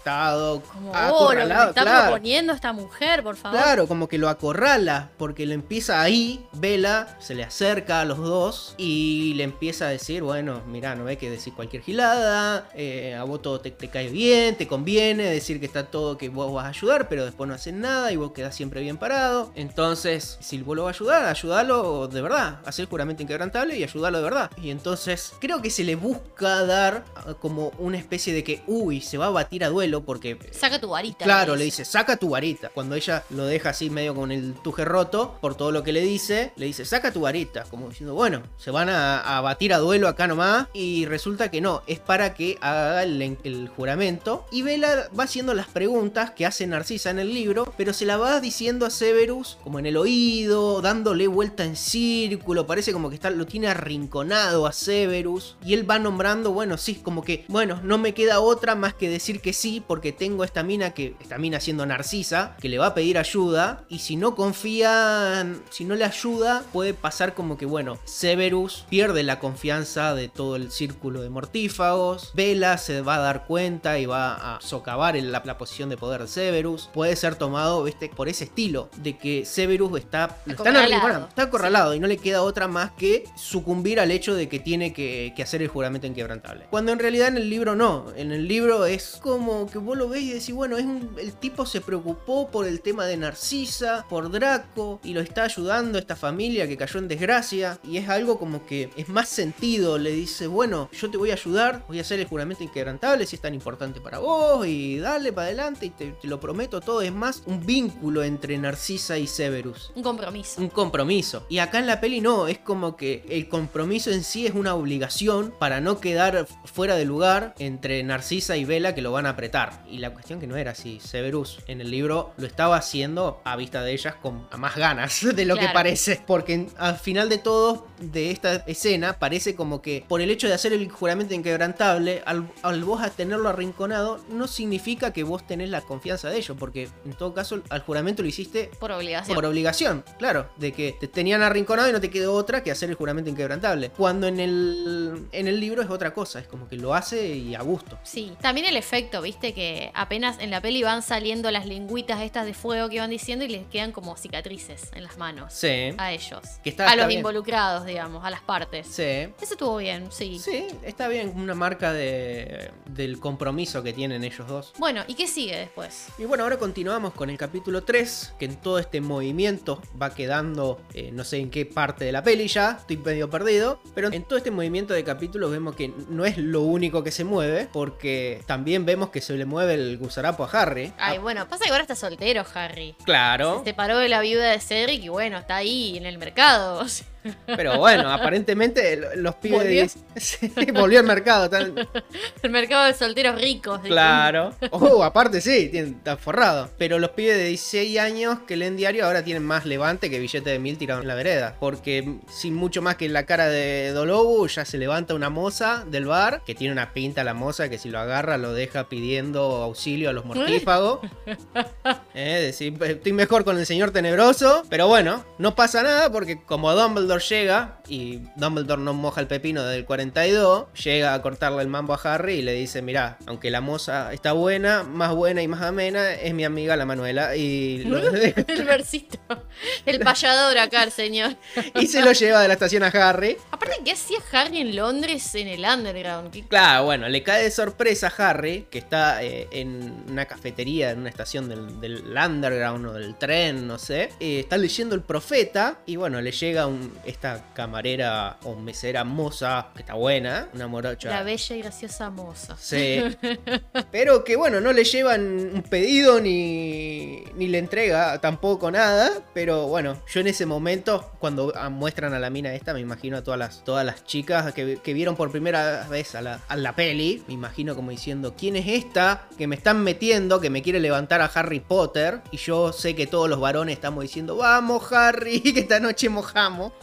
como oh, lo que me está claro. proponiendo esta mujer, por favor. Claro, como que lo acorrala, porque lo empieza ahí. Bella se le acerca a los dos y le empieza a decir: bueno, mirá, no ves que decir cualquier gilada, eh, a vos todo te, te cae bien, te conviene decir que está todo, que vos vas a ayudar, pero después no haces nada y vos quedás siempre bien parado. Entonces, si vos lo vas a ayudar, ayúdalo de verdad, haz el juramento inquebrantable y ayúdalo de verdad. Y entonces creo que se le busca dar como una especie de que, uy, se va a batir a duelo, porque saca tu varita. Claro, le dice: saca tu varita. Cuando ella lo deja así medio con el tuje roto por todo lo que le dice, le dice: saca tu varita, como diciendo, bueno, se van a, a batir a duelo acá nomás. Y resulta que no, es para que haga el, el juramento. Y Bella va haciendo las preguntas que hace Narcisa en el libro, pero se la va diciendo a Severus como en el oído, dándole vuelta en círculo. Parece como que está, lo tiene arrinconado a Severus, y él va nombrando, bueno, sí, como que, bueno, no me queda otra más que decir que sí, porque tengo esta mina, que esta mina siendo Narcisa, que le va a pedir ayuda, y si no confía, si no le ayuda, puede pasar como que, bueno, Severus pierde la confianza de todo el círculo de mortífagos, Bella se va a dar cuenta y va a socavar en la, la posición de poder de Severus. Puede ser tomado, ¿viste?, por ese estilo, de que Severus está, están arriba, está acorralado, sí, y no le queda otra más que sucumbir al hecho de que tiene que, que hacer el juramento inquebrantable. Cuando en realidad en el libro no, en el libro es como como que vos lo ves y decís, bueno, es un, el tipo se preocupó por el tema de Narcisa, por Draco, y lo está ayudando a esta familia que cayó en desgracia, y es algo como que es más sentido. Le dice, bueno, yo te voy a ayudar, voy a hacer el juramento inquebrantable si es tan importante para vos, y dale para adelante, y te, te lo prometo todo. Es más un vínculo entre Narcisa y Severus. Un compromiso. Un compromiso. Y acá en la peli no, es como que el compromiso en sí es una obligación para no quedar fuera de lugar entre Narcisa y Bella, que lo van a apretar. Y la cuestión que no era así. Severus en el libro lo estaba haciendo a vista de ellas con a más ganas de lo Claro. que parece. Porque al final de todo, de esta escena, parece como que por el hecho de hacer el juramento inquebrantable, al, al vos a tenerlo arrinconado, no significa que vos tenés la confianza de ellos. Porque en todo caso, al juramento lo hiciste Por obligación. por obligación, claro, de que te tenían arrinconado y no te quedó otra que hacer el juramento inquebrantable. Cuando en el, en el libro es otra cosa, es como que lo hace y a gusto. Sí, también el efecto, viste, que apenas en la peli van saliendo las lengüitas estas de fuego que van diciendo y les quedan como cicatrices en las manos. Sí. A ellos. Que está- a está los bien. involucrados, digamos, a las partes. Sí. Eso estuvo bien, sí. Sí, está bien, una marca de, del compromiso que tienen ellos dos. Bueno, ¿y qué sigue después? Y bueno, ahora continuamos con el capítulo tres, que en todo este movimiento va quedando, eh, no sé en qué parte de la peli ya, estoy medio perdido, pero en todo este movimiento de capítulos vemos que no es lo único que se mueve, porque también vemos que se le mueve el gusarapo a Harry. Ay, Ah, bueno, pasa que ahora está soltero, Harry. claro. Se separó de la viuda de Cedric y bueno, está ahí en el mercado. O sea, Pero bueno, aparentemente lo- los pibes ¿Volvió? de... Sí, volvió al mercado. Tan... el mercado de solteros ricos. ¿viste? Claro. Oh, aparte sí, tienen, está forrado. Pero los pibes de dieciséis años que leen diario ahora tienen más levante que billete de mil tirado en la vereda. Porque sin mucho más que la cara de Dolobu, ya se levanta una moza del bar, que tiene una pinta la moza que si lo agarra lo deja pidiendo auxilio a los mortífagos. Eh, decir, estoy mejor con el señor tenebroso. Pero bueno, no pasa nada porque como Dumbledore llega, y Dumbledore no moja el pepino desde el cuarenta y dos, llega a cortarle el mambo a Harry y le dice, mirá, aunque la moza está buena, más buena y más amena, es mi amiga la Manuela. Y, lo- El versito. El payador acá, el señor. y se lo lleva de la estación a Harry. Aparte, ¿qué hacía Harry en Londres en el underground? ¿Qué- Claro, bueno, le cae de sorpresa a Harry, que está eh, en una cafetería, en una estación del, del underground o del tren, no sé. Eh, está leyendo el Profeta y bueno, le llega un, esta camarera o mesera moza, que está buena, una morocha. La bella y graciosa moza. Sí. Pero que bueno, no le llevan un pedido ni, ni le entrega tampoco nada. Pero bueno, yo en ese momento, cuando ah, muestran a la mina esta, me imagino a todas las, todas las chicas que, que vieron por primera vez a la, a la peli. Me imagino como diciendo, ¿quién es esta que me están metiendo, que me quiere levantar a Harry Potter? Y yo sé que todos los varones estamos diciendo, vamos Harry, que esta noche mojamos.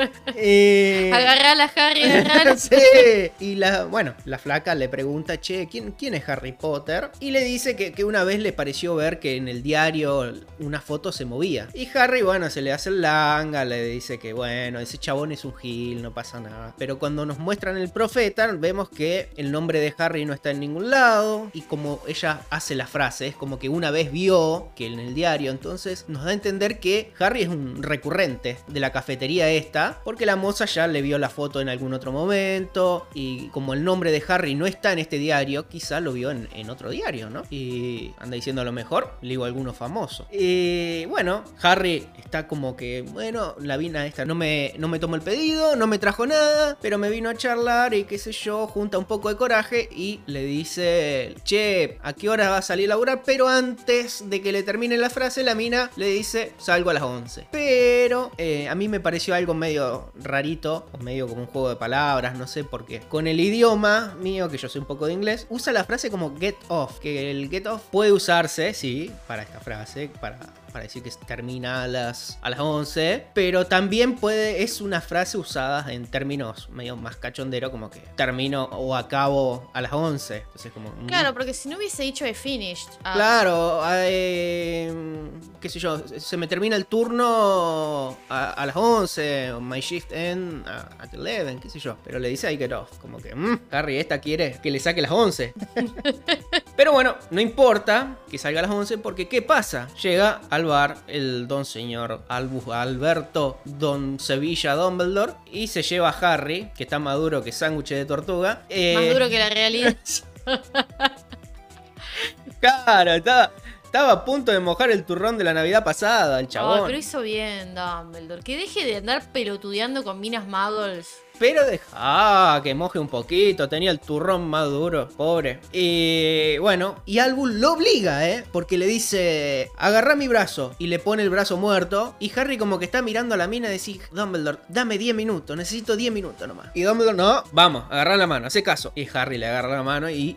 Eh, Agarrala, Harry, agarrala. sí. Y la, bueno, la flaca le pregunta, che, ¿quién, quién es Harry Potter? Y le dice que, que una vez le pareció ver que en el diario una foto se movía. Y Harry, bueno, se le hace el langa, le dice que, bueno, ese chabón es un gil, no pasa nada. Pero cuando nos muestran el Profeta, vemos que el nombre de Harry no está en ningún lado. Y como ella hace la frase, es como que una vez vio que en el diario, entonces nos da a entender que Harry es un recurrente de la cafetería esta, porque la moza ya le vio la foto en algún otro momento, y como el nombre de Harry no está en este diario, quizá lo vio en, en otro diario, ¿no? Y anda diciendo a lo mejor, le digo alguno famoso. Y bueno, Harry está como que, bueno, la vina esta no me, no me tomó el pedido, no me trajo nada, pero me vino a charlar y qué sé yo, junta un poco de coraje y le dice, che, ¿a qué hora va a salir a laburar? Pero antes de que le termine la frase, la mina le dice, salgo a las once. Pero eh, a mí me pareció algo medio rarito, o medio como un juego de palabras, no sé por qué. Con el idioma mío, que yo sé un poco de inglés, usa la frase como get off, que el get off puede usarse, sí, para esta frase, para... para decir que termina a las, a las once, pero también puede, es una frase usada en términos medio más cachondero, como que termino o acabo a las once. Entonces como... mm, Claro, porque si no hubiese dicho I finished. ah, Claro, eh, qué sé yo, se me termina el turno a, a las once, o my shift end a- at eleven, qué sé yo. Pero le dice I get off, como que, mmm, Harry, esta quiere que le saque las once. Pero bueno, no importa que salga a las once porque ¿qué pasa? Llega al bar el don señor Albus Alberto Don Sevilla Dumbledore y se lleva a Harry, que está más duro que sándwich de tortuga. eh, Más duro que la realidad. Claro, estaba, estaba a punto de mojar el turrón de la Navidad pasada, el chabón. Ay, pero hizo bien Dumbledore. Que deje de andar pelotudeando con minas muggles. Pero deja que moje un poquito, tenía el turrón más duro, pobre. Y bueno, y Albus lo obliga, ¿eh? Porque le dice, agarrá mi brazo, y le pone el brazo muerto. Y Harry como que está mirando a la mina y dice, Dumbledore, dame diez minutos, necesito diez minutos nomás. Y Dumbledore, no, vamos, agarrá la mano, hace caso. Y Harry le agarra la mano y...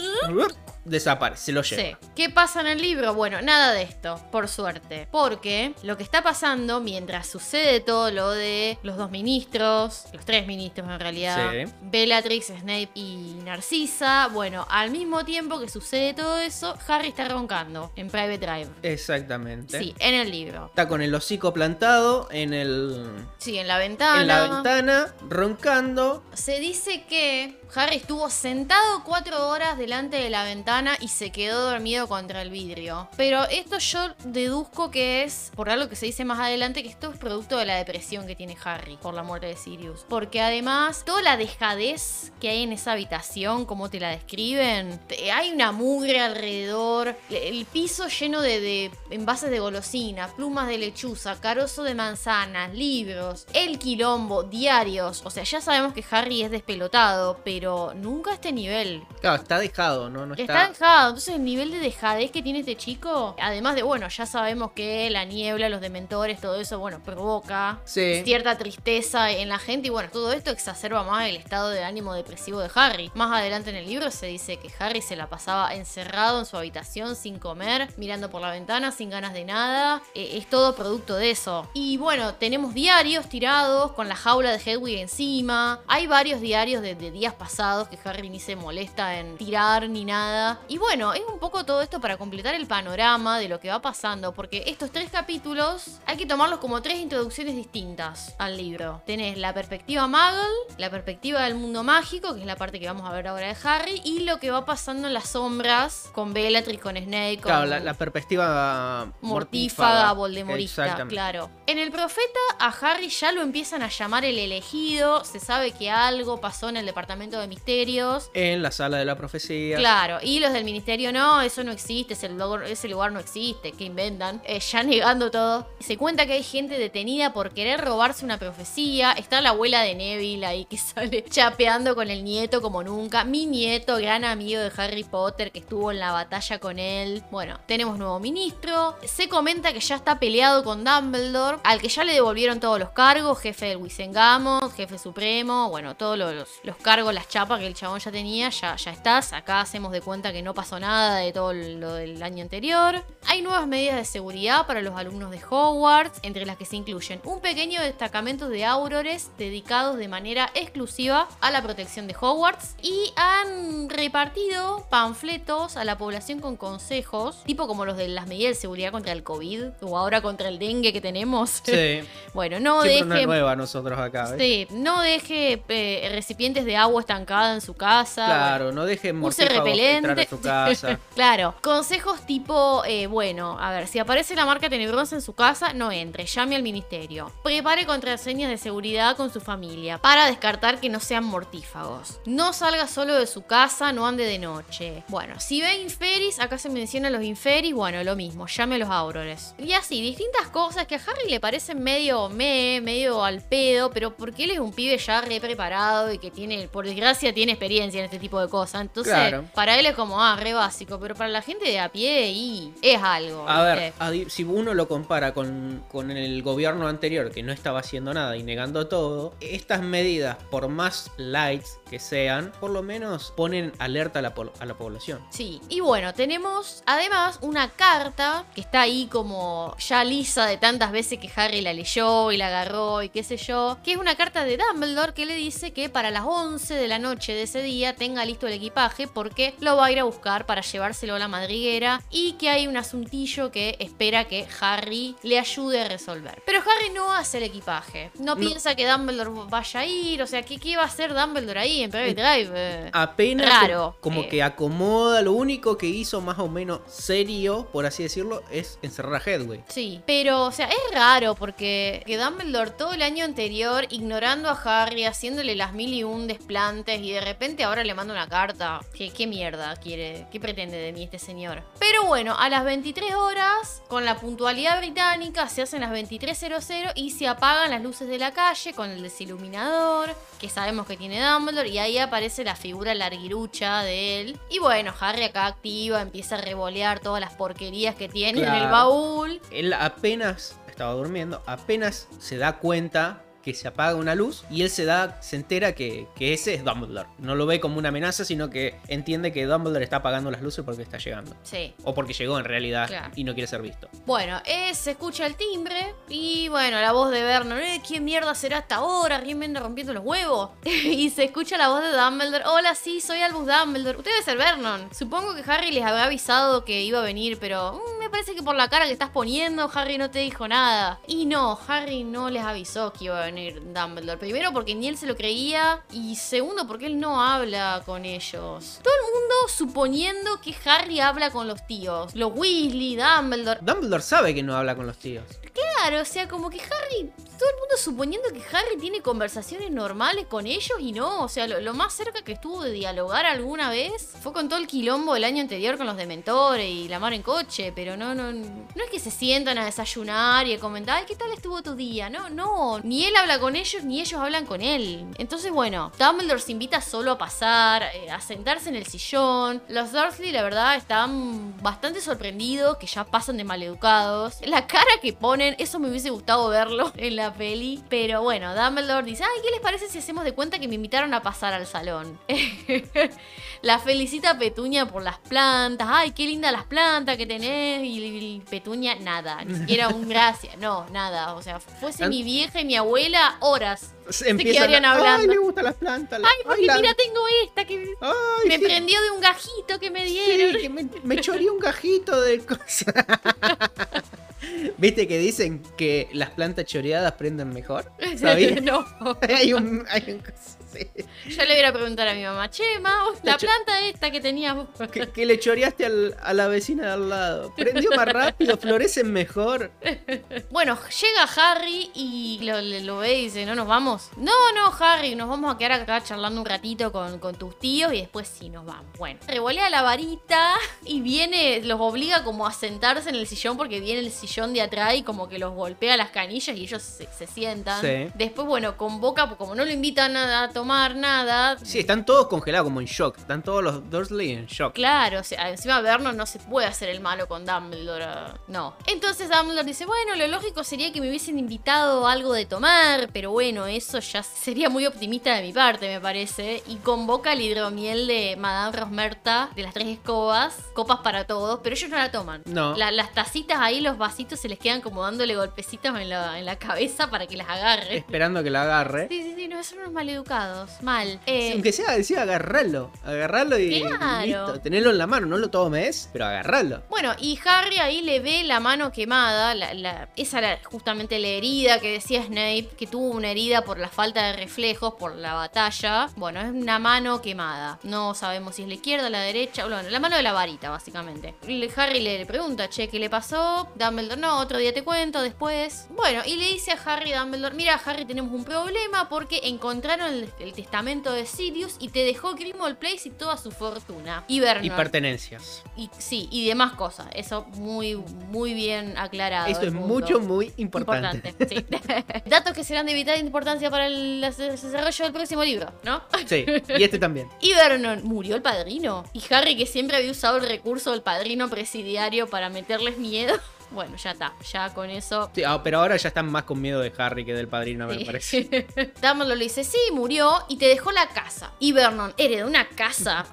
desaparece, se lo lleva. Sí. ¿Qué pasa en el libro? Bueno, nada de esto, por suerte. Porque lo que está pasando mientras sucede todo lo de los dos ministros, los tres ministros en realidad, Sí. Bellatrix, Snape y Narcisa, bueno, al mismo tiempo que sucede todo eso, Harry está roncando en Private Drive. Exactamente. Sí, en el libro. Está con el hocico plantado en el... Sí, en la ventana. en la ventana, roncando. Se dice que Harry estuvo sentado cuatro horas delante de la ventana y se quedó dormido contra el vidrio. Pero esto yo deduzco que es, por algo que se dice más adelante, que esto es producto de la depresión que tiene Harry por la muerte de Sirius. Porque además, toda la dejadez que hay en esa habitación, como te la describen, te- hay una mugre alrededor, el piso lleno de, de envases de golosina, plumas de lechuza, carozo de manzanas, libros, el quilombo, diarios. O sea, ya sabemos que Harry es despelotado, pero nunca a este nivel. Claro, está dejado, ¿no? No Está está... dejado. Entonces el nivel de dejadez que tiene este chico, además de, bueno, ya sabemos que la niebla, los dementores, todo eso, bueno, provoca Sí. cierta tristeza en la gente y bueno, todo esto exacerba más el estado de ánimo depresivo de Harry. Más adelante en el libro se dice que Harry se la pasaba encerrado en su habitación sin comer, mirando por la ventana, sin ganas de nada. Eh, es todo producto de eso. Y bueno, tenemos diarios tirados con la jaula de Hedwig encima. Hay varios diarios de, de días pasados que Harry ni se molesta en tirar ni nada. Y bueno, es un poco todo esto para completar el panorama de lo que va pasando, porque estos tres capítulos hay que tomarlos como tres introducciones distintas al libro. Tenés la perspectiva Muggle, la perspectiva del mundo mágico, que es la parte que vamos a ver ahora de Harry, y lo que va pasando en las sombras con Bellatrix, con Snape, con Claro, la, la perspectiva mortífaga, voldemorista, Exactamente. claro. En el profeta a Harry ya lo empiezan a llamar el elegido, se sabe que algo pasó en el departamento de misterios. En la sala de la profecía. Claro, y los del ministerio no, eso no existe, ese lugar, ese lugar no existe, que inventan, eh, ya negando todo. Se cuenta que hay gente detenida por querer robarse una profecía, está la abuela de Neville ahí que sale chapeando con el nieto como nunca, mi nieto, gran amigo de Harry Potter que estuvo en la batalla con él. Bueno, tenemos nuevo ministro, se comenta que ya está peleado con Dumbledore, al que ya le devolvieron todos los cargos, jefe del Wizengamo, jefe supremo, bueno, todos los, los, los cargos, las chapas que el chabón ya tenía, ya, ya estás. Acá hacemos de cuenta que no pasó nada de todo lo del año anterior. Hay nuevas medidas de seguridad para los alumnos de Hogwarts, entre las que se incluyen un pequeño destacamento de aurores dedicados de manera exclusiva a la protección de Hogwarts y han repartido panfletos a la población con consejos, tipo como los de las medidas de seguridad contra el COVID o ahora contra el dengue que tenemos. Sí. Bueno, no Siempre una deje... nueva nosotros acá, ¿ves? Sí, no deje eh, recipientes de agua estancada en su casa. Claro, bueno, no dejen use mortífagos repelente. entrar a su casa. Claro, consejos tipo, eh, bueno, a ver, si aparece la marca tenebrosa en su casa, no entre, llame al ministerio. Prepare contraseñas de seguridad con su familia para descartar que no sean mortífagos. No salga solo de su casa, no ande de noche. Bueno, si ve inferis, acá se mencionan los inferis, bueno, lo mismo, llame a los aurores. Y así, distintas cosas que a Harry le parecen medio me, medio al pedo, pero porque él es un pibe ya re preparado y que tiene, por desgracia, tiene experiencia en este tipo de cosas. Entonces, Claro. para él es como, ah, re básico, pero para la gente de a pie y es algo. A ¿viste? ver, a di- si uno lo compara con, con el gobierno anterior que no estaba haciendo nada y negando todo, estas medidas, por más lights que sean, por lo menos ponen alerta a la, po- a la población. Sí, y bueno, tenemos además una carta que está ahí como ya lisa de tantas veces que Harry la leyó y la agarró y qué sé yo, que es una carta de Dumbledore que le dice que para las once de la noche de ese día tenga listo el equipaje porque lo va a ir a buscar para llevárselo a la madriguera y que hay un asuntillo que espera que Harry le ayude a resolver. Pero Harry no hace el equipaje, no, No. piensa que Dumbledore vaya a ir, o sea, ¿qué, qué va a hacer Dumbledore ahí en Private Drive? Eh, Apenas Raro, como eh. que acomoda, lo único que hizo más o menos serio, por así decirlo, es encerrar a Hedwig. Sí, pero, o sea, es raro raro porque que Dumbledore todo el año anterior ignorando a Harry, haciéndole las mil y un desplantes y de repente ahora le manda una carta. ¿Qué, qué mierda quiere? ¿Qué pretende de mí este señor? Pero bueno, a las veintitrés horas, con la puntualidad británica, se hacen las veintitrés cero cero y se apagan las luces de la calle con el desiluminador, que sabemos que tiene Dumbledore, y ahí aparece la figura larguirucha de él. Y bueno, Harry acá activa, empieza a revolear todas las porquerías que tiene Claro. en el baúl. Él apenas estaba durmiendo, apenas se da cuenta que se apaga una luz y él se da, se entera que, que ese es Dumbledore. No lo ve como una amenaza, sino que entiende que Dumbledore está apagando las luces porque está llegando. Sí. O porque llegó en realidad Claro. y no quiere ser visto. Bueno, eh, se escucha el timbre y bueno, la voz de Vernon, eh, ¿quién mierda será hasta ahora? ¿Quién me anda rompiendo los huevos? Y se escucha la voz de Dumbledore, hola, sí, soy Albus Dumbledore. Usted debe ser Vernon. Supongo que Harry les había avisado que iba a venir, pero mm, me parece que por la cara que estás poniendo, Harry no te dijo nada. Y no, Harry no les avisó que iba a venir Dumbledore. Primero porque ni él se lo creía y segundo porque él no habla con ellos. Todo el mundo suponiendo que Harry habla con los tíos. Los Weasley, Dumbledore. Dumbledore sabe que no habla con los tíos. Claro, o sea, como que Harry, todo el mundo suponiendo que Harry tiene conversaciones normales con ellos y no, o sea, lo, lo más cerca que estuvo de dialogar alguna vez fue con todo el quilombo del año anterior con los dementores y la mar en coche, pero no, no, no es que se sientan a desayunar y a comentar, ay, ¿qué tal estuvo tu día? No, no, ni él habla con ellos ni ellos hablan con él. Entonces, bueno, Dumbledore se invita solo a pasar, eh, a sentarse en el sillón. Los Dursley, la verdad, están bastante sorprendidos, que ya pasan de maleducados. La cara que ponen, eso me hubiese gustado verlo en la peli. Pero bueno, Dumbledore dice, ay, ¿qué les parece si hacemos de cuenta que me invitaron a pasar al salón? La felicita a Petunia por las plantas. Ay, qué lindas las plantas que tenés. Y, y Petunia, nada, ni siquiera un gracias. No, nada, o sea, fuese mi vieja y mi abuela, horas se quedarían hablando. Ay, le gustan las plantas. la- Ay, porque la- mira, tengo esta que Ay, me sí, prendió de un gajito que me dieron. sí, que me, me choreé un gajito de cosas. ¿Viste que dicen que las plantas choreadas prenden mejor? ¿Sabías? No. hay un... Hay un sí. Yo le voy a preguntar a mi mamá, che, ma, la La cho- planta esta que tenías vos. que, que le choreaste al- a la vecina de al lado. Prendió más rápido, florecen mejor. Bueno, llega Harry y lo, lo ve y dice, ¿no nos vamos? No, no, Harry, nos vamos a quedar acá charlando un ratito con, con tus tíos y después sí nos vamos. Bueno, revolea la varita y viene, los obliga como a sentarse en el sillón porque viene el sillón de atrás y como que los golpea las canillas y ellos se, se sientan. Sí. Después, bueno, convoca, porque como no lo invitan a, a tomar nada. Sí, están todos congelados, como en shock. Están todos los Dursley en shock. Claro, o sea, encima Vernon no se puede hacer el malo con Dumbledore. No. Entonces Dumbledore dice, bueno, lo lógico sería que me hubiesen invitado algo de tomar, pero bueno, eso ya sería muy optimista de mi parte, me parece. Y convoca el hidromiel de Madame Rosmerta, de las tres escobas, copas para todos, pero ellos no la toman. No. La- las tacitas ahí, los vasitos se les quedan como dándole golpecitos en la, en la cabeza para que las agarre. Esperando que la agarre. Sí, sí, sí, no, son unos maleducados. Mal. Eh, Sí, aunque sea, decía agarrarlo. Agarrarlo y Claro. listo. Tenerlo en la mano, no lo tomes, pero agarrarlo. Bueno, y Harry ahí le ve la mano quemada, la, la- esa era justamente la herida que decía Snape, que tuvo una herida por la falta de reflejos, por la batalla. Bueno, es una mano quemada. No sabemos si es la izquierda o la derecha. Bueno, la mano de la varita, básicamente. Le- Harry le, le pregunta, che, ¿qué le pasó? Dumbledore, no, otro día te cuento, después. Bueno, y le dice a Harry Dumbledore, mira, Harry, tenemos un problema porque encontraron el, el testamento de Sirius y te dejó Grimmauld Place y toda su fortuna. Y Vernon. Y pertenencias. Y, sí, y demás cosas. Eso muy, muy bien aclarado. Esto el es punto. mucho, muy importante. Importante, sí. Datos que serán de vital importancia para el desarrollo del próximo libro, ¿no? Sí, y este también. Y Vernon, ¿murió el padrino? Y Harry, que siempre había usado el recurso del padrino presidiario para meterles miedo. Bueno, ya está, ya con eso. Sí, ah, pero ahora ya están más con miedo de Harry que del padrino, me Sí. parece. Dumbledore le dice, sí, murió y te dejó la casa. Y Vernon, heredó una casa.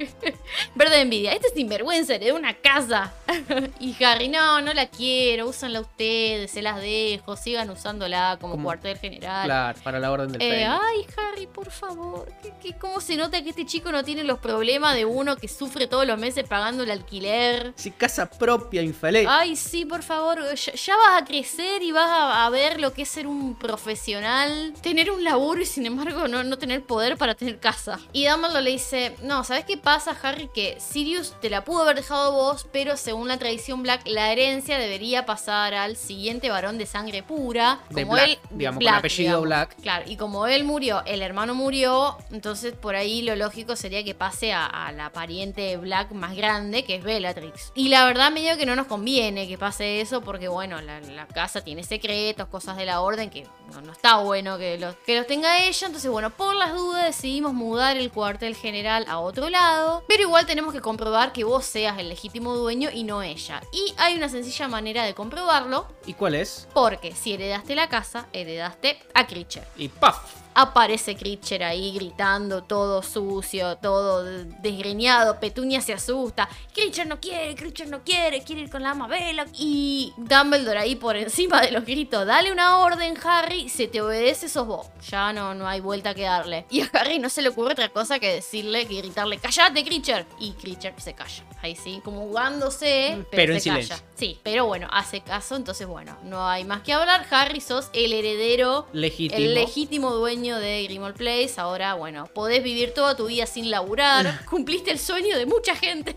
Verde envidia, este es sinvergüenza, heredó una casa. Y Harry, no, no la quiero, úsenla ustedes, se las dejo, sigan usándola como, Como- cuartel general. Claro, para la orden del Eh, Fénix. ay, Harry, por favor. ¿Qué, qué, ¿Cómo se nota que este chico no tiene los problemas de uno que sufre todos los meses pagando el alquiler? Sí, casa propia, infeliz. Ay, sí, por favor, ya, ya vas a crecer y vas a, a ver lo que es ser un profesional, tener un laburo y sin embargo no, no tener poder para tener casa. Y Dumbledore le dice, no, ¿sabes qué pasa, Harry? Que Sirius te la pudo haber dejado vos, pero según la tradición Black, la herencia debería pasar al siguiente varón de sangre pura. De Como Black, él, digamos, Black, con apellido digamos. Black. Claro, y como él murió, el hermano murió, entonces por ahí lo lógico sería que pase a, a la pariente Black más grande, que es Bellatrix. Y la verdad medio que no nos conviene que pase eso, porque bueno, la, la casa tiene secretos, cosas de la orden, que no, no está bueno que los, que los tenga ella. Entonces bueno, por las dudas decidimos mudar el cuartel general a otro lado, pero igual tenemos que comprobar que vos seas el legítimo dueño y no ella. Y hay una sencilla manera de comprobarlo. ¿Y cuál es? Porque si heredaste la casa, heredaste a Kreacher. Y ¡paf! Aparece Kreacher ahí gritando, todo sucio, todo desgreñado. Petunia se asusta. Kreacher no quiere, Kreacher no quiere, quiere ir con la ama Bella. Y Dumbledore ahí por encima de los gritos, dale una orden, Harry, se te obedece, sos vos. Ya no, no hay vuelta que darle. Y a Harry no se le ocurre otra cosa que decirle, que gritarle, callate, Kreacher. Y Kreacher se calla. Ahí sí, como jugándose, pero, Pero se en silencio. calla. Sí, pero bueno, hace caso, entonces bueno, no hay más que hablar. Harry, sos el heredero, Legítimo. el legítimo dueño de Grimmauld Place. Ahora, bueno, podés vivir toda tu vida sin laburar. Cumpliste el sueño de mucha gente.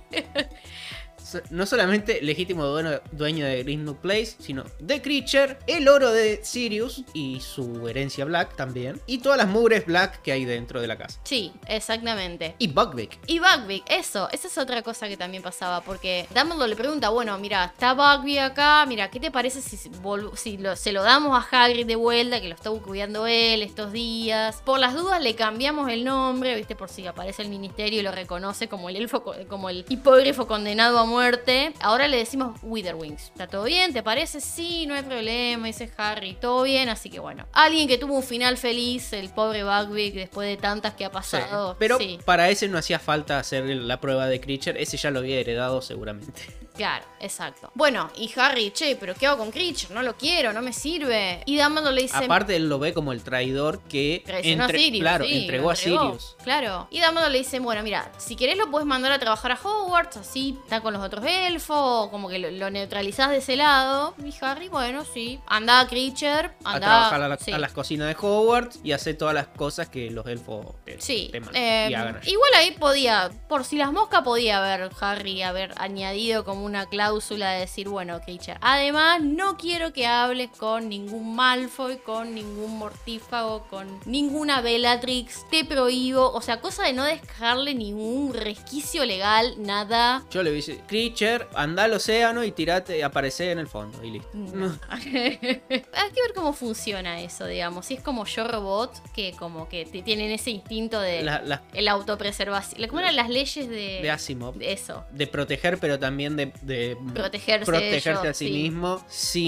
No solamente legítimo dueño, dueño de Grimmauld Place, sino de Kreacher, el oro de Sirius y su herencia Black también. Y todas las mugres Black que hay dentro de la casa. Sí, exactamente. Y Buckbeak. Y Buckbeak, eso, esa es otra cosa que también pasaba, porque Dumbledore le pregunta, bueno, mira, está Buckbeak acá, mira, ¿qué te parece si, si lo, se lo damos a Hagrid de vuelta, que lo está cuidando él estos días? Por las dudas le cambiamos el nombre, viste, por si aparece el ministerio y lo reconoce como el elfo, como el hipógrifo condenado a muerte. Ahora le decimos Witherwings. ¿Está todo bien? ¿Te parece? Sí, no hay problema, dice Harry, todo bien, así que bueno. Alguien que tuvo un final feliz, el pobre Buckbeak, después de tantas que ha pasado. Sí, pero sí. Para ese no hacía falta hacer la prueba de Kreacher, ese ya lo había heredado seguramente. Claro, exacto. Bueno, y Harry, che, pero ¿qué hago con Kreacher? No lo quiero, no me sirve. Y Dumbledore le dice... Aparte él lo ve como el traidor que traicionó entre... a Sirius, claro, sí, entregó, lo a Sirius. Claro. Y Dumbledore le dice, bueno, mira, si querés lo puedes mandar a trabajar a Hogwarts, así está con los otros elfos, como que lo, lo neutralizás de ese lado. Y Harry, bueno, sí. Anda a Kreacher, anda... A trabajar a, la- sí. a las cocinas de Hogwarts y hacer todas las cosas que los elfos te, Sí, te mandan eh, y hagan allí. igual ahí podía, por si las moscas podía haber Harry haber añadido como una cláusula de decir, bueno, Kreacher, además no quiero que hables con ningún Malfoy, con ningún mortífago, con ninguna Bellatrix, te prohíbo, o sea, cosa de no dejarle ningún resquicio legal, nada. Yo le dije, Kreacher, anda al océano y tirate, aparece en el fondo y listo. No. Hay que ver cómo funciona eso, digamos. Si es como Yo Robot, que como que te tienen ese instinto de La- las- el autopreservación. ¿Cómo eran las leyes de, de Asimov. eso? De proteger, pero también de, de Protegerse protegerse ellos, a sí, sí. mismo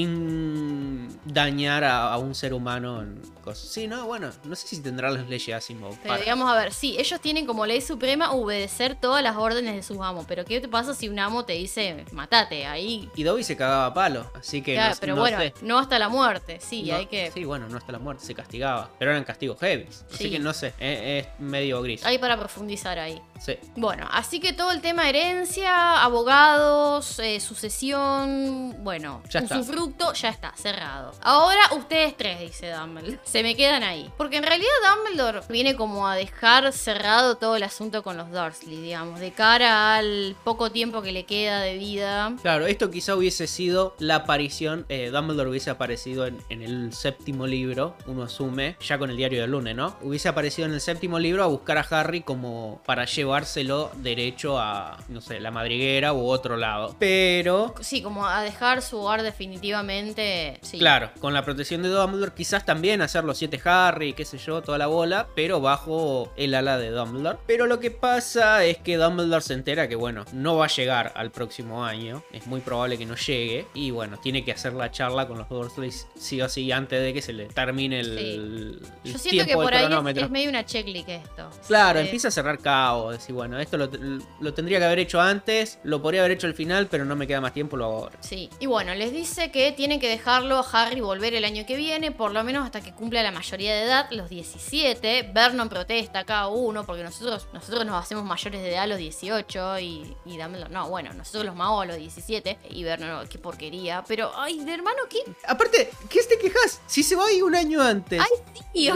sin dañar a, a un ser humano en cosas. Sí, no, bueno, no sé si tendrán las leyes Asimov. Pero para- digamos, a ver, sí, ellos tienen como ley suprema obedecer todas las órdenes de sus amos. Pero ¿qué te pasa si un amo te dice, matate? Ahí. Y Dobby se cagaba a palo, así que Claro, no, pero no bueno, sé. no hasta la muerte, sí, No, hay que. Sí, bueno, no hasta la muerte, se castigaba. Pero eran castigos heavy. Así Sí. que no sé, es, es medio gris. Hay para profundizar ahí. Sí. Bueno, así que todo el tema herencia, abogados, eh, sucesión, bueno, Ya está. usufructo, ya está, cerrado. Ahora ustedes tres, dice Dumbledore. Se me quedan ahí. Porque en realidad Dumbledore viene como a dejar cerrado todo el asunto con los Dursley, digamos, de cara al poco tiempo que le queda de vida. Claro, esto quizá hubiese sido la aparición, eh, Dumbledore hubiese aparecido en, en el séptimo libro, uno asume, ya con el diario del lunes, ¿no? Hubiese aparecido en el séptimo libro a buscar a Harry como para llevárselo derecho a, no sé, la madriguera u otro lado. Pero... Sí, como a dejar su hogar definitivamente. Sí. Claro, con la protección de Dumbledore, quizás también hacer los siete Harry, qué sé yo, toda la bola, pero bajo el ala de Dumbledore. Pero lo que pasa es que Dumbledore se entera que, bueno, no va a llegar al próximo año, es muy probable que no llegue, y bueno, tiene que hacer la charla con los Dursley sí o sí antes de que se le termine el, Sí. el Yo siento tiempo que por del ahí es, cronómetro. es medio una checklist esto. Claro, Sí. empieza a cerrar cabos, decís, bueno, esto lo, lo tendría que haber hecho antes, lo podría haber hecho al final, pero no me queda más tiempo, lo hago ahora. Sí, y bueno, les dice que tienen que dejarlo a Harry volver el año que viene, por lo menos hasta que cumpla la mayoría de edad, los diecisiete. Vernon protesta cada uno, porque nosotros, nosotros nos hacemos mayores de edad a los dieciocho y, y Dumbledore, no, bueno, nosotros los magos a los diecisiete y Vernon, no, qué porquería, pero, ay, de hermano, ¿qué? Aparte, ¿qué te quejas? Si se va ahí un año antes. Ay, sí,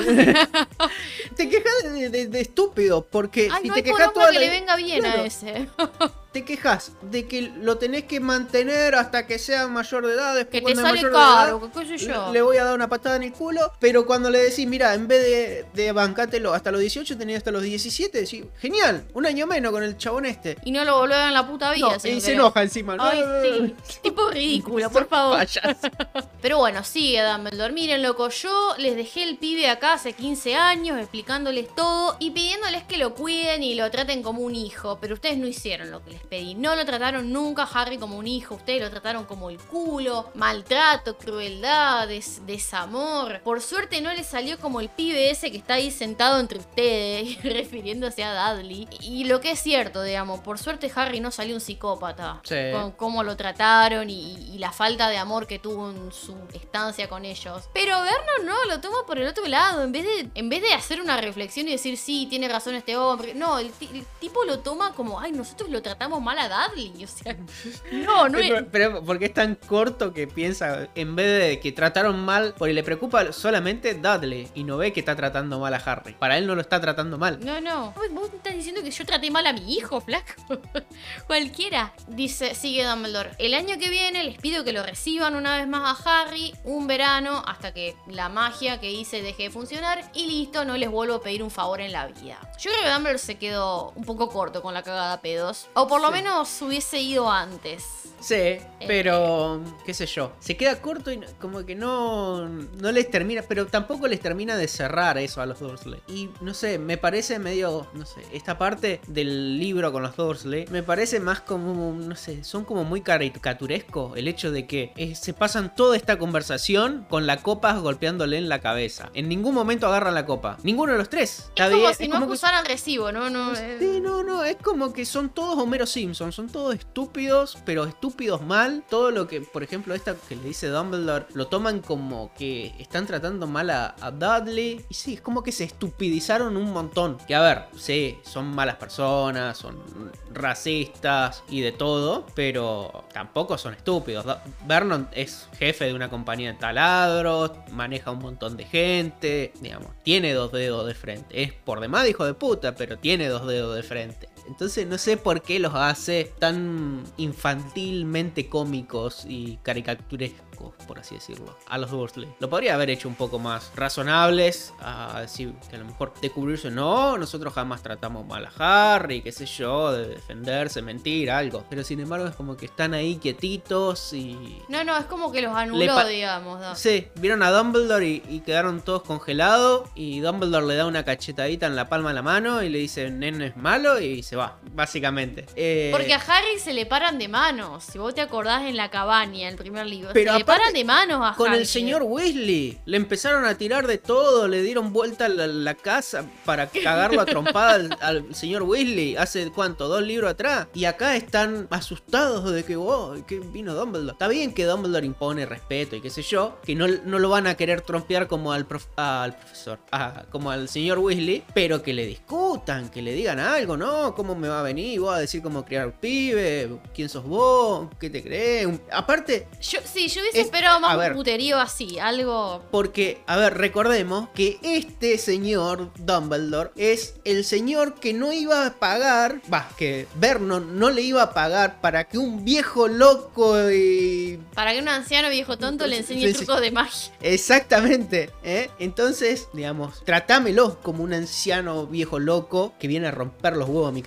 te quejas de, de, de estúpido, porque ay, si no te hay quejas toda que la... le venga bien claro. a ese. Te quejas de que lo tenés que mantener hasta que sea mayor de edad. Que te cuando es sale mayor caro, de edad, qué sé yo. Le, le voy a dar una patada en el culo. Pero cuando le decís, mira, en vez de, de bancátelo hasta los dieciocho, tenés hasta los diecisiete. Decís, genial, un año menos con el chabón este. Y no lo volverán en la puta vida. No, y se querés. enoja encima. Ay, sí. Tipo ridículo, por favor. Pero bueno, sigue Dumbledore. Miren, loco, yo les dejé el pibe acá hace quince años explicándoles todo y pidiéndoles que lo cuiden y lo traten como un hijo. Pero ustedes no hicieron lo que les pedí. No lo trataron nunca a Harry como un hijo. Ustedes lo trataron como el culo. Maltrato, crueldad, des desamor. Por suerte no le salió como el pibe ese que está ahí sentado entre ustedes, refiriéndose a Dudley. Y lo que es cierto, digamos, por suerte Harry no salió un psicópata. Sí. Con cómo lo trataron y, y la falta de amor que tuvo en su estancia con ellos. Pero Vernon no, lo toma por el otro lado. En vez de, en vez de hacer una reflexión y decir, sí, tiene razón este hombre. No, el, el tipo lo toma como, ay, nosotros lo tratamos mal a Dudley. O sea, no, no es... Pero, pero porque es tan corto que piensa, en vez de que trataron mal, porque le preocupa solamente Dudley y no ve que está tratando mal a Harry. Para él no lo está tratando mal. No, no. Vos me estás diciendo que yo traté mal a mi hijo, flaco. Cualquiera. Dice, sigue Dumbledore. El año que viene les pido que lo reciban una vez más a Harry, un verano, hasta que la magia que hice deje de funcionar. Y listo, no les vuelvo a pedir un favor en la vida. Yo creo que Dumbledore se quedó un poco corto con la cagada a pedos. O por lo Sí. menos hubiese ido antes. Sí, pero qué sé yo, se queda corto y no- como que no, no les termina, pero tampoco les termina de cerrar eso a los Dursley. Y no sé, me parece medio, no sé, esta parte del libro con los Dursley me parece más como, no sé, son como muy caricaturescos el hecho de que eh, se pasan toda esta conversación con la copa golpeándole en la cabeza. En ningún momento agarran la copa, ninguno de los tres. Está Es como bien, si es no como que- acusaran recibo, ¿no? no eh. Sí, no, no, es como que son todos Homero Simpson, son todos estúpidos, pero estúpidos mal. Todo lo que, por ejemplo, esta que le dice Dumbledore, lo toman como que están tratando mal a, a Dudley. Y sí, es como que se estupidizaron un montón. Que a ver, sí, son malas personas, son racistas y de todo, pero tampoco son estúpidos. Do- Vernon es jefe de una compañía de taladros, maneja un montón de gente, digamos, tiene dos dedos de frente. Es por demás de hijo de puta, pero tiene dos dedos de frente. Entonces no sé por qué los hace tan infantilmente cómicos y caricaturescos, por así decirlo, a los Dursley. Lo podría haber hecho un poco más razonables, a decir que a lo mejor de cubrirse, no, nosotros jamás tratamos mal a Harry, qué sé yo, de defenderse, mentir, algo. Pero sin embargo es como que están ahí quietitos y... No, no, es como que los Le anuló, pa- digamos. ¿no? Sí, vieron a Dumbledore y, y quedaron todos congelados. Y Dumbledore le da una cachetadita en la palma de la mano y le dice, nene es malo, y se va, básicamente. Eh, Porque a Harry se le paran de manos. Si vos te acordás en la cabaña, el primer libro. Pero se le aparte, paran de manos a con Harry. el señor Weasley le empezaron a tirar de todo, le dieron vuelta a la, la casa para cagarlo a trompada al, al señor Weasley. ¿Hace cuánto? ¿Dos libros atrás? Y acá están asustados de que, wow, que vino Dumbledore. Está bien que Dumbledore impone respeto y qué sé yo, que no, no lo van a querer trompear como al, prof, al profesor, ah, como al señor Weasley, pero que le discutan, que le digan algo, ¿no? ¿Cómo me va a venir? ¿Vos vas a decir cómo criar un pibe? ¿Quién sos vos? ¿Qué te crees? Un- Aparte... Yo, sí, yo hubiese Es- esperado más a un ver. puterío así, algo... Porque, a ver, recordemos que este señor Dumbledore es el señor que no iba a pagar, va, que Vernon no le iba a pagar para que un viejo loco y... Para que un anciano viejo tonto le enseñe Sí, sí. trucos de magia. Exactamente, ¿eh? Entonces, digamos, tratámelo como un anciano viejo loco que viene a romper los huevos a mi casa.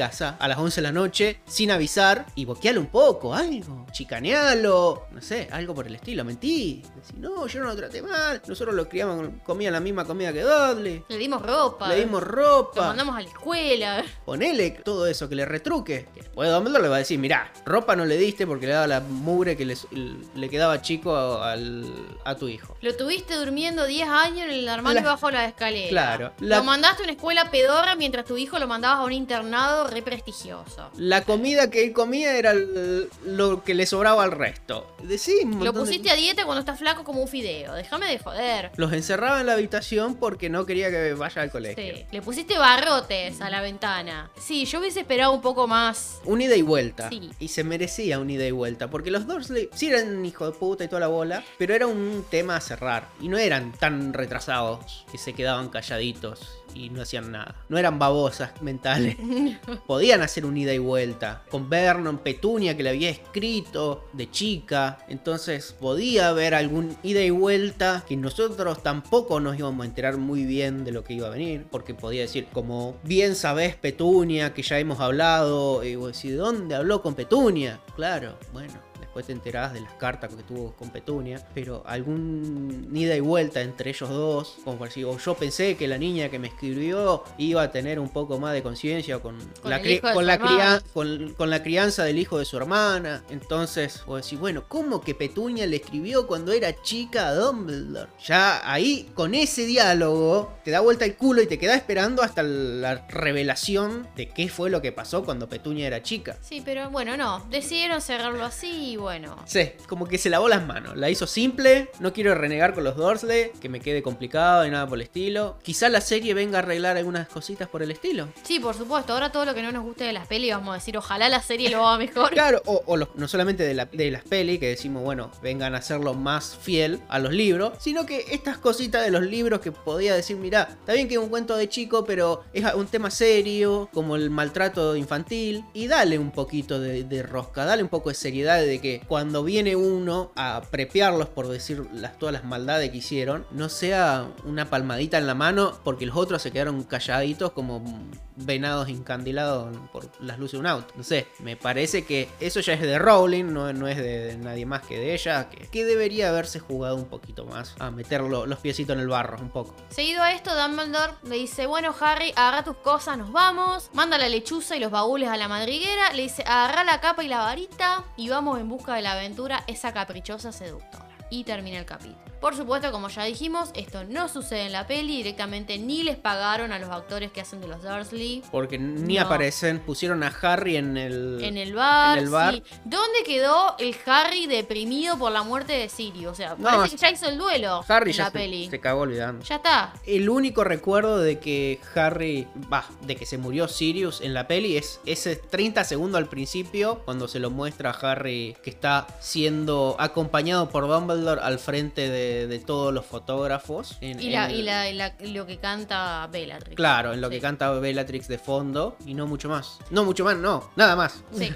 a las once de la noche sin avisar y boquealo un poco, algo, chicanealo, no sé, algo por el estilo, mentí. Decí, no, yo no lo traté mal, nosotros lo criamos, comían la misma comida que Dudley. Le dimos ropa. Le dimos ropa. Lo mandamos a la escuela. Ponele todo eso, que le retruque. Que después Dumbledore le va a decir, mirá, ropa no le diste porque le daba la mugre que le, le quedaba chico a, al, a tu hijo. Lo tuviste durmiendo diez años en el armario La... bajo la escalera. Claro. La... Lo mandaste a una escuela pedorra mientras tu hijo lo mandabas a un internado re prestigioso. La comida que él comía era el, lo que le sobraba al resto. Decimos. Lo pusiste de... a dieta cuando estás flaco como un fideo. Déjame de joder. Los encerraba en la habitación porque no quería que vaya al colegio. Sí. Le pusiste barrotes a la ventana. Sí, yo hubiese esperado un poco más. Un ida y vuelta. Sí. Y se merecía un ida y vuelta. Porque los Dursley sí eran hijos de puta y toda la bola. Pero era un tema a cerrar. Y no eran tan retrasados que se quedaban calladitos y no hacían nada. No eran babosas mentales. Podían hacer un ida y vuelta. Con Vernon, Petunia, que le había escrito de chica. Entonces podía haber algún ida y vuelta que nosotros tampoco nos íbamos a enterar muy bien de lo que iba a venir. Porque podía decir, como bien sabés, Petunia, que ya hemos hablado. Y vos decís, ¿de dónde habló con Petunia? Claro, bueno. Después te enterás de las cartas que tuvo con Petunia, pero algún ida y vuelta entre ellos dos, como por decir, o yo pensé que la niña que me escribió iba a tener un poco más de conciencia con, con, la, cri con, la cria con, con la crianza del hijo de su hermana. Entonces, vos decís, bueno, ¿cómo que Petunia le escribió cuando era chica a Dumbledore? Ya ahí, con ese diálogo, te da vuelta el culo y te quedás esperando hasta la revelación de qué fue lo que pasó cuando Petunia era chica. Sí, pero bueno, no, decidieron cerrarlo así y bueno. Sí, como que se lavó las manos. La hizo simple. No quiero renegar con los Dursley, que me quede complicado y nada por el estilo. Quizá la serie venga a arreglar algunas cositas por el estilo. Sí, por supuesto. Ahora todo lo que no nos guste de las pelis vamos a decir, ojalá la serie lo haga mejor. Claro, o, o los, no solamente de, la, de las pelis, que decimos, bueno, vengan a hacerlo más fiel a los libros, sino que estas cositas de los libros que podía decir, mirá, está bien que es un cuento de chico, pero es un tema serio, como el maltrato infantil, y dale un poquito de, de rosca, dale un poco de seriedad de que cuando viene uno a prepearlos por decir las, todas las maldades que hicieron, no sea una palmadita en la mano porque los otros se quedaron calladitos como venados encandilados por las luces de un auto. No sé, me parece que eso ya es de Rowling, no, no es de, de nadie más que de ella, que, que debería haberse jugado un poquito más a meter lo, los piecitos en el barro un poco. Seguido a esto, Dumbledore le dice, bueno Harry, agarra tus cosas, nos vamos. Manda la lechuza y los baúles a la madriguera. Le dice, agarra la capa y la varita y vamos en busca de la aventura, esa caprichosa seductora. Y termina el capítulo. Por supuesto, como ya dijimos, esto no sucede en la peli. Directamente ni les pagaron a los actores que hacen de los Dursley. Porque ni no. aparecen. Pusieron a Harry en el, en el bar. En el bar. Sí. ¿Dónde quedó el Harry deprimido por la muerte de Sirius? O sea, no, parece que ya hizo el duelo. Harry en ya la se, peli. se cagó olvidando. Ya está. El único recuerdo de que Harry, va, de que se murió Sirius en la peli es ese treinta segundos al principio, cuando se lo muestra a Harry que está siendo acompañado por Dumbledore al frente de, de todos los fotógrafos. En, y, la, en el... y, la, y la, lo que canta Bellatrix. Claro, en lo sí. que canta Bellatrix de fondo. Y no mucho más. No mucho más, no. Nada más. Sí.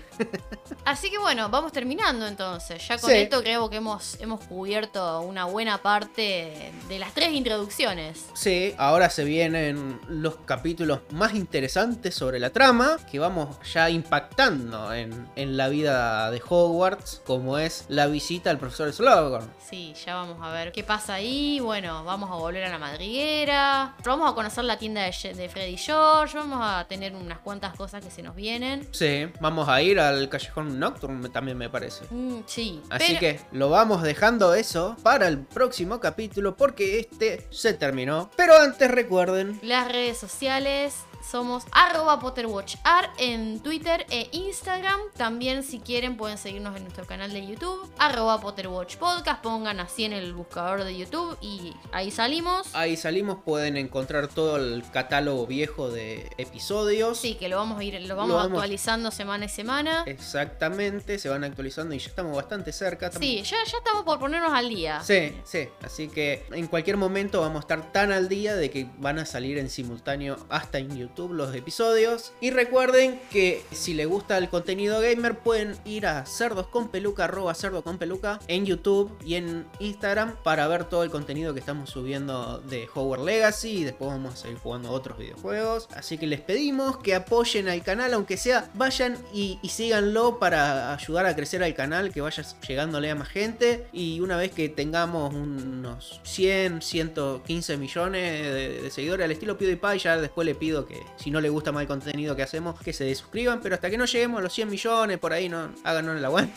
Así que bueno, vamos terminando entonces. Ya con sí. esto creo que hemos, hemos cubierto una buena parte de las tres introducciones. Sí, ahora se vienen los capítulos más interesantes sobre la trama, que vamos ya impactando en, en la vida de Hogwarts, como es la visita al profesor Slughorn. Sí, ya vamos a ver qué pasa ahí. Bueno, vamos a volver a la madriguera. Vamos a conocer la tienda de, de Freddy George. Vamos a tener unas cuantas cosas que se nos vienen. Sí, vamos a ir al Callejón Nocturne también me parece. Mm, sí. Así pero... que lo vamos dejando eso para el próximo capítulo porque este se terminó. Pero antes recuerden las redes sociales. Somos arroba PotterWatchArt en Twitter e Instagram. También si quieren pueden seguirnos en nuestro canal de YouTube, arroba PotterWatchPodcast. Pongan así en el buscador de YouTube y ahí salimos. Ahí salimos, pueden encontrar todo el catálogo viejo de episodios. Sí, que lo vamos a ir, lo vamos, lo vamos actualizando semana y semana. Exactamente, se van actualizando y ya estamos bastante cerca. Estamos... Sí, ya, ya estamos por ponernos al día. Sí, sí, así que en cualquier momento vamos a estar tan al día de que van a salir en simultáneo hasta en YouTube. YouTube los episodios. Y recuerden que si les gusta el contenido gamer pueden ir a Cerdos con Peluca, arroba Cerdo con Peluca en YouTube y en Instagram para ver todo el contenido que estamos subiendo de Hogwarts Legacy, y después vamos a seguir jugando otros videojuegos. Así que les pedimos que apoyen al canal, aunque sea vayan y, y síganlo para ayudar a crecer al canal, que vaya llegándole a más gente. Y una vez que tengamos unos cien, ciento quince millones de, de seguidores al estilo PewDiePie, ya después le pido que si no les gusta más el contenido que hacemos, que se desuscriban. Pero hasta que no lleguemos a los cien millones, por ahí no háganos el aguante.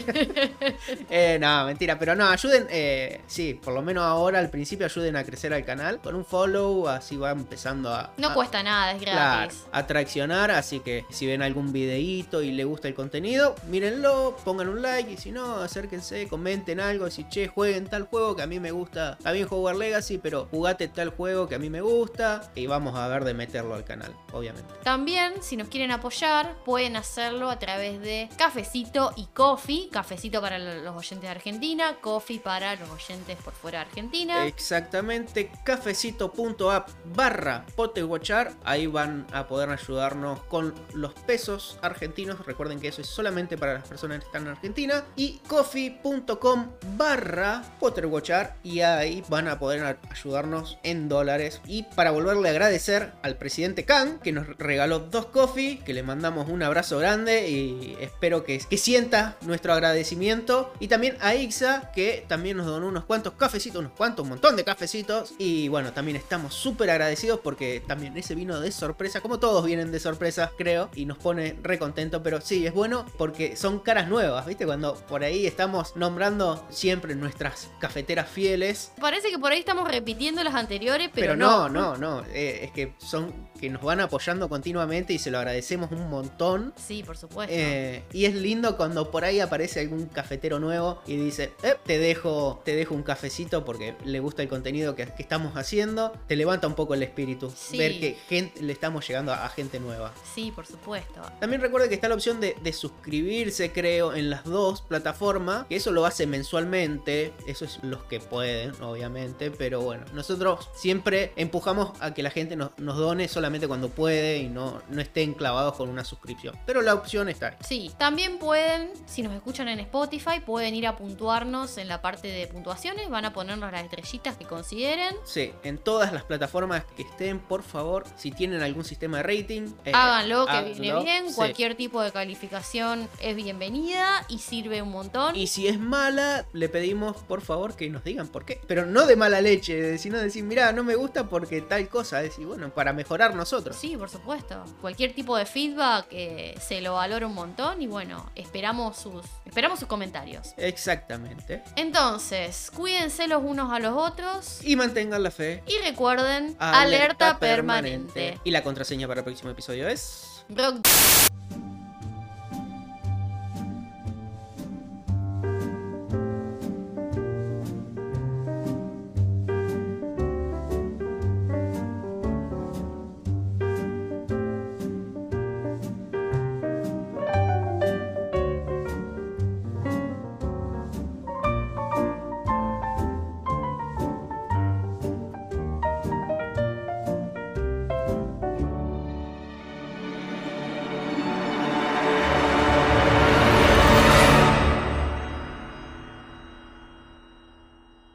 eh, no, mentira, pero no, ayuden, eh, sí, por lo menos ahora al principio ayuden a crecer al canal con un follow, así va empezando a... No a, cuesta nada, es gratis. Claro, a traccionar, así que si ven algún videíto y le gusta el contenido, mírenlo, pongan un like, y si no, acérquense, comenten algo, si che, jueguen tal juego que a mí me gusta, también Hogwarts Legacy, pero jugate tal juego que a mí me gusta, y vamos a ver de meterlo al canal, obviamente. También, si nos quieren apoyar, pueden hacerlo a través de Cafecito y Coffee. Cafecito para los oyentes de Argentina, Coffee para los oyentes por fuera de Argentina. Exactamente, cafecito.app barra potewatchar. Ahí van a poder ayudarnos con los pesos argentinos. Recuerden que eso es solamente para las personas que están en Argentina. Y coffee.com barra potewatchar. Y ahí van a poder ayudarnos en dólares. Y para volverle a agradecer al presidente Khan, que nos regaló dos coffee, que le mandamos un abrazo grande y espero que, que sienta nuestro agradecimiento. Y también a Ixa, que también nos donó unos cuantos cafecitos, unos cuantos, un montón de cafecitos. Y bueno, también estamos súper agradecidos porque también ese vino de sorpresa, como todos vienen de sorpresa, creo, y nos pone re contento. Pero sí, es bueno porque son caras nuevas, ¿viste? Cuando por ahí estamos nombrando siempre nuestras cafeteras fieles. Parece que por ahí estamos repitiendo las anteriores, pero, pero no. no, no, no. Eh, es que son que nos van apoyando continuamente y se lo agradecemos un montón. Sí, por supuesto. Eh, y es lindo cuando por ahí aparece algún cafetero nuevo y dice, eh, te dejo, te dejo un cafecito porque le gusta el contenido que, que estamos haciendo. Te levanta un poco el espíritu. Sí. Ver que gente, le estamos llegando a, a gente nueva. Sí, por supuesto. También recuerda que está la opción de, de suscribirse, creo, en las dos plataformas. Que eso lo hace mensualmente. Eso es los que pueden, obviamente. Pero bueno, nosotros siempre empujamos a que la gente nos, nos done solamente cuando puede y no, no estén clavados con una suscripción. Pero la opción está ahí. Sí, también pueden, si nos escuchan en Spotify, pueden ir a puntuarnos en la parte de puntuaciones. Van a ponernos las estrellitas que consideren. Sí, en todas las plataformas que estén, por favor, si tienen algún sistema de rating, eh, háganlo, que háganlo. viene bien. Sí. Cualquier tipo de calificación es bienvenida y sirve un montón. Y si es mala, le pedimos por favor que nos digan por qué. Pero no de mala leche, sino decir, mirá, no me gusta porque tal cosa. Decir, bueno, para mejorar nosotros. Sí, por supuesto. Cualquier tipo de feedback eh, se lo valora un montón y bueno, esperamos sus, esperamos sus comentarios. Exactamente. Entonces, cuídense los unos a los otros. Y mantengan la fe. Y recuerden, Alerta alerta, permanente. permanente. Y la contraseña para el próximo episodio es... Rock.